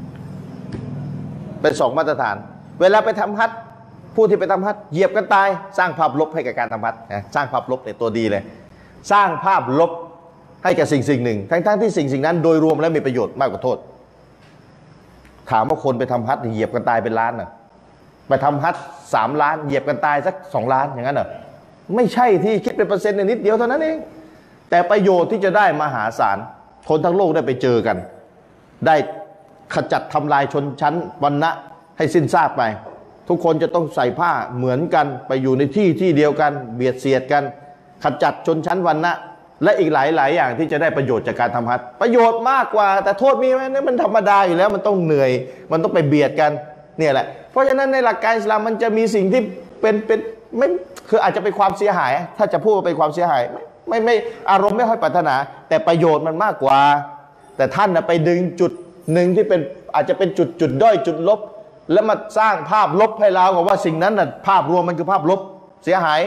เวลาไปทำฮัจญ์ผู้ที่ไปทำฮัจญ์เหยียบกันตายสร้างภาพลบให้กับการทำฮัจญ์สร้างภาพลบในตัวดีเลยสร้างภาพลบให้กับสิ่งหนึ่งทั้งที่สิ่งนั้นโดยรวมแล้วมีประโยชน์มากกว่าโทษถามว่าคนไปทำฮัจญ์เหยียบกันตายเป็นล้านไปทำฮัจญ์3 ล้านเหยียบกันตายสัก2 ล้านอย่างนั้นเหรอไม่ใช่ที่คิดเป็นเปอร์เซ็นต์นิดเดียวเท่านั้นเองแต่ประโยชน์ที่จะได้มหาศาลคนทั้งโลกได้ไปเจอกันได้ขจัดทำลายชนชั้นวรรณะให้สิ้นซากไปทุกคนจะต้องใส่ผ้าเหมือนกันไปอยู่ในที่เดียวกันเบียดเสียดกันขจัดชนชั้นวรรณะและอีกหลายอย่างที่จะได้ประโยชน์จากการทำฮัจญ์ประโยชน์มากกว่าแต่โทษมีไหมนี่มันธรรมดาอยู่แล้วมันต้องเหนื่อยมันต้องไปเบียดกันเนี่ยแหละเพราะฉะนั้นในหลักการอิสลามมันจะมีสิ่งที่เป็นไม่คืออาจจะเป็นความเสียหายถ้าจะพูดว่าเป็นความเสียหายไม่อารมณ์ไม่ค่อยปรารถนาแต่ประโยชน์มันมากกว่าแต่ท่านไปดึงจุดหนึ่งที่เป็นอาจจะเป็นจุดด้อยจุดลบแล้วมาสร้างภาพลบให้เราบอกว่าสิ่งนั้นน่ะภาพรวมมันคือภาพลบเสียหาย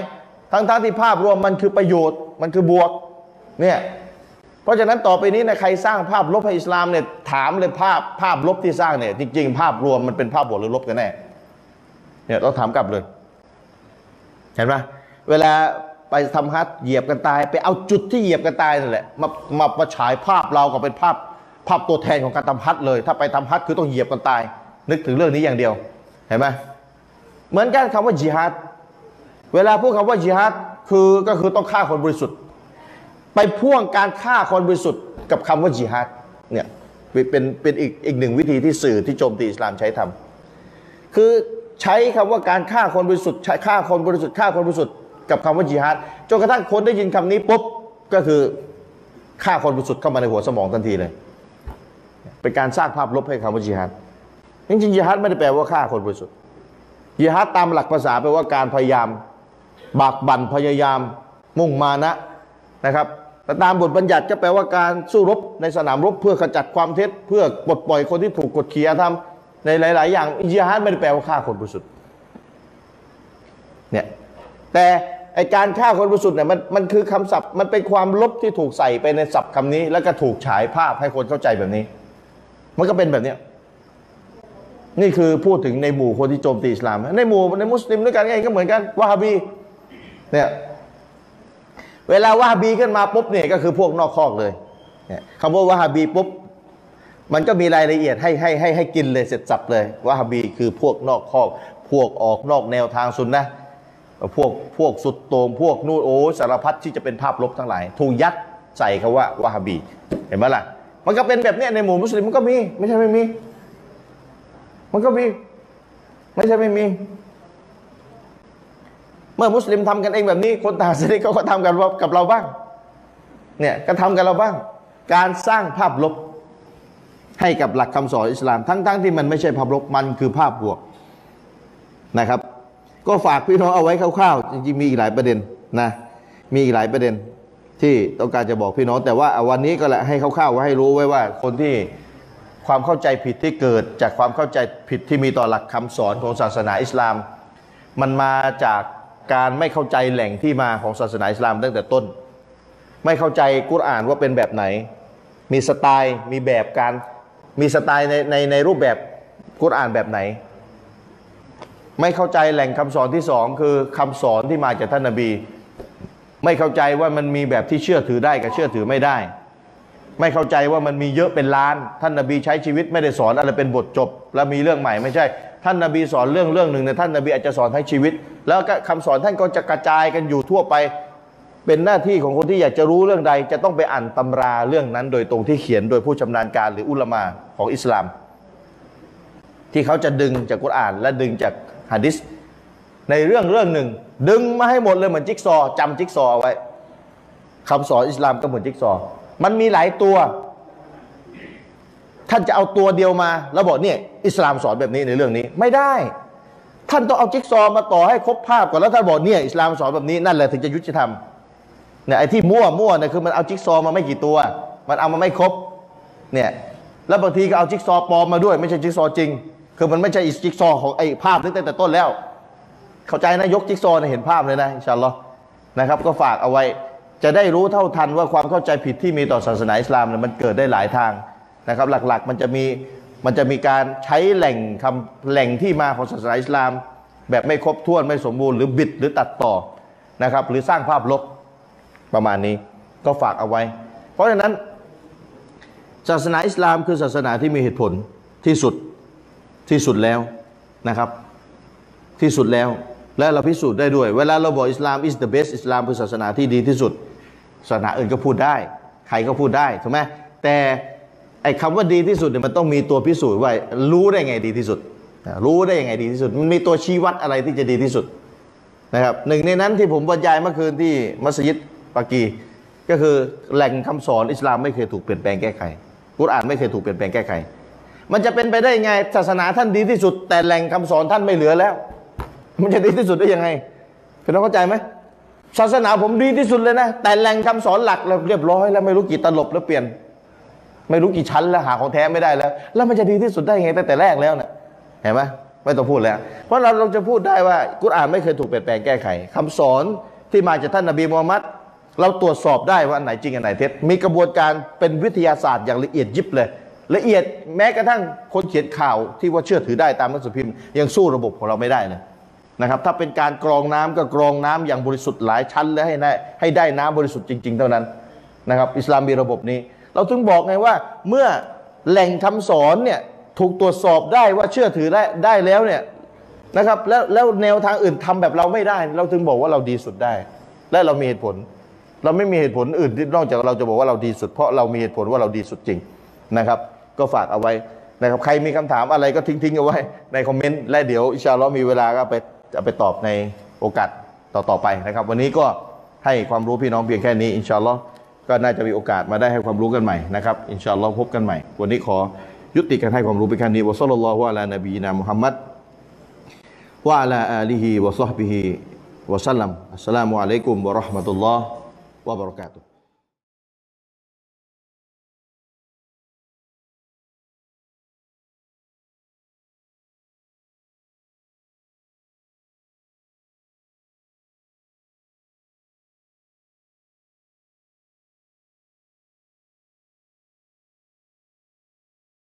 ทั้งที่ภาพรวมมันคือประโยชน์มันคือบวกเนี่ยเพราะฉะนั้นต่อไปนี้นะใครสร้างภาพลบให้อิสลามเนี่ยถามเลยภาพลบที่สร้างเนี่ยจริงๆภาพรวมมันเป็นภาพบวกหรือลบกันแน่เนี่ยเราถามกลับเลยเห็นไหมเวลาไปทำฮัจญ์เหยียบกันตายไปเอาจุดที่เหยียบกันตายนั่นแหละมาฉายภาพเราก็เป็นภาพตัวแทนของการทำฮัจญ์เลยถ้าไปทำฮัจญ์คือต้องเหยียบกันตายนึกถึงเรื่องนี้อย่างเดียวเห็นไหมเหมือนกันคำว่าญิฮาดเวลาพูดคำว่าญิฮาดก็คือต้องฆ่าคนบริสุทธิ์ไปพ่วงการฆ่าคนบริสุทธิ์กับคำว่าญิฮาดเนี่ยเป็นอีกหนึ่งวิธีที่สื่อที่โจมตีอิสลามใช้ทำคือใช้คำว่าการฆ่าคนบริสุทธิ์ฆ่าคนบริสุทธิ์ฆ่าคนบริสุทธิ์กับคำว่าญิฮาดจนกระทั่งคนได้ยินคำนี้ปุ๊บก็คือฆ่าคนบริสุทธิ์เข้ามาในหัวสมองทันทีเลยเป็นการสร้างภาพลบให้คำว่าญิฮาดจริงๆญิฮาดไม่ได้แปลว่าฆ่าคนบริสุทธิ์ญิฮาดตามหลักภาษาแปลว่าการพยายามบากบั่นพยายามมุ่งมานะครับแต่ตามบทบัญญัติก็แปลว่าการสู้รบในสนามรบเพื่อขจัดความเท็จเพื่อปลดปล่อยคนที่ถูกกดขี่อาธรรมในหลายๆอย่างญิฮาดไม่ได้แปลว่าฆ่าคนบริสุทธิ์เนี่ยแต่ไอการฆ่าคนบริสุทธิ์เนี่ยมันคือคำศัพท์มันเป็นความลบที่ถูกใส่ไปในศัพท์คำนี้แล้วก็ถูกฉายภาพให้คนเข้าใจแบบนี้มันก็เป็นแบบนี้นี่คือพูดถึงในหมู่คนที่โจมตีอิสลามในมุสลิมด้วยกันเองก็เหมือนกันวะฮาบีเนี่ยเวลาวะฮาบีขึ้นมาปุ๊บเนี่ยก็คือพวกนอกคอกเลยเนี่ยคำว่าวะฮาบีปุ๊บมันก็มีรายละเอียดให้กินเลยเสร็จสับเลยวะฮาบีคือพวกนอกคอกพวกออกนอกแนวทางซุนนะห์พวกสุดโต่งพวกนู่นโอ้สารพัดที่จะเป็นภาพลบทั้งหลายถูกยัดใส่คำว่าวะฮาบีเห็นไหมล่ะมันก็เป็นแบบนี้ในหมู่มุสลิมมันก็มีไม่ใช่ไม่มีมันก็มีไม่ใช่ไม่มีเมื่อมุสลิมทำกันเองแบบนี้คนต่างศาสนาเขาก็ทำกันกับเราบ้างเนี่ยก็ทำกันเราบ้างการสร้างภาพลบให้กับหลักคำสอนอิสลามทั้งที่มันไม่ใช่ภาพลบมันคือภาพบวกนะครับก็ฝากพี่น้องเอาไว้คร่าวๆจริงๆมีอีกหลายประเด็นนะมีอีกหลายประเด็นที่ต้องการจะบอกพี่น้องแต่ว่าวันนี้ก็แหละให้คร่าวๆไว้ให้รู้ไว้ว่าคนที่ความเข้าใจผิดที่เกิดจากความเข้าใจผิดที่มีต่อหลักคำสอนของศาสนาอิสลามมันมาจากการไม่เข้าใจแหล่งที่มาของศาสนาอิสลามตั้งแต่ต้นไม่เข้าใจกุรอานว่าเป็นแบบไหนมีสไตล์มีแบบการมีสไตล์ในรูปแบบกุรอานแบบไหนไม่เข้าใจแหล่งคำสอนที่สองคือคำสอนที่มาจากท่านนบีไม่เข้าใจว่ามันมีแบบที่เชื่อถือได้กับเชื่อถือไม่ได้ไม่เข้าใจว่ามันมีเยอะเป็นล้านท่านนบีใช้ชีวิตไม่ได้สอนอะไรเป็นบทจบแล้วมีเรื่องใหม่ไม่ใช่ท่านนบีสอนเรื่องหนึ่งในท่านนบีอาจจะสอนทั้งชีวิตแล้วก็คำสอนท่านก็จะกระจายกันอยู่ทั่วไปเป็นหน้าที่ของคนที่อยากจะรู้เรื่องใดจะต้องไปอ่านตำราเรื่องนั้นโดยตรงที่เขียนโดยผู้ชำนาญการหรืออุลามะของอิสลามที่เขาจะดึงจากกุรอานและดึงจากหะดีษในเรื่องหนึ่งดึงมาให้หมดเลยเหมือนจิ๊กซอจำจิ๊กซอเอาไว้คำสอนอิสลามก็เหมือนจิ๊กซอมันมีหลายตัวท่านจะเอาตัวเดียวมาแล้วบอกเนี่ยอิสลามสอนแบบนี้ในเรื่องนี้ไม่ได้ท่านต้องเอาจิ๊กซอมาต่อให้ครบภาพก่อนแล้วท่านบอกเนี่ยอิสลามสอนแบบนี้นั่นแหละถึงจะยุติธรรมเนี่ยไอ้ที่มั่วเนี่ยคือมันเอาจิ๊กซอมาไม่กี่ตัวมันเอามาไม่ครบเนี่ยแล้วบางทีก็เอาจิ๊กซอปลอมมาด้วยไม่ใช่จิ๊กซอจริงคือมันไม่ใช่จิ๊กซอของไอ้ภาพตั้งแต่ต้นแล้วเข้าใจนะยกจิ๊กซอเห็นภาพเลยนะอินชาอัลลอฮ์นะครับก็ฝากเอาไว้จะได้รู้เท่าทันว่าความเข้าใจผิดที่มีต่อศาสนาอิสลามเนี่ยมันเกิดได้หลายทางนะครับหลักๆมันจะมีการใช้แหล่งที่มาของศาสนาอิสลามแบบไม่ครบถ้วนไม่สมบูรณ์หรือบิดหรือตัดต่อนะครับหรือสร้างภาพลบประมาณนี้ก็ฝากเอาไว้เพราะฉะนั้นศาสนาอิสลามคือศาสนาที่มีเหตุผลที่สุดแล้วนะครับที่สุดแล้วและเราพิสูจน์ได้ด้วยเวลาเราบอกอิสลาม is the best อิสลามคือศาสนาที่ดีที่สุดศาสนาอื่นก็พูดได้ใครก็พูดได้ถูกไหมแต่ไอ้คำว่าดีที่สุดเนี่ยมันต้องมีตัวพิสูจน์ว่ารู้ได้ไงดีที่สุดรู้ได้ยังไงดีที่สุดมันมีตัวชี้วัดอะไรที่จะดีที่สุดนะครับหนึ่งในนั้นที่ผมบรรยายเมื่อคืนที่มัสยิดปากีก็คือแหล่งคำสอนอิสลามไม่เคยถูกเปลี่ยนแปลงแก้ไขกุรอานไม่เคยถูกเปลี่ยนแปลงแก้ไขมันจะเป็นไปได้ยังไงศาสนาท่านดีที่สุดแต่แหล่งคำสอนท่านไม่เหลือแล้วมันจะดีที่สุดได้ยังไงพี่น้องเข้าใจไหมศาสนาผมดีที่สุดเลยนะแต่แหล่งคำสอนหลักเราเรียบร้อยแล้วไม่รู้กี่ตลบแล้วเปลี่ยนไม่รู้กี่ชั้นแล้วหาของแท้ไม่ได้แล้วมันจะดีที่สุดได้ยังไงตั้งแต่แรกแล้วเนี่ยเห็นไหมไม่ต้องพูดแล้วเพราะเราจะพูดได้ว่ากุรอานไม่เคยถูกเปลี่ยนแปลงแก้ไขคำสอนที่มาจากท่านนบีมูฮัมมัดเราตรวจสอบได้ว่าอันไหนจริงอันไหนเท็จมีกระบวนการเป็นวิทยาศาสตร์อย่างละเอียดยิบเลยละเอียดแม้กระทั่งคนเขียนข่าวที่ว่าเชื่อถือได้ตามหนังสือพิมพ์ยังสู้ระบบของเราไม่ได้เลยนะครับถ้าเป็นการกรองน้ำก็กรองน้ำอย่างบริสุทธิ์หลายชั้นและให้ได้น้ำบริสุทธิ์จริงๆเท่านั้นนะครับอิสลามมีระบบนี้เราถึงบอกไงว่าเมื่อแหล่งคำสอนเนี่ยถูกตรวจสอบได้ว่าเชื่อถือได้แล้วเนี่ยนะครับแล้วแนวทางอื่นทำแบบเราไม่ได้เราถึงบอกว่าเราดีสุดได้และเรามีเหตุผลเราไม่มีเหตุผลอื่นที่นอกจากเราจะบอกว่าเราดีสุดเพราะเรามีเหตุผลว่าเราดีสุดจริงนะครับก็ฝากเอาไว้นะครับใครมีคำถามอะไรก็ทิ้งเอาไว้ในคอมเมนต์และเดี๋ยวอินชาอัลลอฮ์มีเวลาก็จะไปตอบในโอกาสต่อไปนะครับวันนี้ก็ให้ความรู้พี่น้องเพียงแค่นี้อินชาอัลลอฮ์ก็น่าจะมีโอกาสมาได้ให้ความรู้กันใหม่นะครับอินชาอัลลอฮ์พบกันใหม่วันนี้ขอยุติการให้ความรู้เพียงแค่นี้วะศ็อลลัลลอฮุอะลานบีนะมุฮัมมัดวะอะลาอาลีฮิวะศอฮบิฮิวะซัลลัมอัสสลามุอะลัยกุมวะเราะห์มะตุลลอฮ์วะบะเราะกาตุฮ์